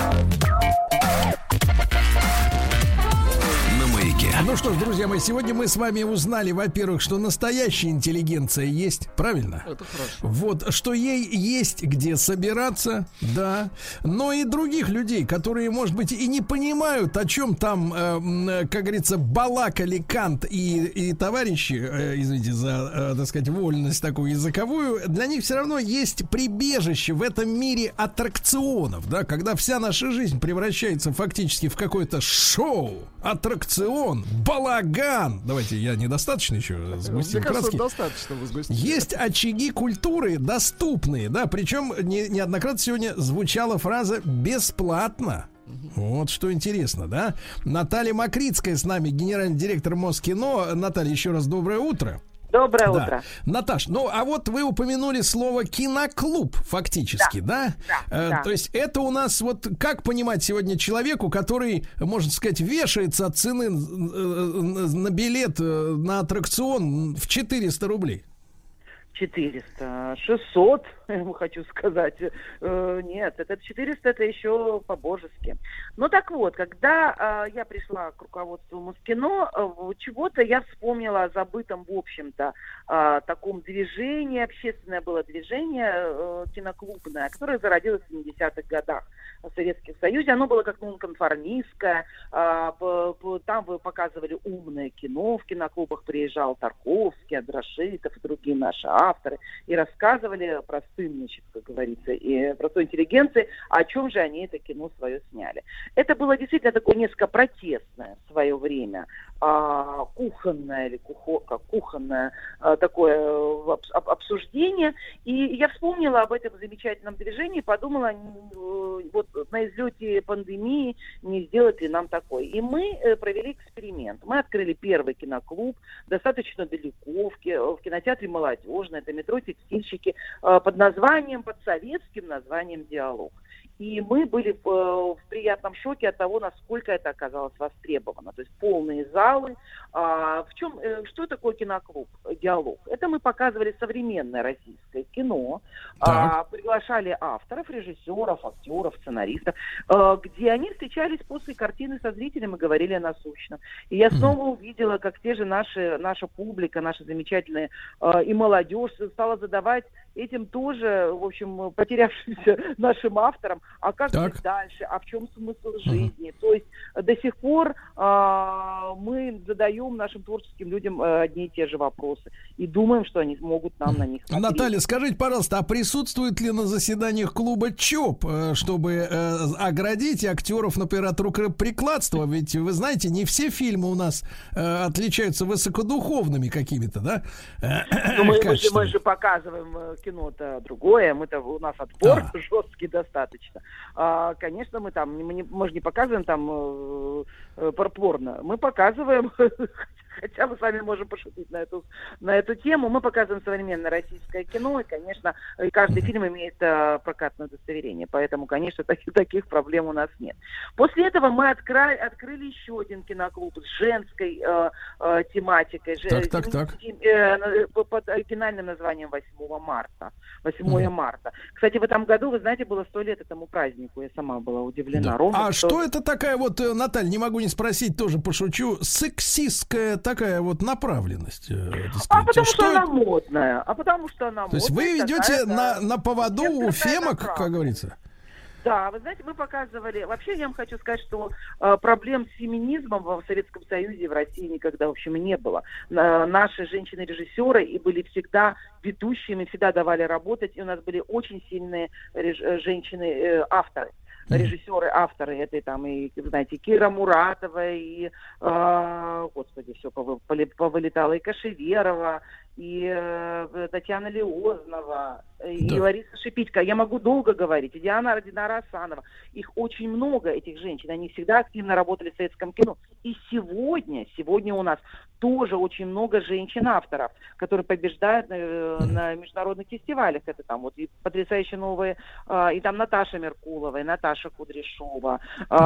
Ну что ж, друзья мои, сегодня мы с вами узнали, во-первых, что настоящая интеллигенция есть, правильно? Это хорошо. Вот, что ей есть где собираться, да, но и других людей, которые, может быть, и не понимают, о чем там, как говорится, балакали Кант и товарищи, извините за, так сказать, вольность такую языковую, для них все равно есть прибежище в этом мире аттракционов, да, когда вся наша жизнь превращается фактически в какое-то шоу, аттракцион, балаган. Давайте, я недостаточно еще сгустил краски. Достаточно вы сгустили. Есть очаги культуры доступные, да, причем неоднократно сегодня звучала фраза «бесплатно». Вот что интересно, да. Наталья Макритская с нами, генеральный директор Москино. Наталья, еще раз доброе утро. Доброе утро. Наташ, ну а вот вы упомянули слово киноклуб фактически, да? Да. То есть это у нас вот как понимать сегодня человеку, который, можно сказать, вешается от цены на билет на аттракцион в 400 рублей? 400, 600, хочу сказать. Нет, это 400, это еще по-божески. Ну так вот, когда я пришла к руководству Москино, чего-то я вспомнила о забытом, в общем-то, таком движении, общественное было движение киноклубное, которое зародилось в 70-х годах в Советском Союзе. Оно было как нонконформистское, там вы показывали умное кино, в киноклубах приезжал Тарковский, Адрашитов и другие наши авторы, и рассказывали простым, значит, как говорится, и простой интеллигенции, о чем же они это кино свое сняли. Это было действительно такое несколько протестное в свое время, кухонное или кухонное такое обсуждение. И я вспомнила об этом замечательном движении, подумала, вот на излете пандемии не сделать ли нам такой. И мы провели эксперимент. Мы открыли первый киноклуб достаточно далеко, в кинотеатре «Молодежный», это метро «Текстильщики», под советским названием «Диалог». И мы были в приятном шоке от того, насколько это оказалось востребовано. То есть полные залы. Что такое киноклуб «Диалог»? Это мы показывали современное российское кино, приглашали авторов, режиссеров, актеров, сценаристов, где они встречались после картины со зрителем и говорили о насущном. И я снова увидела, как те же наша публика, наша замечательная и молодежь стала задавать этим тоже, в общем, потерявшимся нашим авторам, а как жить дальше, а в чем смысл жизни. То есть до сих пор мы задаем нашим творческим людям одни и те же вопросы и думаем, что они могут нам на них ответить. Наталья, скажите, пожалуйста, а присутствует ли на заседаниях клуба ЧОП, чтобы оградить актеров, например, от рукоприкладства? Ведь, вы знаете, не все фильмы у нас отличаются высокодуховными какими-то, да? Мы же показываем кино-то другое, у нас отбор жесткий достаточно. Конечно, мы же не показываем там порно, мы показываем, хотя мы с вами можем пошутить на эту тему, мы показываем современное российское кино, и, конечно, каждый фильм имеет прокатное удостоверение, поэтому, конечно, таких проблем у нас нет. После этого мы открыли еще один киноклуб с женской тематикой, под оригинальным названием 8 марта. Кстати, в этом году, вы знаете, было 100 лет этому празднику, я сама была удивлена. Да. Что это такая вот, Наталья, не могу не спросить, тоже пошучу, сексистская такая вот направленность? Потому что она модная. То есть вы ведете на поводу у фемок, как говорится? Да, вы знаете, мы показывали... Вообще, я вам хочу сказать, что проблем с феминизмом в Советском Союзе и в России никогда, в общем, и не было. Наши женщины-режиссеры и были всегда ведущими, всегда давали работать, и у нас были очень сильные женщины-авторы. Режиссеры, авторы, это и, знаете, Кира Муратова, и, господи, все повылетало, и Кашеверова, и Татьяна Леознова, и Лариса Шипитько. Я могу долго говорить. И Диана Асанова. Их очень много, этих женщин. Они всегда активно работали в советском кино. И сегодня у нас тоже очень много женщин-авторов, которые побеждают на международных фестивалях. Это там вот и потрясающие новые, и там Наташа Меркулова, и Наташа Кудряшова.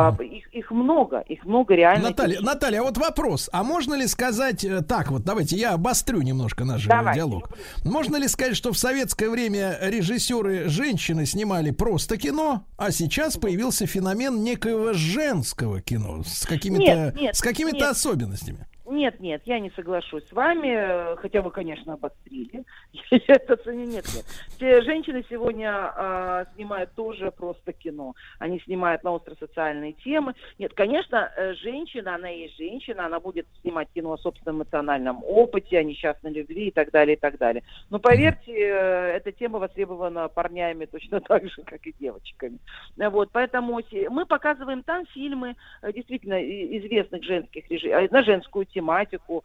Их много реально. Наталья, вот вопрос. А можно ли сказать так вот, давайте я обострю немножко наш диалог. Можно ли сказать, что в советское время режиссеры-женщины снимали просто кино, а сейчас появился феномен некоего женского кино с какими-то особенностями? Нет, я не соглашусь с вами, хотя вы, конечно, обострили. Я это ценю. Нет. Те женщины сегодня снимают тоже просто кино. Они снимают на остросоциальные темы. Нет, конечно, женщина, она есть женщина, она будет снимать кино о собственном эмоциональном опыте, о несчастной любви и так далее, и так далее. Но поверьте, эта тема востребована парнями точно так же, как и девочками. Вот, поэтому мы показываем там фильмы действительно известных женских режиссеров, на женскую тематику,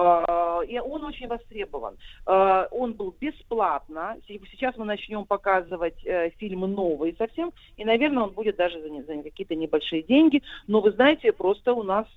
и он очень востребован. Он был бесплатно. Сейчас мы начнем показывать фильмы новые совсем, и, наверное, он будет даже за какие-то небольшие деньги. Но вы знаете, просто у нас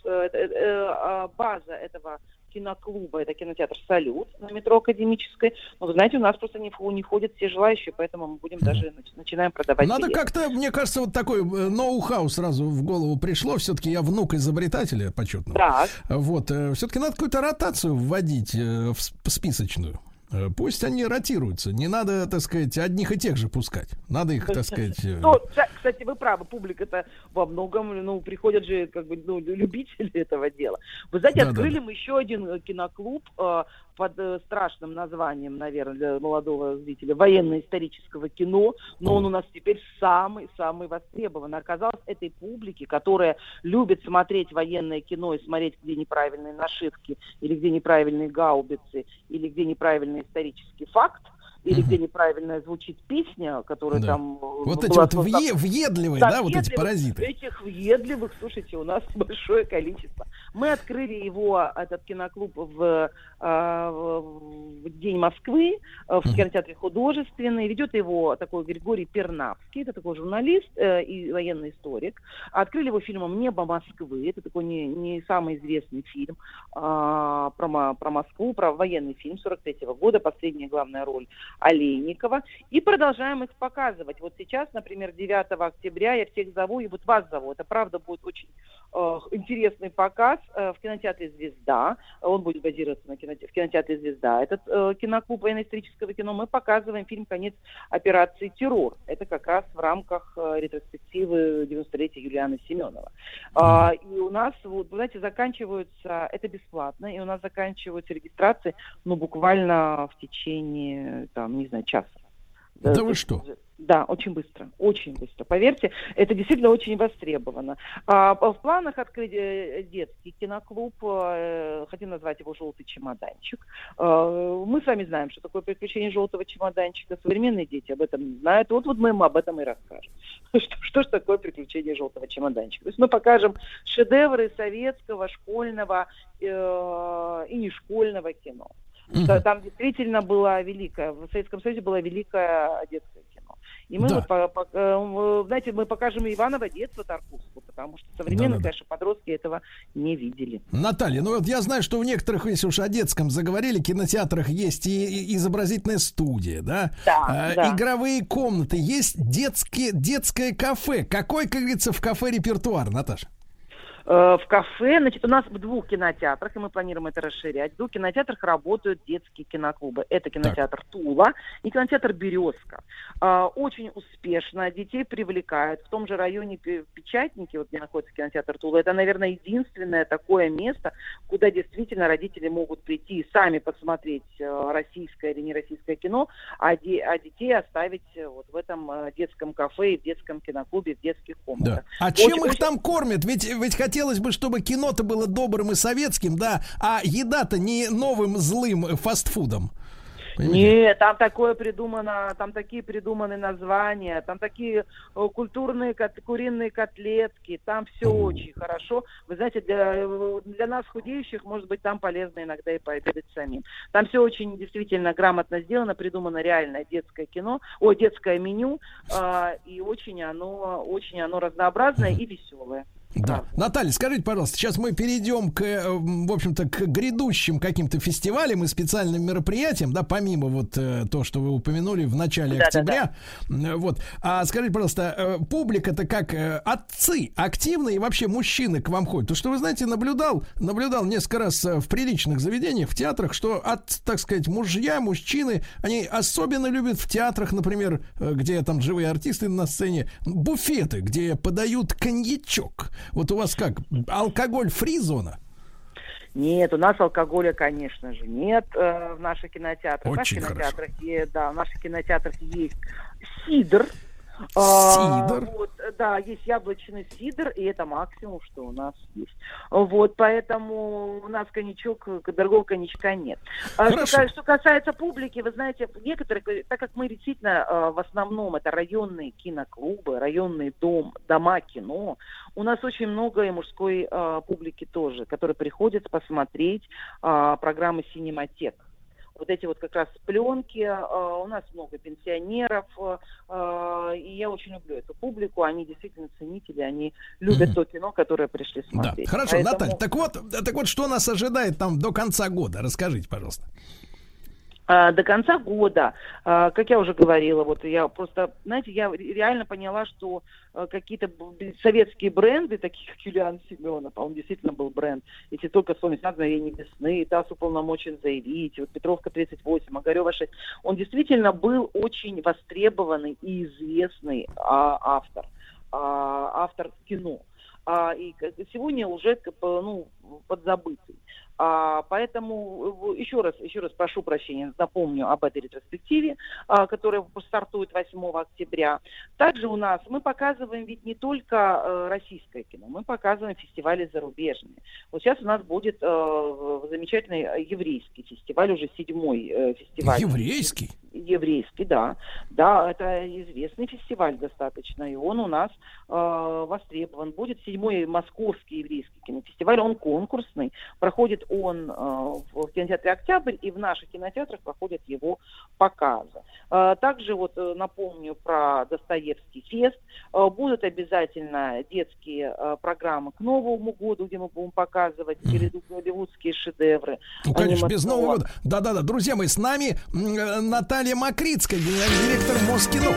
база этого киноклуба, это кинотеатр «Салют» на метро Академической. Но, вы знаете, у нас просто не ходят все желающие, поэтому мы будем даже начинаем продавать Надо билеты. Как-то, мне кажется, вот такой ноу-хау сразу в голову пришло. Все-таки я внук изобретателя почетного. Так. Вот. Все-таки надо какую-то ротацию вводить списочную. Пусть они ротируются. Не надо, так сказать, одних и тех же пускать. Надо их, так сказать... Кстати, вы правы, публика-то во многом, приходят же любители этого дела. Вы знаете, открыли мы еще один киноклуб под страшным названием, наверное, для молодого зрителя, военно-исторического кино, но он у нас теперь самый востребованный. Оказалось, этой публике, которая любит смотреть военное кино и смотреть, где неправильные нашивки, или где неправильные гаубицы, или где неправильный исторический факт, или где неправильно звучит песня, которая там... Вот эти вот въедливые, да, вот эти паразиты. Этих въедливых, слушайте, у нас большое количество. Мы открыли его, этот киноклуб, в День Москвы, в кинотеатре Художественный. Ведет его такой Григорий Пернавский, это такой журналист и военный историк. Открыли его фильмом «Небо Москвы». Это такой не самый известный фильм про Москву, про военный фильм 43-го года, последняя главная роль Олейникова, и продолжаем их показывать. Вот сейчас, например, 9 октября я всех зову, и вот вас зову. Это правда будет очень интересный показ в кинотеатре «Звезда». Он будет базироваться в кинотеатре «Звезда». Этот киноклуб военно-исторического кино. Мы показываем фильм «Конец операции «Террор». Это как раз в рамках ретроспективы 90-летия Юлианы Семеновой. И у нас, вот, вы знаете, заканчиваются, это бесплатно, и у нас заканчиваются регистрации, буквально в течение, не знаю, часа. Да вы что? Да, очень быстро, очень быстро. Поверьте, это действительно очень востребовано. В планах открыть детский киноклуб, хотим назвать его «Желтый чемоданчик». Мы с вами знаем, что такое «Приключение желтого чемоданчика». Современные дети об этом не знают. Вот мы им об этом и расскажем. Что же такое «Приключение желтого чемоданчика». То есть мы покажем шедевры советского, школьного и нешкольного кино. Там действительно была великая, в Советском Союзе была великая детское кино. И мы, знаете, мы покажем Иваново детство Тарковского, потому что современные, конечно, подростки этого не видели. Наталья, вот я знаю, что у некоторых, если уж о детском заговорили, кинотеатрах есть и изобразительная студия, да? Да. Игровые комнаты, есть детское кафе. Какой, как говорится, в кафе репертуар, Наташа? В кафе, значит, у нас в 2 кинотеатрах, и мы планируем это расширять, в 2 кинотеатрах работают детские киноклубы. Это кинотеатр Тула и кинотеатр Березка. Очень успешно, детей привлекают. В том же районе Печатники, вот где находится кинотеатр Тула, это, наверное, единственное такое место, куда действительно родители могут прийти и сами посмотреть российское или нероссийское кино, а детей оставить вот в этом детском кафе, в детском киноклубе, в детских комнатах. Да. А чем их там кормят? Ведь хотелось бы, чтобы кино-то было добрым и советским, да, а еда-то не новым злым фастфудом. Нет, там такое придумано, там такие придуманы названия, там такие культурные куриные котлетки, там все очень хорошо. Вы знаете, для нас худеющих, может быть, там полезно иногда и пообедать самим. Там все очень действительно грамотно сделано, придумано реальное детское кино, детское меню, и очень оно разнообразное и веселое. Да. Наталья, скажите, пожалуйста, сейчас мы перейдем в общем-то, к грядущим каким-то фестивалям и специальным мероприятиям, да, помимо вот то, что вы упомянули в начале октября. Вот. А скажите, пожалуйста, публика-то как отцы активные и вообще мужчины к вам ходят? Потому что, вы знаете, наблюдал несколько раз в приличных заведениях, в театрах, что так сказать, мужчины, они особенно любят в театрах, например, где там живые артисты на сцене, буфеты, где подают коньячок. Вот у вас как, алкоголь-фри зона? Нет, у нас алкоголя, конечно же, нет в наших кинотеатрах. Очень хорошо. В наших кинотеатрах есть сидр. Есть яблочный сидр, и это максимум, что у нас есть. Вот, поэтому у нас коньячок, дорогого коньячка нет. Что касается публики, вы знаете, некоторые, так как мы действительно в основном это районные киноклубы, районные дома кино, у нас очень много и мужской публики тоже, которые приходят посмотреть программы «Синематек». Вот эти вот как раз пленки, у нас много пенсионеров, и я очень люблю эту публику, они действительно ценители, они любят то кино, которое пришли смотреть. Да. Хорошо, Наталья, так вот, что нас ожидает там до конца года? Расскажите, пожалуйста. До конца года, как я уже говорила, вот я просто, знаете, я реально поняла, что какие-то советские бренды, такие как Юлиан Семенов, а он действительно был бренд, если только вспомнить «Мгновение весны», «ТАСС уполномочен заявить», вот «Петровка 38», «Огарева 6», он действительно был очень востребованный и известный автор кино. И сегодня уже подзабытый. Поэтому еще раз прошу прощения, напомню об этой ретроспективе, которая стартует 8 октября. Также у нас мы показываем ведь не только российское кино, мы показываем фестивали зарубежные. Вот сейчас у нас будет замечательный еврейский фестиваль, уже 7-й фестиваль. Еврейский? Еврейский, да. Да, это известный фестиваль достаточно, и он у нас востребован. Будет 7-й московский еврейский кинофестиваль, он конкурсный, проходит он в кинотеатре «Октябрь», и в наших кинотеатрах проходят его показы. Также вот напомню про Достоевский фест. Будут обязательно детские программы к Новому году, где мы будем показывать голливудские шедевры. Ну, конечно, без Нового года. Да-да-да, друзья мои, с нами Наталья Макрицкая, генеральный директор Москино.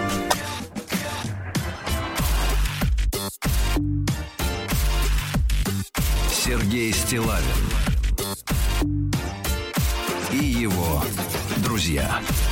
Сергей Стиллавин и его друзья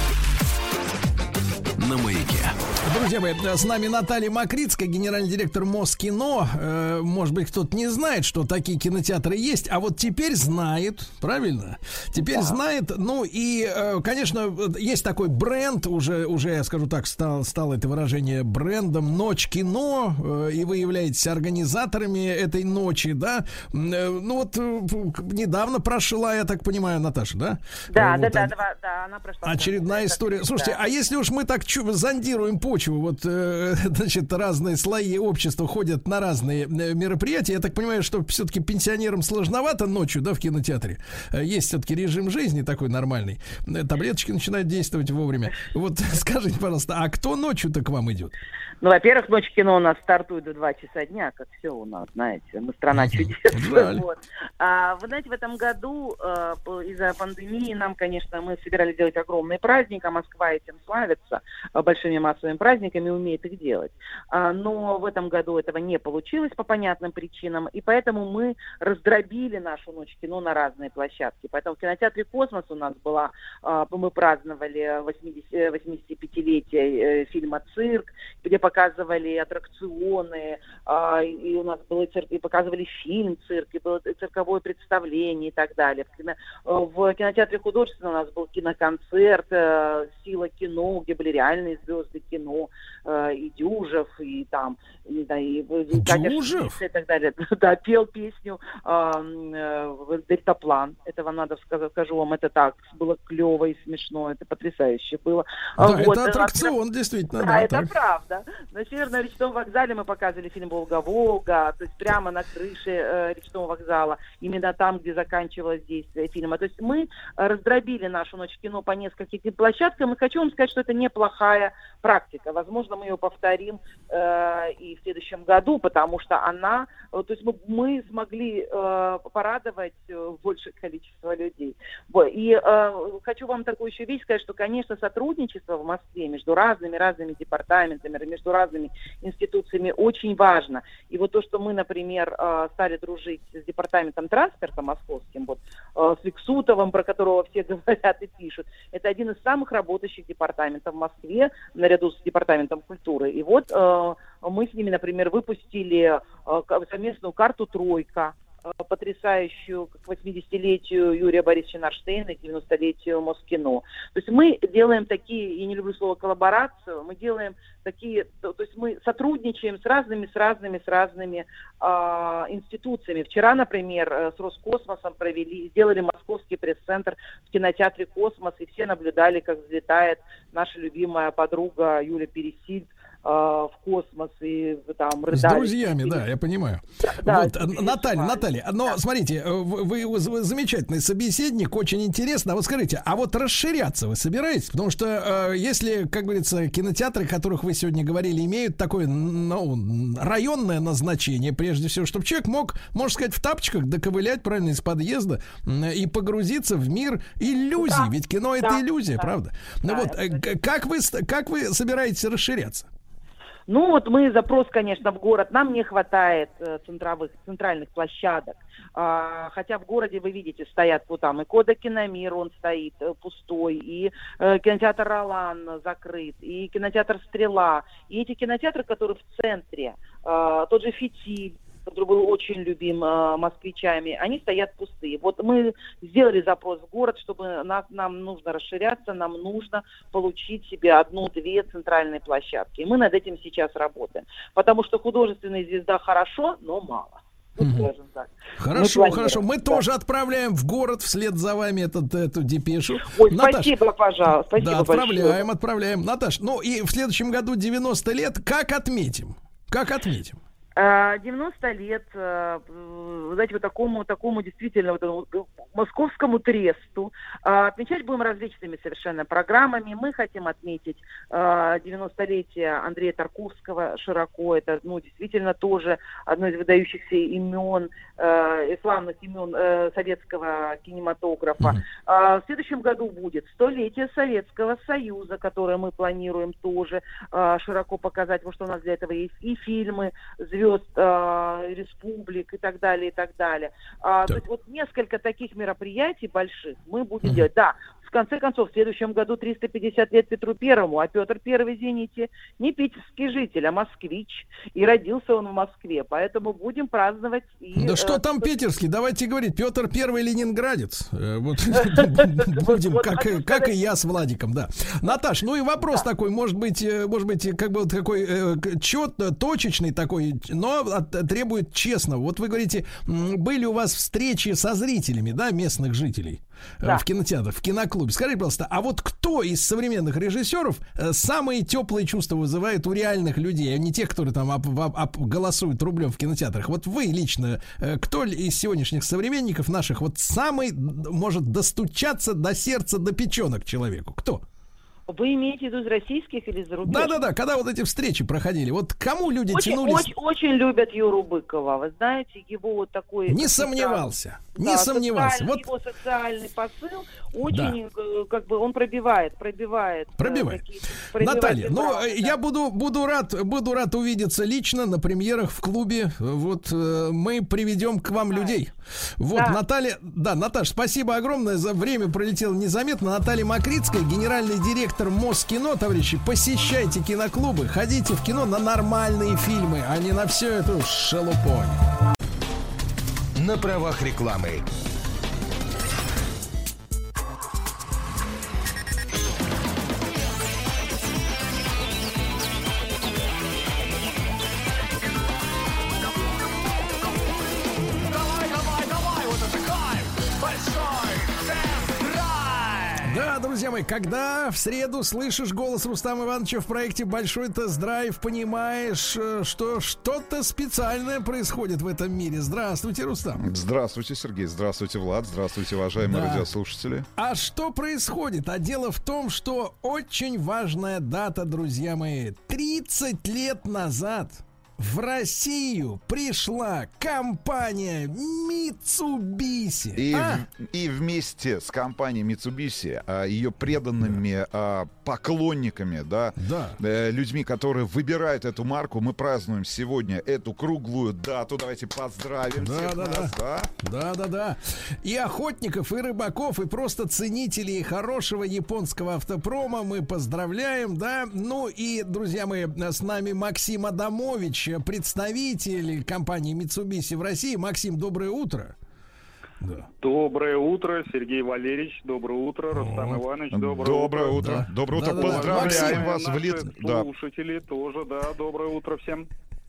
на Маяке. Друзья мои, с нами Наталья Макрицкая, генеральный директор Москино. Может быть, кто-то не знает, что такие кинотеатры есть, а вот теперь знает, правильно? Теперь знает. Ну и, конечно, есть такой бренд, уже я скажу так, стало это выражение брендом, «Ночь кино», и вы являетесь организаторами этой ночи, да? Ну вот недавно прошла, я так понимаю, Наташа, да? Да, вот, да, она прошла. Очередная история. Слушайте, а если уж мы так зондируем почву, вот, значит, разные слои общества ходят на разные мероприятия, я так понимаю, что все-таки пенсионерам сложновато ночью, да, в кинотеатре. Есть все-таки режим жизни такой нормальный. Таблеточки начинают действовать вовремя. Вот скажите, пожалуйста, а кто ночью-то к вам идет? Ну, во-первых, «Ночь кино» у нас стартует до 2 часа дня, как все у нас, знаете, мы страна чудес. Вот. Вы знаете, в этом году из-за пандемии нам, конечно, мы собирались делать огромный праздник, а Москва этим славится, большими массовыми праздниками, умеет их делать. Но в этом году этого не получилось по понятным причинам, и поэтому мы раздробили нашу «Ночь кино» на разные площадки. Поэтому в кинотеатре «Космос» у нас была, мы праздновали 85-летие фильма «Цирк», где показывали аттракционы, и у нас было цирк, и показывали фильм «Цирк», и было цирковое представление и так далее. В кинотеатре «Художественном» у нас был киноконцерт «Сила кино», где были реальные звезды кино, и Дюжев, и там, не знаю, и Дюжев? И так далее. Да, пел песню «Дельтаплан». Это вам надо скажу вам, это так было клево и смешно, это потрясающе было. Да, вот, это аттракцион, действительно. Да, это правда. На Северном речном вокзале мы показывали фильм «Волга-Волга», то есть прямо на крыше речного вокзала, именно там, где заканчивалось действие фильма. То есть мы раздробили нашу «Ночь кино» по нескольким площадкам, и хочу вам сказать, что это неплохая практика. Возможно, мы ее повторим и в следующем году, потому что она, то есть мы смогли порадовать большее количество людей. И хочу вам такую еще вещь сказать, что, конечно, сотрудничество в Москве между разными департаментами, между разными институциями очень важно. И вот то, что мы, например, стали дружить с департаментом транспорта московским, вот с Фиксутовым, про которого все говорят и пишут, это один из самых работающих департаментов в Москве, наряду с департаментом культуры. И вот мы с ними, например, выпустили совместную карту «Тройка», потрясающую к 80-летию Юрия Борисовича Нарштейна, к 90-летию Москино. То есть мы делаем такие, я не люблю слово коллаборацию, мы делаем такие, то есть мы сотрудничаем с разными институциями. Вчера, например, с Роскосмосом сделали московский пресс-центр в кинотеатре «Космос», и все наблюдали, как взлетает наша любимая подруга Юля Пересильд в космос и там рыдали. С друзьями, да, я понимаю. Да, вот, Наталья, но смотрите, вы замечательный собеседник, очень интересно. А вот скажите, а вот расширяться вы собираетесь? Потому что если, как говорится, кинотеатры, о которых вы сегодня говорили, имеют такое, районное назначение, прежде всего, чтобы человек мог, можно сказать, в тапочках доковылять правильно из подъезда и погрузиться в мир иллюзий. Да. Ведь кино — это иллюзия, правда? Да, ну вот, как вы собираетесь расширяться? Ну вот мы запрос, конечно, в город. Нам не хватает центральных площадок. Хотя в городе, вы видите, стоят вот там и Кода Киномир, он стоит пустой, и кинотеатр Ролан закрыт, и кинотеатр Стрела. И эти кинотеатры, которые в центре, тот же Фитиль, который был очень любим москвичами, они стоят пустые. Вот мы сделали запрос в город, чтобы нам нужно расширяться, нам нужно получить себе 1-2 центральные площадки. И мы над этим сейчас работаем. Потому что художественная звезда хорошо, но мало. Скажем так. Хорошо. Мы тоже отправляем в город вслед за вами эту депешу. Ой, спасибо, пожалуйста. Спасибо большое. Отправляем. Наташ, ну и в следующем году 90 лет. Как отметим? 90 лет, знаете, вот такому действительно московскому тресту. Отмечать будем различными совершенно программами. Мы хотим отметить 90-летие Андрея Тарковского широко. Это, действительно тоже одно из выдающихся имен, славных имен советского кинематографа. В следующем году будет 100-летие Советского Союза, которое мы планируем тоже широко показать, потому что у нас для этого есть и фильмы, звезд республик и так далее, и так далее. То есть вот несколько таких мероприятий больших мы будем делать. Да, в конце концов, в следующем году 350 лет Петру Первому, а Петр Первый, извините, не питерский житель, а москвич. И родился он в Москве, поэтому будем праздновать. Да что там питерский? Давайте говорить, Петр Первый ленинградец. Будем, как и я с Владиком, да. Наташ, ну и вопрос такой, может быть, как бы такой точечный такой, но требует честного. Вот вы говорите, были у вас встречи со зрителями, да, местных жителей? Да. В кинотеатрах, в киноклубе. Скажите, пожалуйста, а вот кто из современных режиссеров самые теплые чувства вызывает у реальных людей, а не тех, которые там голосуют рублем в кинотеатрах? Вот вы лично, кто из сегодняшних современников наших вот самый может достучаться до сердца, до печенок человеку? Кто? Вы имеете в виду из российских или зарубежных? Да, когда вот эти встречи проходили, вот кому люди тянулись? Очень любят Юру Быкова, вы знаете, его вот такой... Не сомневался. Вот его социальный посыл очень, как бы, он пробивает. Наталья, я буду рад увидеться лично на премьерах в клубе. Вот мы приведем к вам людей. Вот, Наталья, Наташ, спасибо огромное, за время пролетело незаметно. Наталья Макритская, генеральный директор Москино, товарищи, посещайте киноклубы, ходите в кино на нормальные фильмы, а не на всю эту шелупонь. На правах рекламы. Друзья мои, когда в среду слышишь голос Рустама Ивановича в проекте «Большой тест-драйв», понимаешь, что что-то специальное происходит в этом мире. Здравствуйте, Рустам. Здравствуйте, Сергей. Здравствуйте, Влад. Здравствуйте, уважаемые радиослушатели. А что происходит? А дело в том, что очень важная дата, друзья мои. 30 лет назад в Россию пришла компания Mitsubishi. И вместе с компанией Mitsubishi, ее преданными поклонниками, людьми, которые выбирают эту марку, мы празднуем сегодня эту круглую дату. Давайте поздравим всех нас. Да. И охотников, и рыбаков, и просто ценителей хорошего японского автопрома мы поздравляем, да. Ну и, друзья мои, с нами Максим Адамович, представитель компании Mitsubishi в России. Максим, доброе утро. Да. Доброе утро, Сергей Валерьевич. Доброе утро, Рустам Иванович. Доброе утро. Доброе утро. Поздравляем вас в слушатели тоже, доброе утро всем.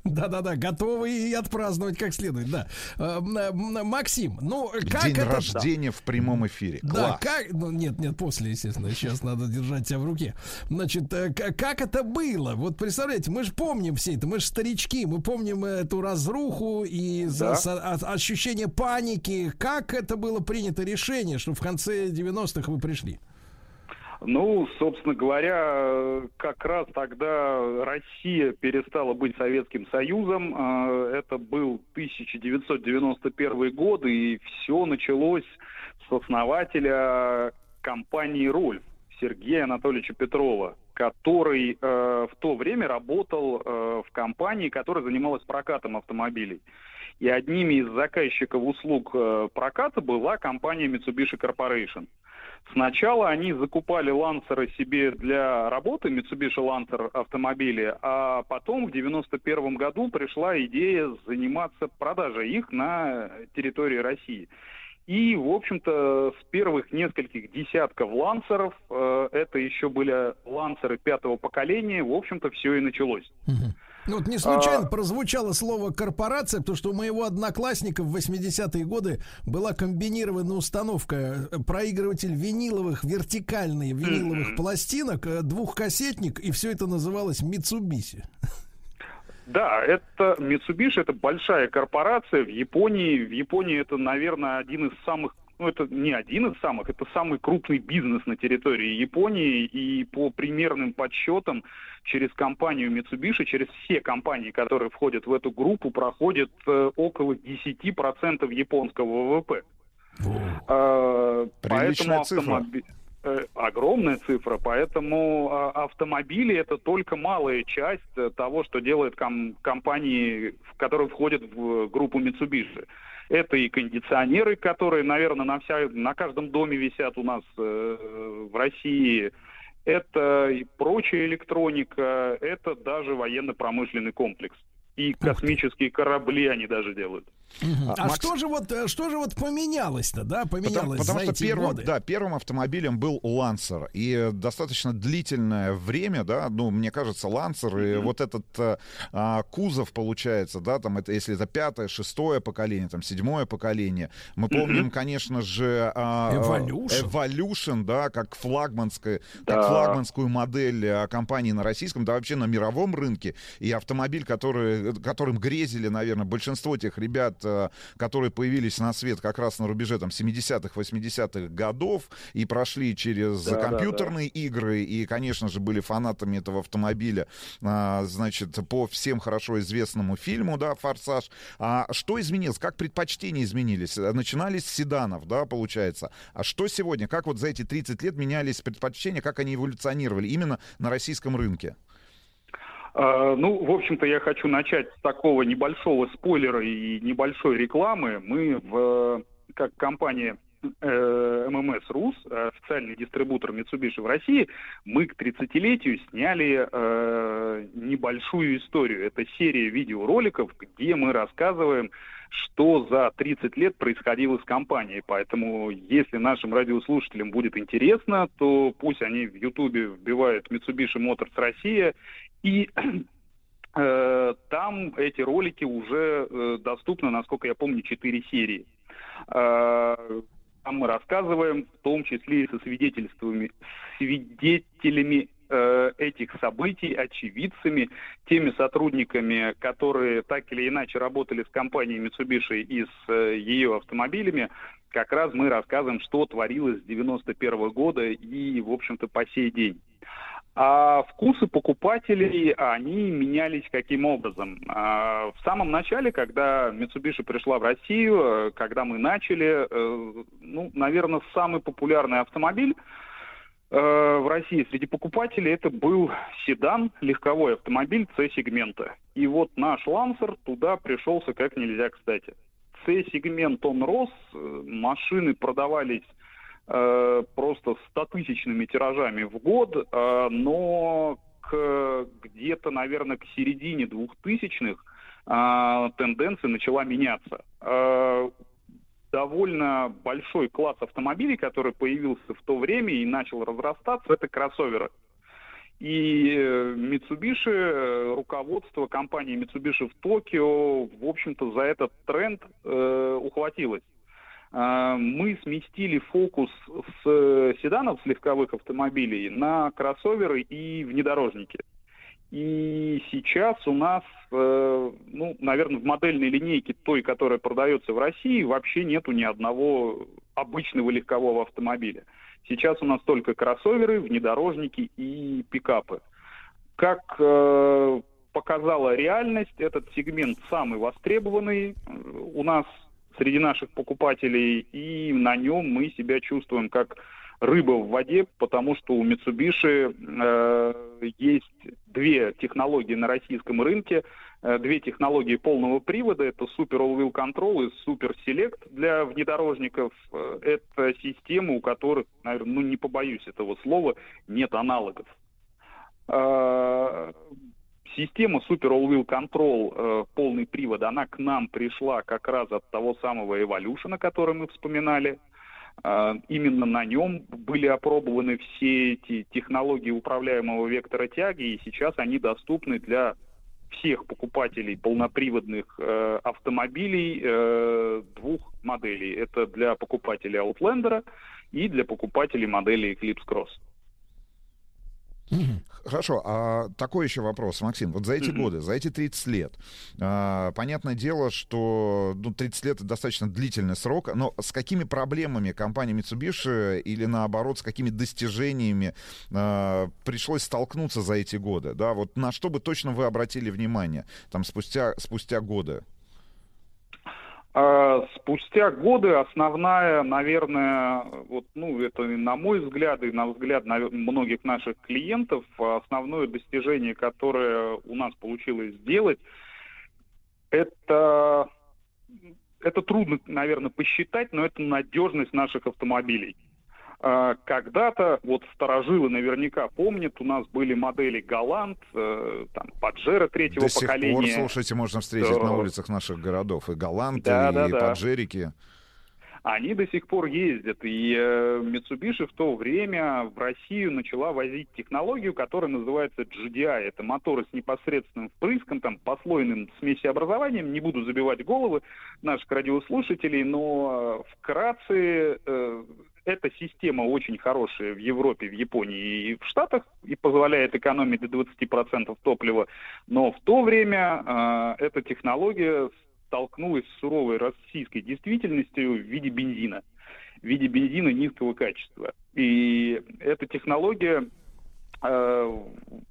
Да-да-да, готовы и отпраздновать как следует, да. Максим, ну как День это... рождения в прямом эфире. Да, Класс. как... Ну, нет, после, естественно, сейчас надо держать себя в руке. Значит, как это было? Вот представляете, мы же помним все это, мы же старички, мы помним эту разруху и ощущение паники. Как это было принято решение, что в конце 90-х вы пришли? Ну, собственно говоря, как раз тогда Россия перестала быть Советским Союзом. Это был 1991 год, и все началось с основателя компании «Рольф» Сергея Анатольевича Петрова, который в то время работал в компании, которая занималась прокатом автомобилей. И одними из заказчиков услуг проката была компания Mitsubishi Corporation. Сначала они закупали лансеры себе для работы, Mitsubishi Lancer автомобили, а потом в 1991 году пришла идея заниматься продажей их на территории России. И, в общем-то, с первых нескольких десятков лансеров, это еще были лансеры 5-го поколения, в общем-то, все и началось. Ну вот не случайно прозвучало слово «корпорация», потому что у моего одноклассника в 80-е годы была комбинированная установка, проигрыватель вертикальный виниловых пластинок, двухкассетник, и все это называлось Mitsubishi. Да, это Mitsubishi, это большая корпорация в Японии. В Японии это, наверное, один из самых, ну это не один из самых, это самый крупный бизнес на территории Японии. И по примерным подсчетам через компанию Mitsubishi, через все компании, которые входят в эту группу, проходит около 10% японского ВВП. Приличная цифра. Огромная цифра, поэтому автомобили — это только малая часть того, что делают компании, которые входят в группу Mitsubishi. Это и кондиционеры, которые, наверное, на каждом доме висят у нас в России. Это и прочая электроника, это даже военно-промышленный комплекс. И космические корабли они даже делают. Макс... что же вот поменялось-то, да? Поменялось потому за что эти годы. первым автомобилем был Lancer. И достаточно длительное время, да, ну, мне кажется, Lancer, и вот этот кузов, получается, да, там, это, если это 5-е, 6-е поколение, там, 7-е поколение. Мы помним, конечно же, Evolution, да, как флагманскую модель компании на российском, да, вообще на мировом рынке. И автомобиль, которым грезили, наверное, большинство тех ребят, которые появились на свет как раз на рубеже там 70-х, 80-х годов и прошли через компьютерные игры и, конечно же, были фанатами этого автомобиля, значит, по всем хорошо известному фильму, да, «Форсаж». Что изменилось? Как предпочтения изменились? Начинались с седанов, да, получается. А что сегодня? Как вот за эти 30 лет менялись предпочтения, как они эволюционировали именно на российском рынке? Ну, в общем-то, я хочу начать с такого небольшого спойлера и небольшой рекламы. Мы, как компания ММС РУС, официальный дистрибутор Mitsubishi в России, мы к 30-летию сняли небольшую историю. Это серия видеороликов, где мы рассказываем, что за 30 лет происходило с компанией. Поэтому, если нашим радиослушателям будет интересно, то пусть они в Ютубе вбивают Mitsubishi Motors Россия, и там эти ролики уже доступны, насколько я помню, 4 серии. Там мы рассказываем, в том числе и со свидетелями этих событий, очевидцами, теми сотрудниками, которые так или иначе работали с компанией Mitsubishi и с ее автомобилями. Как раз мы рассказываем, что творилось с 91 года и, в общем-то, по сей день. А вкусы покупателей, они менялись каким образом? В самом начале, когда Mitsubishi пришла в Россию, когда мы начали, ну, наверное, самый популярный автомобиль в России среди покупателей это был седан, легковой автомобиль C-сегмента. И вот наш Lancer туда пришелся как нельзя кстати. C-сегмент он рос, машины продавались просто 100-тысячными тиражами в год, но где-то, наверное, к середине 2000-х тенденция начала меняться. Довольно большой класс автомобилей, который появился в то время и начал разрастаться, это кроссоверы. И Mitsubishi, руководство компании Mitsubishi в Токио, в общем-то, за этот тренд ухватилось. Мы сместили фокус с седанов, с легковых автомобилей на кроссоверы и внедорожники. И сейчас у нас, наверное, в модельной линейке той, которая продается в России, вообще нету ни одного обычного легкового автомобиля. Сейчас у нас только кроссоверы, внедорожники и пикапы. Как показала реальность, этот сегмент самый востребованный у нас среди наших покупателей, и на нем мы себя чувствуем как рыба в воде, потому что у Mitsubishi есть две технологии на российском рынке, две технологии полного привода, это Super All-Wheel Control и Super Select для внедорожников. Это системы, у которых, наверное, не побоюсь этого слова, нет аналогов. Система Super All-Wheel Control, полный привод, она к нам пришла как раз от того самого Evolution, который мы вспоминали. Именно на нем были опробованы все эти технологии управляемого вектора тяги, и сейчас они доступны для всех покупателей полноприводных автомобилей двух моделей. Это для покупателей Outlander и для покупателей модели Eclipse Cross. Хорошо, а такой еще вопрос, Максим. Вот за эти годы, за эти 30 лет, понятное дело, что 30 лет — это достаточно длительный срок, но с какими проблемами компания Mitsubishi или, наоборот, с какими достижениями пришлось столкнуться за эти годы? Да? Вот на что бы точно вы обратили внимание там, спустя годы? Спустя годы основная, наверное, это на мой взгляд и на взгляд многих наших клиентов, основное достижение, которое у нас получилось сделать, это трудно, наверное, посчитать, но это надежность наших автомобилей. Когда-то, старожилы наверняка помнят, у нас были модели Галант, Паджеро третьего поколения. До сих пор, слушайте, можно встретить на улицах наших городов и Галанты, и Паджерики. Они до сих пор ездят, и Mitsubishi в то время в Россию начала возить технологию, которая называется GDI. Это моторы с непосредственным впрыском, послойным смесеобразованием. Не буду забивать головы наших радиослушателей, но вкратце эта система очень хорошая в Европе, в Японии и в Штатах и позволяет экономить до 20% топлива. Но в то время эта технология столкнулась с суровой российской действительностью в виде бензина. В виде бензина низкого качества. И эта технология, в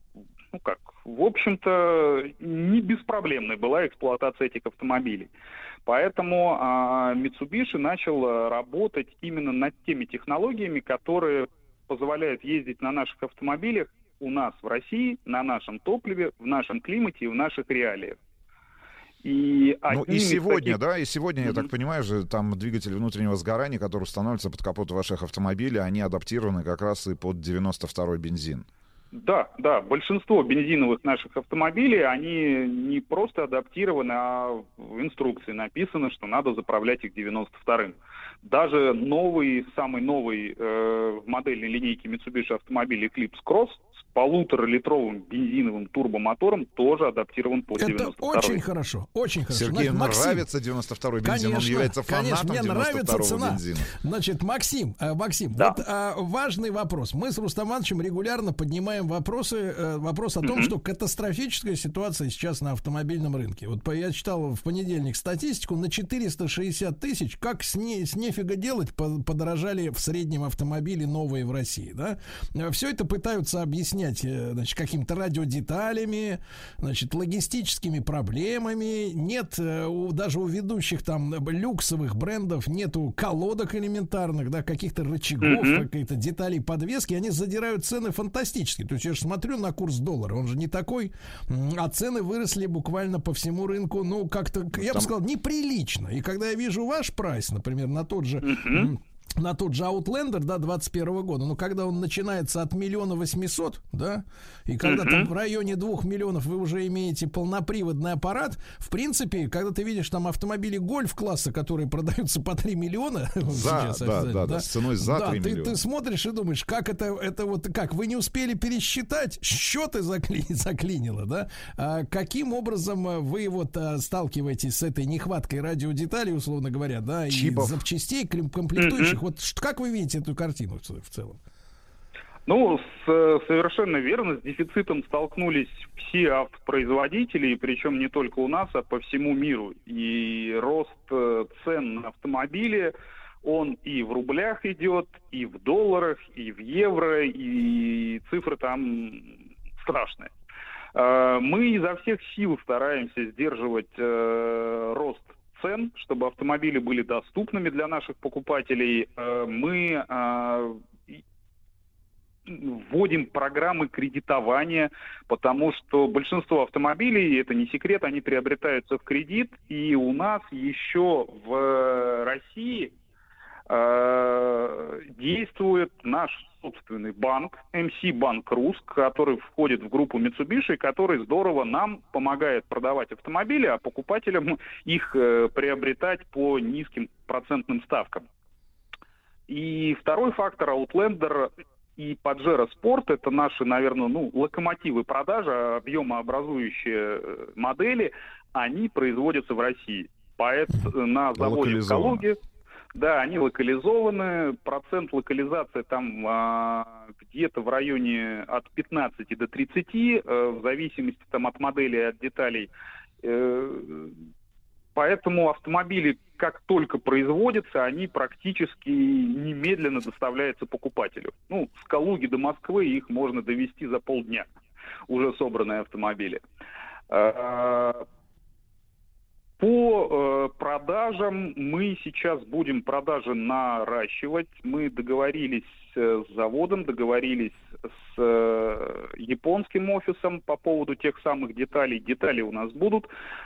общем-то, не беспроблемной была эксплуатация этих автомобилей. Поэтому Mitsubishi начал работать именно над теми технологиями, которые позволяют ездить на наших автомобилях у нас в России, на нашем топливе, в нашем климате и в наших реалиях. И сегодня, я так понимаю, же там двигатели внутреннего сгорания, которые устанавливаются под капот ваших автомобилей, они адаптированы как раз и под 92-й бензин. Да, большинство бензиновых наших автомобилей, они не просто адаптированы, а в инструкции написано, что надо заправлять их 92-м. Даже самый новый в модельной линейке Mitsubishi автомобиль Eclipse Cross с 1,5-литровым бензиновым турбомотором тоже адаптирован под 92-й. Это очень хорошо, очень хорошо. Сергею нравится 92-й бензин, он является фанатом 92-го бензина. Значит, Максим, да. Важный вопрос. Мы с Рустам Ивановичем регулярно поднимаем вопрос о том, что катастрофическая ситуация сейчас на автомобильном рынке. Я читал в понедельник статистику, на 460 тысяч, как с нефига делать, подорожали в среднем автомобили новые в России. Да? Все это пытаются объяснять какими-то радиодеталями, логистическими проблемами. Нет, даже у ведущих там люксовых брендов нету колодок элементарных, да, каких-то рычагов, каких-то деталей подвески. Они задирают цены фантастически. То есть я же смотрю на курс доллара, он же не такой, а цены выросли буквально по всему рынку, я бы сказал, неприлично. И когда я вижу ваш прайс, например, на тот же на тот же Outlander, да, 21 года, но когда он начинается от 1 800 000, да, и когда там в районе 2 миллионов вы уже имеете полноприводный аппарат, в принципе, когда ты видишь там автомобили гольф-класса, которые продаются по 3 миллиона, с ценой за 3 миллиона. Ты смотришь и думаешь, как это вот, как, вы не успели пересчитать, счеты заклинило, да? Каким образом вы вот сталкиваетесь с этой нехваткой радиодеталей, условно говоря, да, и запчастей, комплектующих? Вот как вы видите эту картину в целом? Ну, совершенно верно, с дефицитом столкнулись все автопроизводители, причем не только у нас, а по всему миру. И рост цен на автомобили, он и в рублях идет, и в долларах, и в евро, и цифры там страшные. Мы изо всех сил стараемся сдерживать рост цен, чтобы автомобили были доступными для наших покупателей. Мы вводим программы кредитования, потому что большинство автомобилей, это не секрет, они приобретаются в кредит, и у нас еще в России действует наш собственный банк, МС Банк Рус, который входит в группу Mitsubishi, который здорово нам помогает продавать автомобили, а покупателям их приобретать по низким процентным ставкам. И второй фактор, Outlander и Pajero Sport, это наши, наверное, локомотивы продажи, объемообразующие модели, они производятся в России. На заводе в Калуге. Да, они локализованы, процент локализации там где-то в районе от 15 до 30, в зависимости там от модели и от деталей. Поэтому автомобили, как только производятся, они практически немедленно доставляются покупателю. С Калуги до Москвы их можно довезти за полдня, уже собранные автомобили. По продажам мы сейчас будем продажи наращивать. Мы договорились с заводом, договорились с японским офисом по поводу тех самых деталей. Детали у нас будут.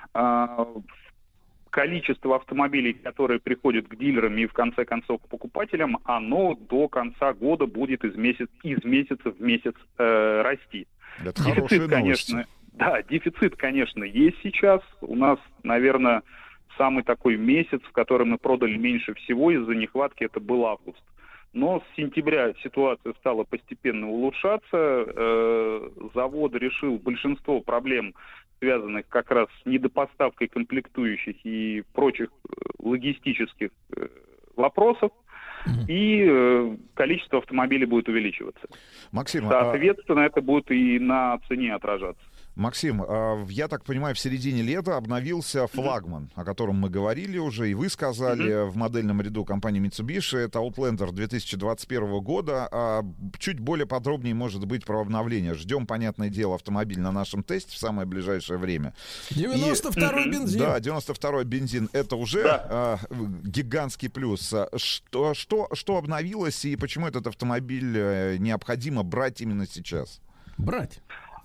Количество автомобилей, которые приходят к дилерам и в конце концов к покупателям, оно до конца года будет из месяца в месяц расти. Это хорошие новости. Да, дефицит, конечно, есть сейчас. У нас, наверное, самый такой месяц, в который мы продали меньше всего из-за нехватки, это был август. Но с сентября ситуация стала постепенно улучшаться. Завод решил большинство проблем, связанных как раз с недопоставкой комплектующих и прочих логистических вопросов. И количество автомобилей будет увеличиваться. Максим, соответственно, это будет и на цене отражаться. Максим, я так понимаю, в середине лета обновился флагман, о котором мы говорили уже, и вы сказали в модельном ряду компании Mitsubishi. Это Outlander 2021 года. Чуть более подробнее, может быть, про обновление. Ждем, понятное дело, автомобиль на нашем тесте в самое ближайшее время. 92-й бензин. Да, 92-й бензин. Это уже гигантский плюс. Что обновилось и почему этот автомобиль необходимо брать именно сейчас? Брать.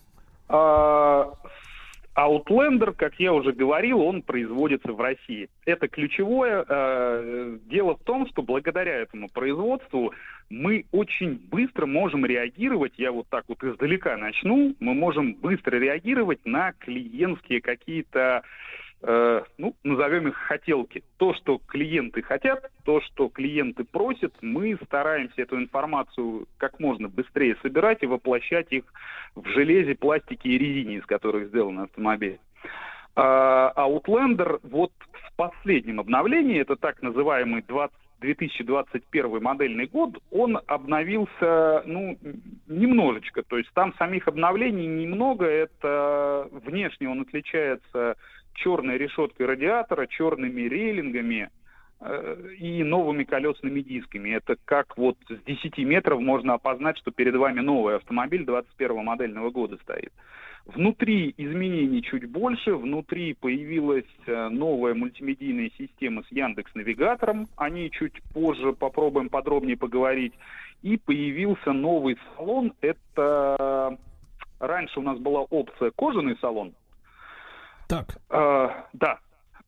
Outlander, как я уже говорил, он производится в России. Это ключевое. Дело в том, что благодаря этому производству мы очень быстро можем реагировать, я вот так вот издалека начну, мы можем быстро реагировать на клиентские какие-то, назовем их хотелки. То, что клиенты хотят, то, что клиенты просят, мы стараемся эту информацию как можно быстрее собирать и воплощать их в железе, пластике и резине, из которых сделан автомобиль. Outlander вот в последнем обновлении, это так называемый 2021 модельный год, он обновился, немножечко. То есть там самих обновлений немного. Это внешне он отличается черной решеткой радиатора, черными рейлингами и новыми колесными дисками. Это как вот с 10 метров можно опознать, что перед вами новый автомобиль 21 модельного года стоит. Внутри изменений чуть больше. Внутри появилась новая мультимедийная система с Яндекс.Навигатором. О ней чуть позже попробуем подробнее поговорить. И появился новый салон. Это раньше у нас была опция кожаный салон. Так. Да.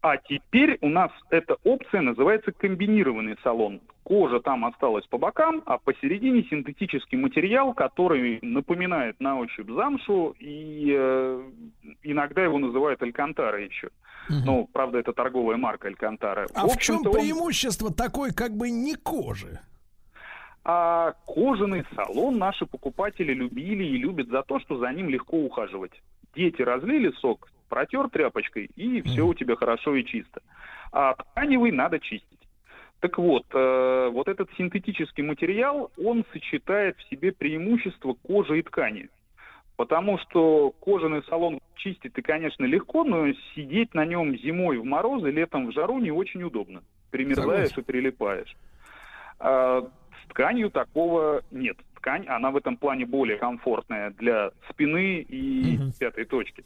А теперь у нас эта опция называется комбинированный салон. Кожа там осталась по бокам, а посередине синтетический материал, который напоминает на ощупь замшу, и иногда его называют алькантара еще. Ну, правда, это торговая марка алькантара. А в чем преимущество такой как бы не кожи? А кожаный салон наши покупатели любили и любят за то, что за ним легко ухаживать. Дети разлили сок, протер тряпочкой, и все у тебя хорошо и чисто. А тканевый надо чистить. Так вот, вот этот синтетический материал, он сочетает в себе преимущества кожи и ткани. Потому что кожаный салон чистить-то, конечно, легко, но сидеть на нем зимой в морозы, летом в жару не очень удобно. Примерзаешь и прилипаешь. С тканью такого нет. Ткань, она в этом плане более комфортная для спины и пятой точки.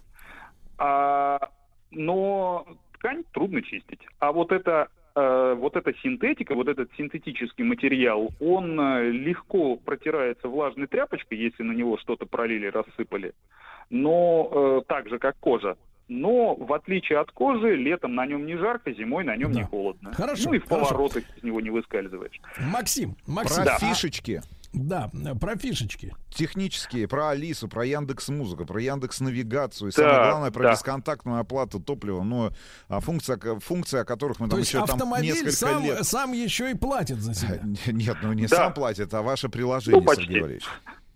Но ткань трудно чистить. А вот эта синтетика, вот этот синтетический материал, он легко протирается влажной тряпочкой, если на него что-то пролили, рассыпали, но так же, как кожа. Но, в отличие от кожи, летом на нем не жарко, зимой на нем не холодно. Хорошо, ну и в поворотах из него не выскальзываешь. Максим. Про фишечки. Да, про фишечки. Технические, про Алису, про Яндекс.Музыку, про Яндекс.Навигацию. И самое главное, про бесконтактную оплату топлива. Но функции, о которых мы там еще несколько лет... сам еще и платит за себя. Нет, ну не сам платит, а ваше приложение, Сергей Валерьевич.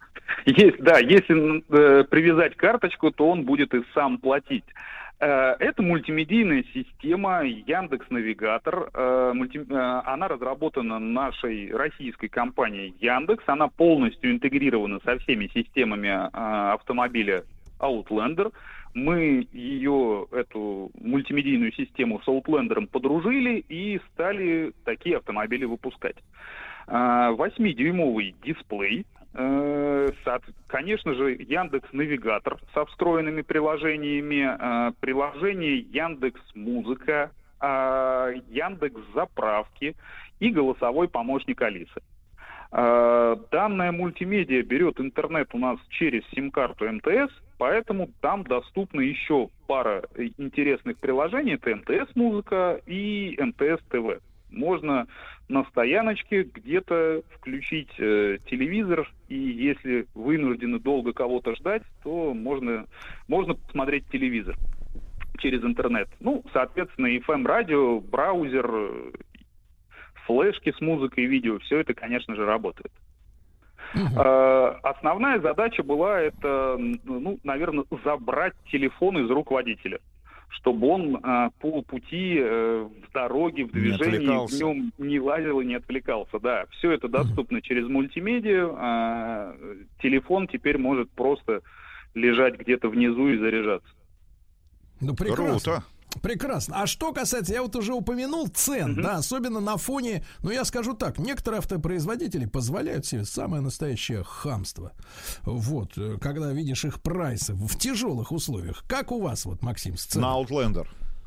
Если привязать карточку, то он будет и сам платить. Это мультимедийная система Яндекс.Навигатор. Она разработана нашей российской компанией Яндекс. Она полностью интегрирована со всеми системами автомобиля Outlander. Мы эту мультимедийную систему с Outlander'ом подружили и стали такие автомобили выпускать. 8-дюймовый дисплей. Конечно же, Яндекс.Навигатор со встроенными приложениями, приложение Яндекс.Музыка, Яндекс.Заправки и голосовой помощник Алисы. Данная мультимедиа берет интернет у нас через сим-карту МТС, поэтому там доступна еще пара интересных приложений. Это МТС-музыка и МТС-ТВ. Можно на стояночке где-то включить телевизор, и если вынуждены долго кого-то ждать, то можно посмотреть телевизор через интернет. Ну, соответственно, FM-радио, браузер, флешки с музыкой и видео, все это, конечно же, работает. Основная задача была наверное, забрать телефон из рук водителя, чтобы он по пути в дороге, в движении, в нем не лазил и не отвлекался. Да, все это доступно через мультимедиа. Телефон теперь может просто лежать где-то внизу и заряжаться. Ну, прекрасно. Круто. Прекрасно. А что касается, я вот уже упомянул цен, да, особенно на фоне, я скажу так, некоторые автопроизводители позволяют себе самое настоящее хамство. Вот, когда видишь их прайсы в тяжелых условиях. Как у вас, Максим, с ценой? На Outlander.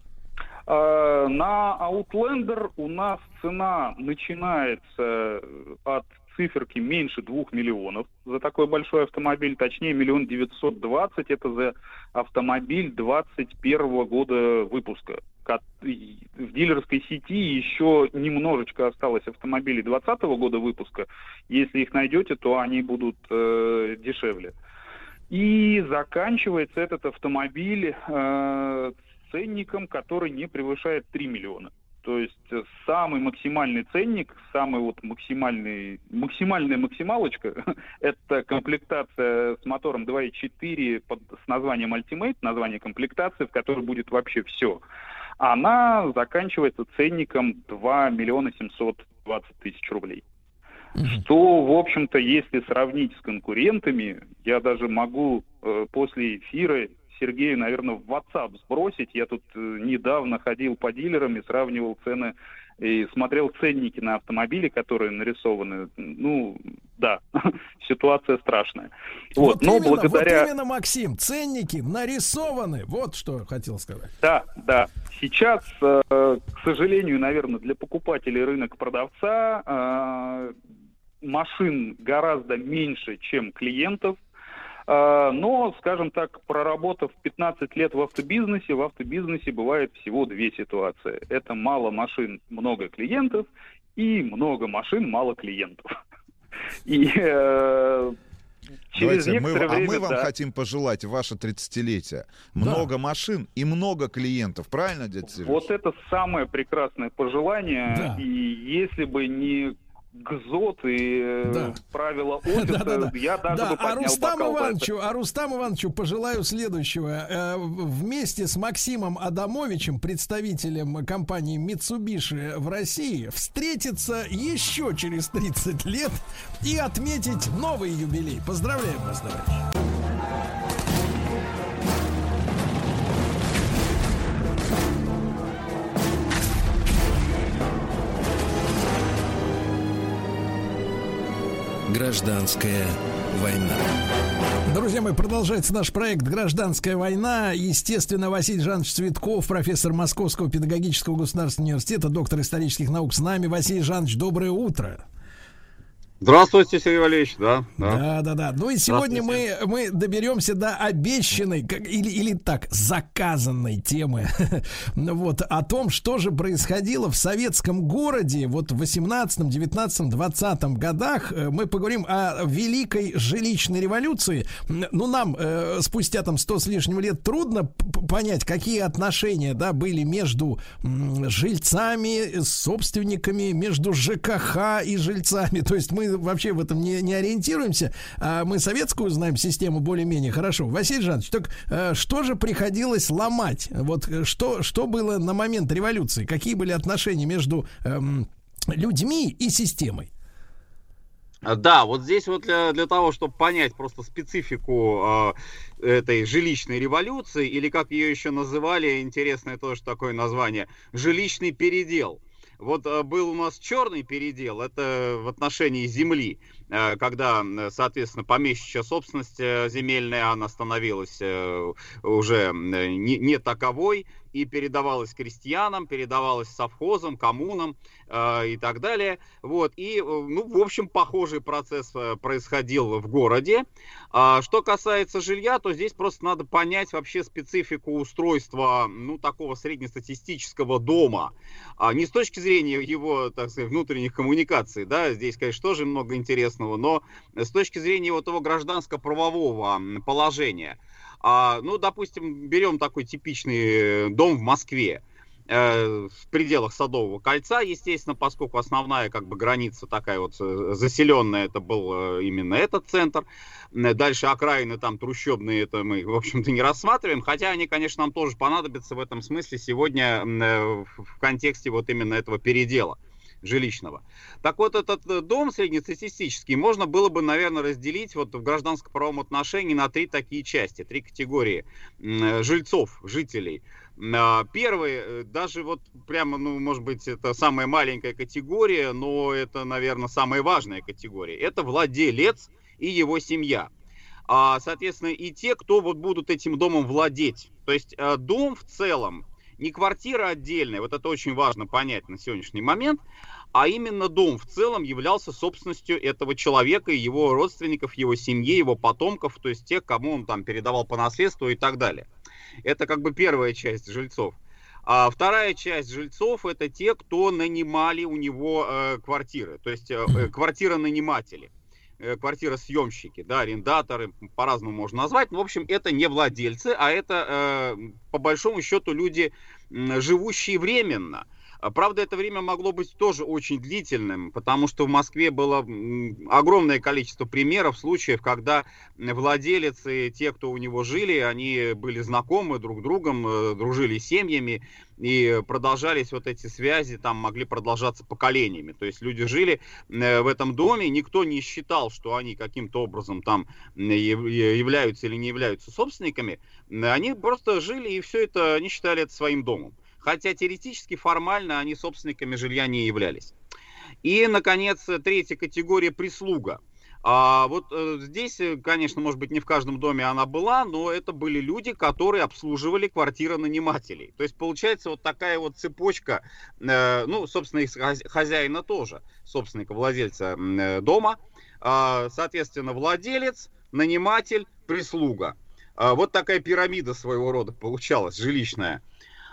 На Outlander у нас цена начинается от циферки меньше 2 миллионов за такой большой автомобиль, точнее 1 920 000, это за автомобиль 21 года выпуска. В дилерской сети еще немножечко осталось автомобилей 20 года выпуска. Если их найдете, то они будут дешевле. И заканчивается этот автомобиль ценником, который не превышает 3 миллиона. То есть самый максимальный ценник, максимальная максималочка, это комплектация с мотором 2.4 с названием Ultimate, название комплектации, в которой будет вообще все. Она заканчивается ценником 2 720 000 рублей. Что, в общем-то, если сравнить с конкурентами, я даже могу после эфира Сергею, наверное, в WhatsApp сбросить. Я тут недавно ходил по дилерам и сравнивал цены и смотрел ценники на автомобили, которые нарисованы. Ну, да, ситуация страшная. Вот именно, Максим, ценники нарисованы. Вот что хотел сказать. Да. Сейчас, к сожалению, наверное, для покупателей рынок продавца, машин гораздо меньше, чем клиентов. Но, скажем так, проработав 15 лет в автобизнесе бывает всего две ситуации. Это мало машин, много клиентов, и много машин, мало клиентов. И через некоторое время... мы вам хотим пожелать в ваше 30-летие много машин и много клиентов. Правильно, дядя Сереж? Вот это самое прекрасное пожелание. Да. И если бы не ГЗОТ и правила офиса, я даже бы поднял бокал. Рустаму Ивановичу пожелаю следующего. Вместе с Максимом Адамовичем, представителем компании Mitsubishi в России, встретиться еще через 30 лет и отметить новый юбилей. Поздравляем вас, товарищи. Гражданская война. Друзья мои, продолжается наш проект «Гражданская война». Естественно, Василий Жанович Цветков, профессор Московского педагогического государственного университета, доктор исторических наук с нами. Василий Жанович, доброе утро. Здравствуйте, Сергей Валерьевич, да. Ну и сегодня мы доберемся до обещанной, или так, заказанной темы, вот, о том, что же происходило в советском городе вот в 18, 19, 20 годах. Мы поговорим о великой жилищной революции. Ну, нам спустя там 100 с лишним лет трудно понять, какие отношения, да, были между жильцами, собственниками, между ЖКХ и жильцами. То есть мы вообще в этом не ориентируемся, а мы советскую знаем систему более-менее хорошо. Василий Жанович, так что же приходилось ломать? Вот что было на момент революции? Какие были отношения между людьми и системой? Да, вот здесь вот для того, чтобы понять просто специфику этой жилищной революции, или как ее еще называли, интересное тоже такое название, жилищный передел. Вот был у нас черный передел, это в отношении земли, когда, соответственно, помещичья собственность земельная, она становилась уже не таковой, и передавалась крестьянам, передавалась совхозам, коммунам и так далее. Вот. И, ну, в общем, похожий процесс происходил в городе. Что касается жилья, то здесь просто надо понять вообще специфику устройства, ну, такого среднестатистического дома. Не с точки зрения его, так сказать, внутренних коммуникаций, да, здесь, конечно, тоже много интересного, но с точки зрения вот его гражданско-правового положения. Ну, допустим, берем такой типичный дом в Москве, в пределах Садового кольца, естественно, поскольку основная как бы граница такая вот заселенная, это был именно этот центр. Дальше окраины там трущобные, это мы, в общем-то, не рассматриваем, хотя они, конечно, нам тоже понадобятся в этом смысле сегодня в контексте вот именно этого передела жилищного. Так вот, этот дом среднестатистический можно было бы, наверное, разделить вот в гражданско-правовом отношении на три такие части, три категории жильцов, жителей. Первый, даже вот прямо, ну, может быть, это самая маленькая категория, но это, наверное, самая важная категория. Это владелец и его семья. Соответственно, и те, кто вот будут этим домом владеть. То есть дом в целом, не квартира отдельная, вот это очень важно понять на сегодняшний момент, а именно дом в целом являлся собственностью этого человека, его родственников, его семьи, его потомков, то есть тех, кому он там передавал по наследству и так далее. Это как бы первая часть жильцов. А вторая часть жильцов — это те, кто нанимали у него квартиры, то есть квартиронаниматели. Квартиросъемщики, да, арендаторы, по-разному можно назвать. Но, в общем, это не владельцы, а это, по большому счету, люди, живущие временно. Правда, это время могло быть тоже очень длительным, потому что в Москве было огромное количество примеров, случаев, когда владелец и те, кто у него жили, они были знакомы друг с другом, дружили с семьями, и продолжались вот эти связи, там могли продолжаться поколениями. То есть люди жили в этом доме, никто не считал, что они каким-то образом там являются или не являются собственниками. Они просто жили, и все это, они считали это своим домом. Хотя теоретически, формально они собственниками жилья не являлись. И, наконец, третья категория — прислуга. Вот здесь, конечно, может быть, не в каждом доме она была, но это были люди, которые обслуживали квартиронанимателей. То есть получается вот такая вот цепочка, ну, собственно, их хозяина тоже, собственника, владельца дома. Соответственно, владелец, наниматель, прислуга. Вот такая пирамида своего рода получалась, жилищная.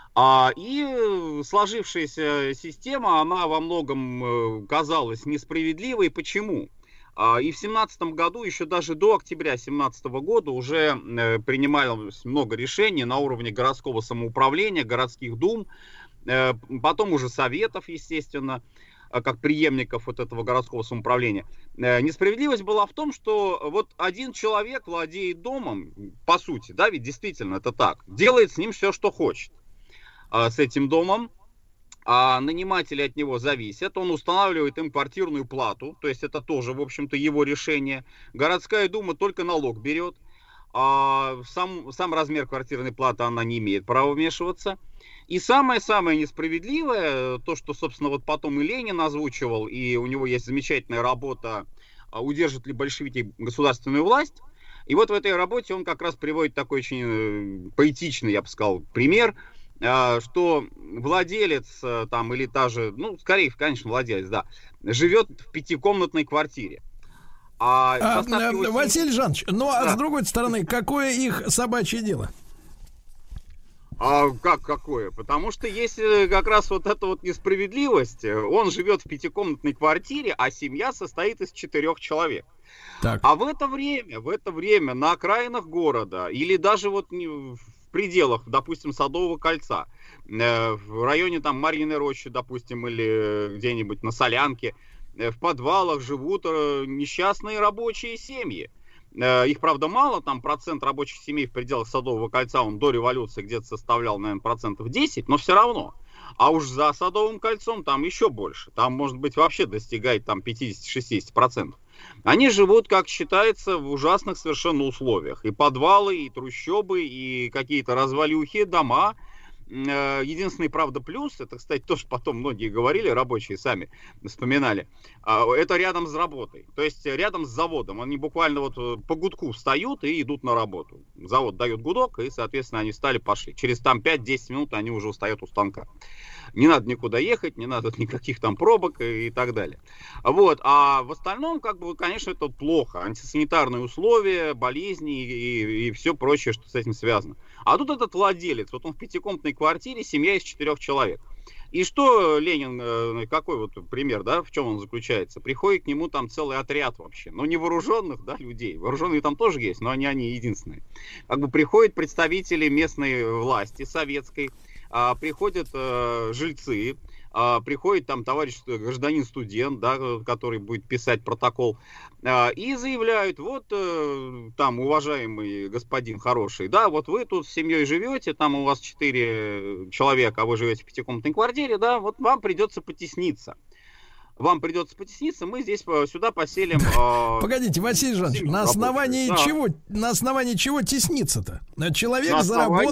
И сложившаяся система, она во многом казалась несправедливой. Почему? И в 2017 году, еще даже до октября 2017 года, уже принималось много решений на уровне городского самоуправления, городских дум, потом уже советов, естественно, как преемников вот этого городского самоуправления. Несправедливость была в том, что вот один человек владеет домом, по сути, да, ведь действительно это так, делает с ним все, что хочет, с этим домом, а наниматели от него зависят, он устанавливает им квартирную плату, то есть это тоже, в общем-то, его решение. Городская дума только налог берет, а сам размер квартирной платы она не имеет права вмешиваться. И самое-самое несправедливое, то, что, собственно, вот потом и Ленин озвучивал, и у него есть замечательная работа «Удержат ли большевики государственную власть?». И вот в этой работе он как раз приводит такой очень поэтичный, я бы сказал, пример, что владелец там, или даже, ну, скорее, конечно, владелец, да, живет в 5-комнатной квартире. Василий Жанович, ну а с другой стороны, какое их собачье дело? Как какое? Потому что есть как раз вот эта вот несправедливость. Он живет в 5-комнатной квартире, а семья состоит из 4 человек. Так. А в это время на окраинах города или даже вот в пределах, допустим, Садового кольца, в районе там Марьиной рощи, допустим, или где-нибудь на Солянке, в подвалах живут несчастные рабочие семьи. Их, правда, мало, там процент рабочих семей в пределах Садового кольца, он до революции где-то составлял, наверное, 10%, но все равно. А уж за Садовым кольцом там еще больше, там, может быть, вообще достигает там 50-60%. Они живут, как считается, в ужасных совершенно условиях. И подвалы, и трущобы, и какие-то развалюхи, дома. Единственный, правда, плюс, это, кстати, тоже потом многие говорили, рабочие сами вспоминали, это рядом с работой, то есть рядом с заводом. Они буквально вот по гудку встают и идут на работу. Завод дает гудок, и, соответственно, они встали, пошли. Через там 5-10 минут они уже стоят у станка. Не надо никуда ехать, не надо никаких там пробок и так далее. Вот. А в остальном, как бы, конечно, это плохо. Антисанитарные условия, болезни и все прочее, что с этим связано. А тут этот владелец, вот он в 5-комнатной квартире, семья из 4 человек. И что Ленин, какой вот пример, да, в чем он заключается? Приходит к нему там целый отряд вообще, но не вооруженных, да, людей. Вооруженные там тоже есть, но они единственные. Как бы приходят представители местной власти, советской, приходят жильцы, приходит там товарищ гражданин-студент, да, который будет писать протокол, и заявляют: вот там, уважаемый господин хороший, да, вот вы тут с семьей живете, там у вас 4 человека, а вы живете в 5-комнатной квартире, да, вот вам придется потесниться. Вам придется потесниться, мы здесь сюда поселим... Погодите, Василий Жанович, на основании чего тесниться-то? Человек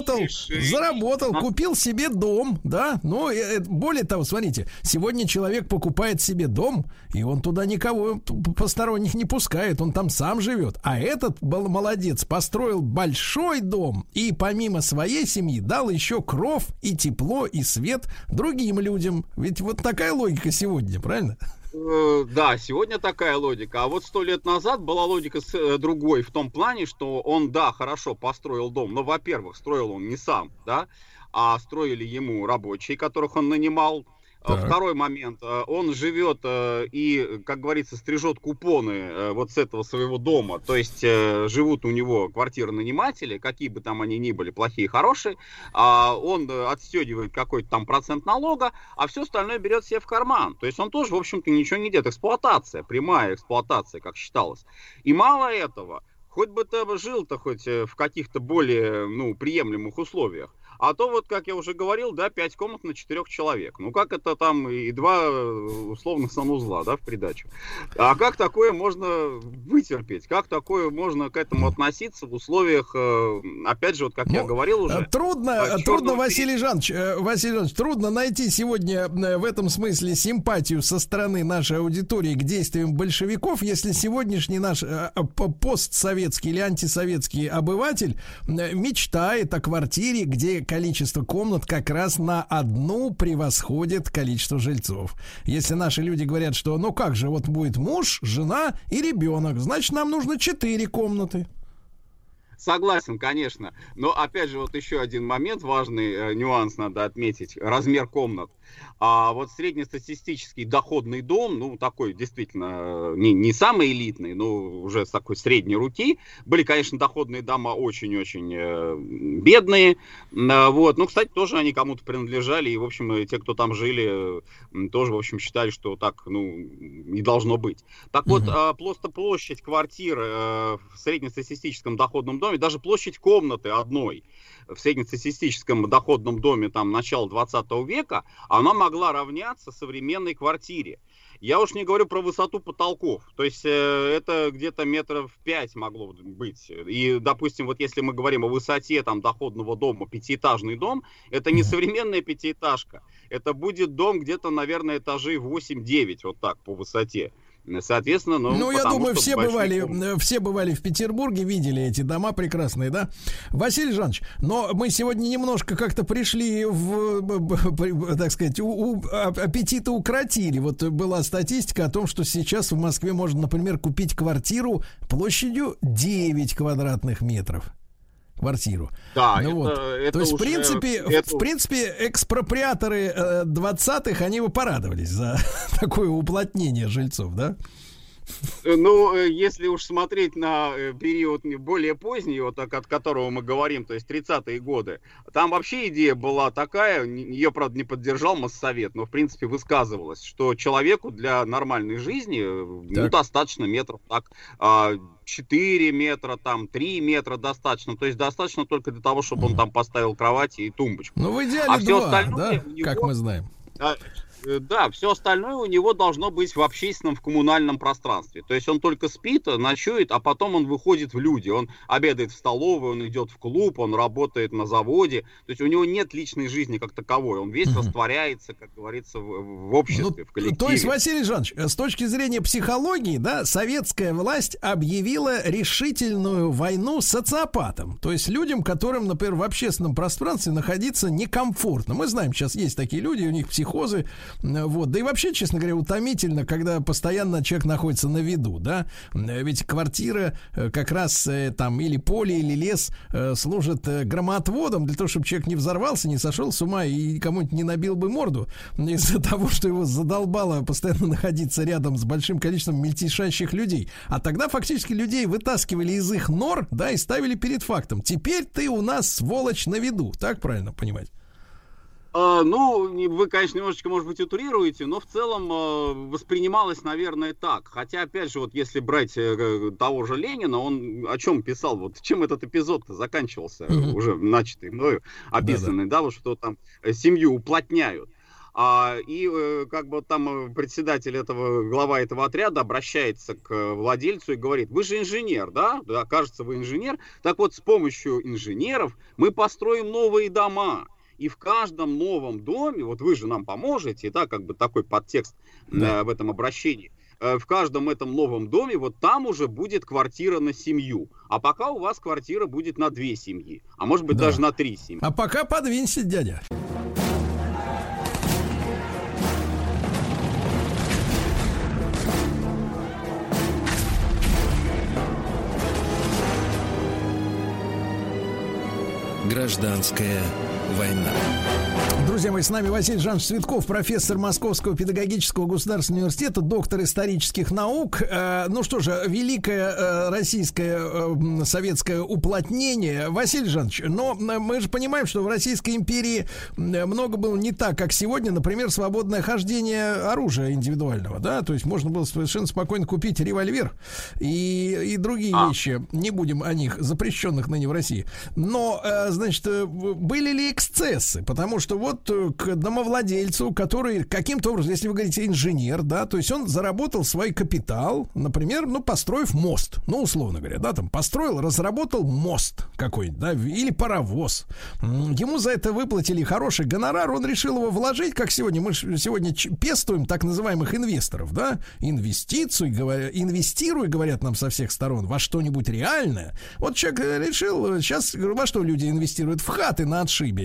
заработал, купил себе дом, да? Ну, более того, смотрите, сегодня человек покупает себе дом, и он туда никого посторонних не пускает, он там сам живет. А этот молодец построил большой дом, и помимо своей семьи дал еще кров и тепло, и свет другим людям. Ведь вот такая логика сегодня, правильно? Да, сегодня такая логика. А вот 100 лет назад была логика другой, в том плане, что он, да, хорошо построил дом, но, во-первых, строил он не сам, да, а строили ему рабочие, которых он нанимал. Так. Второй момент, он живет и, как говорится, стрижет купоны вот с этого своего дома, то есть живут у него квартиры-наниматели, какие бы там они ни были, плохие, хорошие, он отстегивает какой-то там процент налога, а все остальное берет себе в карман, то есть он тоже, в общем-то, ничего не делает, эксплуатация, прямая эксплуатация, как считалось. И мало этого, хоть бы ты жил-то хоть в каких-то более, ну, приемлемых условиях. А то вот, как я уже говорил, да, 5 комнат на 4 человек. Ну, как это там и 2 условных санузла, да, в придачу. А как такое можно вытерпеть? Как такое можно к этому относиться в условиях, опять же, вот как я говорил уже... Трудно, Василий Жанович, трудно найти сегодня в этом смысле симпатию со стороны нашей аудитории к действиям большевиков, если сегодняшний наш постсоветский или антисоветский обыватель мечтает о квартире, где количество комнат как раз на одну превосходит количество жильцов. Если наши люди говорят, что ну как же, вот будет муж, жена и ребенок, значит, нам нужно 4 комнаты. Согласен, конечно. Но, опять же, вот еще один момент, важный нюанс надо отметить. Размер комнат. А вот среднестатистический доходный дом, ну, такой действительно не самый элитный, но уже с такой средней руки. Были, конечно, доходные дома очень-очень бедные. Вот. Ну, кстати, тоже они кому-то принадлежали. И, в общем, те, кто там жили, тоже, в общем, считали, что так, ну, и должно быть. Так вот, просто площадь квартир в среднестатистическом доходном доме, даже площадь комнаты одной в среднестатистическом доходном доме там начала 20 века, она могла равняться современной квартире. Я уж не говорю про высоту потолков, то есть это где-то метров 5 могло быть. И, допустим, вот если мы говорим о высоте там доходного дома, пятиэтажный дом, это не современная пятиэтажка, это будет дом где-то, наверное, этажей 8-9, вот так по высоте. Соответственно, ну я думаю, все бывали в Петербурге, видели эти дома прекрасные, да? Василий Жанович, но мы сегодня немножко как-то пришли в, так сказать, аппетиты укротили. Вот была статистика о том, что сейчас в Москве можно, например, купить квартиру площадью 9 квадратных метров. Квартиру. Да, ну это то есть, в принципе, экспроприаторы 20-х, они бы порадовались за такое уплотнение жильцов, да? Ну, если уж смотреть на период более поздний, вот от которого мы говорим, то есть 30-е годы, там вообще идея была такая, ее, правда, не поддержал Моссовет, но, в принципе, высказывалась, что человеку для нормальной жизни ну, достаточно метров так 4 метра, там 3 метра достаточно, то есть достаточно только для того, чтобы он там поставил кровать и тумбочку. Ну, в идеале 2, да, как мы знаем. Да, все остальное у него должно быть в общественном, в коммунальном пространстве. То есть он только спит, ночует, а потом он выходит в люди. Он обедает в столовой, он идет в клуб, он работает на заводе. То есть у него нет личной жизни как таковой. Он весь растворяется, как говорится, в обществе, в коллективе. То есть, Василий Жанович, с точки зрения психологии, да, советская власть объявила решительную войну социопатам. То есть людям, которым, например, в общественном пространстве находиться некомфортно. Мы знаем, сейчас есть такие люди, у них психозы. Вот. Да и вообще, честно говоря, утомительно, когда постоянно человек находится на виду, да, ведь квартира как раз там или поле, или лес служит громоотводом для того, чтобы человек не взорвался, не сошел с ума и кому-нибудь не набил бы морду из-за того, что его задолбало постоянно находиться рядом с большим количеством мельтешащих людей. А тогда фактически людей вытаскивали из их нор, да, и ставили перед фактом. Теперь ты у нас, сволочь, на виду. Так правильно понимать? Ну, вы, конечно, немножечко, может быть, утрируете, но в целом воспринималось, наверное, так. Хотя, опять же, вот если брать того же Ленина, он о чем писал? Вот чем этот эпизод-то заканчивался, уже начатый мною, описанный, да, вот что там семью уплотняют. И как бы там председатель глава этого отряда обращается к владельцу и говорит: вы же инженер, да? Да, кажется, вы инженер. Так вот, с помощью инженеров мы построим новые дома. И в каждом новом доме, вот вы же нам поможете, да, как бы такой подтекст в этом обращении. В каждом этом новом доме, вот там уже будет квартира на семью. А пока у вас квартира будет на 2 семьи. А может быть даже на 3 семьи. А пока подвинься, дядя. Гражданская война. Друзья мои, с нами Василий Жанович Цветков, профессор Московского педагогического государственного университета, доктор исторических наук. Ну что же, великое российское советское уплотнение. Василий Жанович, но мы же понимаем, что в Российской империи много было не так, как сегодня. Например, свободное хождение оружия индивидуального, да, то есть можно было совершенно спокойно купить револьвер и другие вещи. Не будем о них, запрещенных ныне в России. Но, значит, были ли эксцессы? Потому что вот к домовладельцу, который каким-то образом, если вы говорите инженер, да, то есть он заработал свой капитал, например, ну, построив мост, ну, условно говоря, да, там, построил, разработал мост какой-нибудь, да, или паровоз. Ему за это выплатили хороший гонорар, он решил его вложить, как сегодня, мы сегодня пестуем так называемых инвесторов, да, инвестируй, говорят нам со всех сторон, во что-нибудь реальное. Вот человек решил, сейчас во что люди инвестируют? В хаты на отшибе.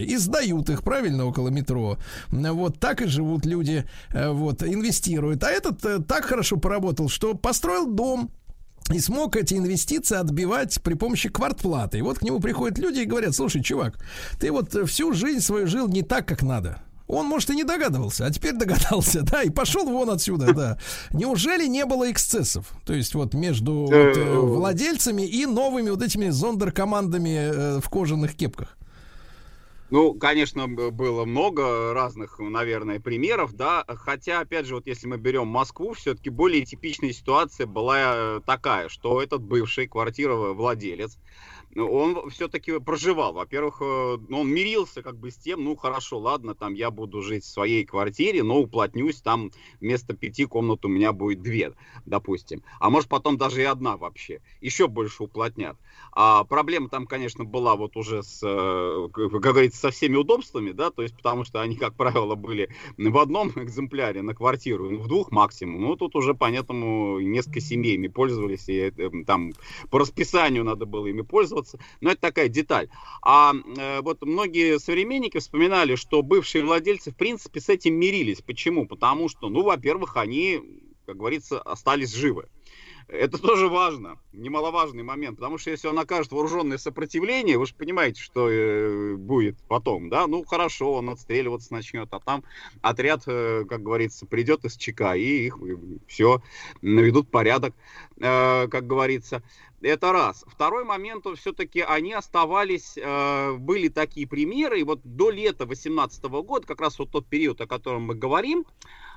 и сдают их, правильно, около метро. Вот так и живут люди, вот, инвестируют. А этот так хорошо поработал, что построил дом и смог эти инвестиции отбивать при помощи квартплаты. И вот к нему приходят люди и говорят: слушай, чувак, ты вот всю жизнь свою жил не так, как надо. Он, может, и не догадывался, а теперь догадался, да, и пошел вон отсюда, да. Неужели не было эксцессов? То есть вот между владельцами и новыми вот этими зондеркомандами в кожаных кепках? Ну, конечно, было много разных, наверное, примеров, да, хотя, опять же, вот если мы берем Москву, все-таки более типичная ситуация была такая, что этот бывший квартировладелец, он все-таки проживал. Во-первых, он мирился как бы с тем, ну хорошо, ладно, там я буду жить в своей квартире, но уплотнюсь, там вместо 5 комнат у меня будет 2, допустим. А может потом даже и 1 вообще. Еще больше уплотнят. А проблема там, конечно, была вот уже с, как говорится, со всеми удобствами, да, то есть потому что они, как правило, были в одном экземпляре на квартиру, в 2 максимум. Ну, тут уже, понятно, несколько семей ими пользовались, и там по расписанию надо было ими пользоваться. Но это такая деталь. А вот многие современники вспоминали, что бывшие владельцы, в принципе, с этим мирились. Почему? Потому что, ну, во-первых, они, как говорится, остались живы. Это тоже важно, немаловажный момент, потому что если он окажет вооруженное сопротивление, вы же понимаете, что будет потом, да, ну хорошо, он отстреливаться начнет, а там отряд, как говорится, придет из ЧК, и их все наведут порядок, как говорится. Это раз. Второй момент, все-таки они оставались, были такие примеры, и вот до лета 2018 года, как раз вот тот период, о котором мы говорим,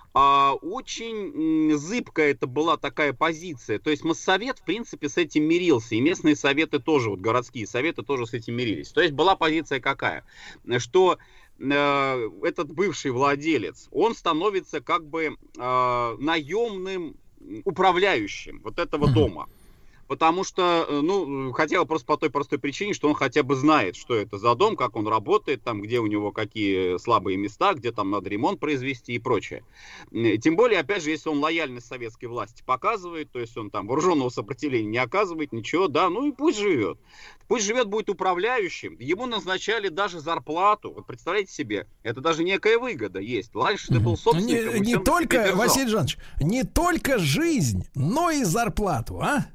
очень зыбкая это была такая позиция. То есть Моссовет, в принципе, с этим мирился. И местные советы тоже, вот городские советы тоже с этим мирились. То есть была позиция какая? Что этот бывший владелец, он становится как бы наемным управляющим вот этого дома. Потому что, ну, хотя бы просто по той простой причине, что он хотя бы знает, что это за дом, как он работает, там, где у него какие слабые места, где там надо ремонт произвести и прочее. Тем более, опять же, если он лояльность советской власти показывает, то есть он там вооруженного сопротивления не оказывает, ничего, да, ну и пусть живет. Пусть живет, будет управляющим. Ему назначали даже зарплату. Вот представляете себе, это даже некая выгода есть. Раньше ты был собственником. Не только, Василий Жанович, не только жизнь, но и зарплату, а?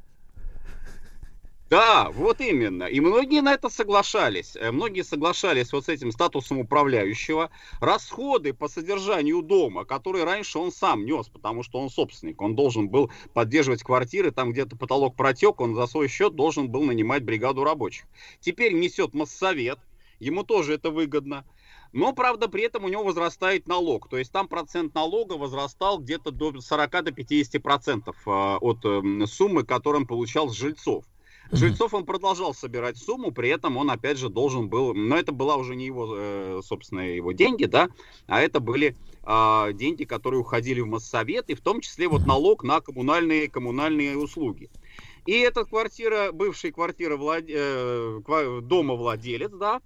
Да, вот именно. И многие на это соглашались. Многие соглашались вот с этим статусом управляющего. Расходы по содержанию дома, которые раньше он сам нес, потому что он собственник. Он должен был поддерживать квартиры, там где-то потолок протек, он за свой счет должен был нанимать бригаду рабочих. Теперь несет Моссовет, ему тоже это выгодно. Но, правда, при этом у него возрастает налог. То есть там процент налога возрастал где-то до 40-50% от суммы, которую он получал с жильцов. Жильцов он продолжал собирать сумму, при этом он, опять же, должен был... Но это была уже не его, собственно, его деньги, да, а это были деньги, которые уходили в Моссовет, и в том числе вот налог на коммунальные услуги. И эта квартира, бывшая квартира домовладелец, да,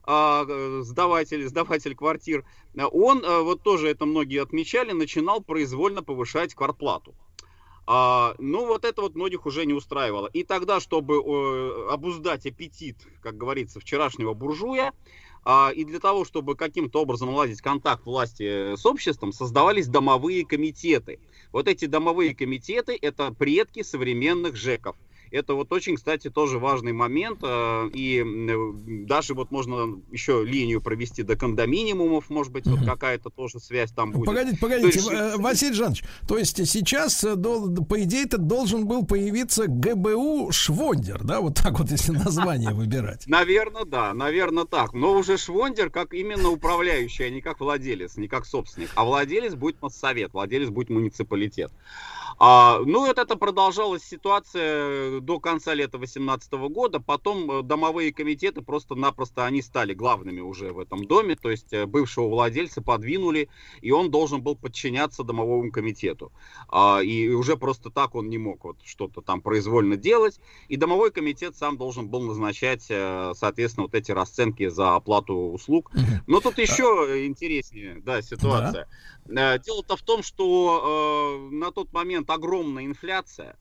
сдаватель квартир, он, вот тоже это многие отмечали, начинал произвольно повышать квартплату. Ну, вот это вот многих уже не устраивало. И тогда, чтобы обуздать аппетит, как говорится, вчерашнего буржуя, и для того, чтобы каким-то образом наладить контакт власти с обществом, создавались домовые комитеты. Вот эти домовые комитеты – это предки современных ЖЭКов. Это вот очень, кстати, тоже важный момент. И даже вот можно еще линию провести до кондоминиумов, может быть, вот какая-то тоже связь там будет. Погодите, Василий Жанович, то есть сейчас, по идее, это должен был появиться ГБУ Швондер, да, вот так вот, если название выбирать. Наверное, да, наверное так. Но уже Швондер как именно управляющий, а не как владелец, не как собственник. А владелец будет Моссовет, владелец будет муниципалитет. Ну, вот это продолжалась ситуация до конца лета 2018 года. Потом домовые комитеты просто-напросто они стали главными уже в этом доме. То есть бывшего владельца подвинули, и он должен был подчиняться домовому комитету. И уже просто так он не мог вот что-то там произвольно делать. И домовой комитет сам должен был назначать, соответственно, вот эти расценки за оплату услуг. Но тут еще интереснее, да, ситуация. Да. Дело-то в том, что на тот момент огромная инфляция,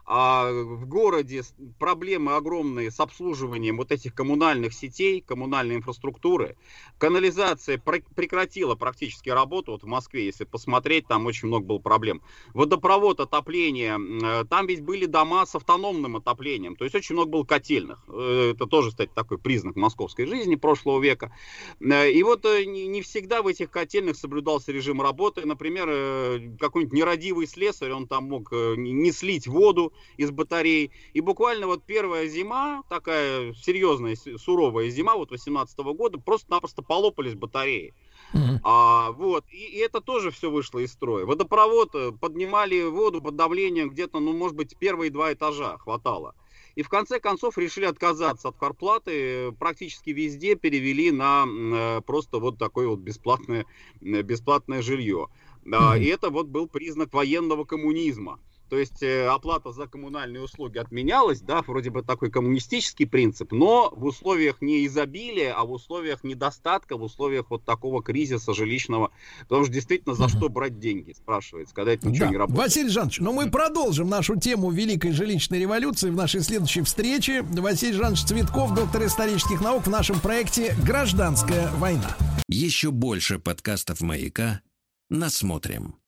А в городе проблемы огромные с обслуживанием вот этих коммунальных сетей, коммунальной инфраструктуры. Канализация прекратила практически работу. Вот в Москве, если посмотреть, там очень много было проблем. Водопровод, отопление. Там ведь были дома с автономным отоплением. То есть очень много было котельных. Это тоже, кстати, такой признак московской жизни прошлого века. И вот не всегда в этих котельных соблюдался режим работы. Например, какой-нибудь нерадивый слесарь, он там мог не слить воду из батарей. И буквально вот первая зима, такая серьезная, суровая зима, вот 18-го года, просто-напросто полопались батареи. Вот. И это тоже все вышло из строя. Водопровод, поднимали воду под давлением где-то, ну, может быть, первые 2 этажа хватало. И в конце концов решили отказаться от квартплаты, практически везде перевели на просто вот такое вот бесплатное жилье. И это вот был признак военного коммунизма. То есть оплата за коммунальные услуги отменялась, да, вроде бы такой коммунистический принцип, но в условиях не изобилия, а в условиях недостатка, в условиях вот такого кризиса жилищного. Потому что действительно за что брать деньги, спрашивается, когда это ничего не работает. Василий Жанович, но мы продолжим нашу тему Великой жилищной революции в нашей следующей встрече. Василий Жанович Цветков, доктор исторических наук, в нашем проекте «Гражданская война». Еще больше подкастов «Маяка» насмотрим.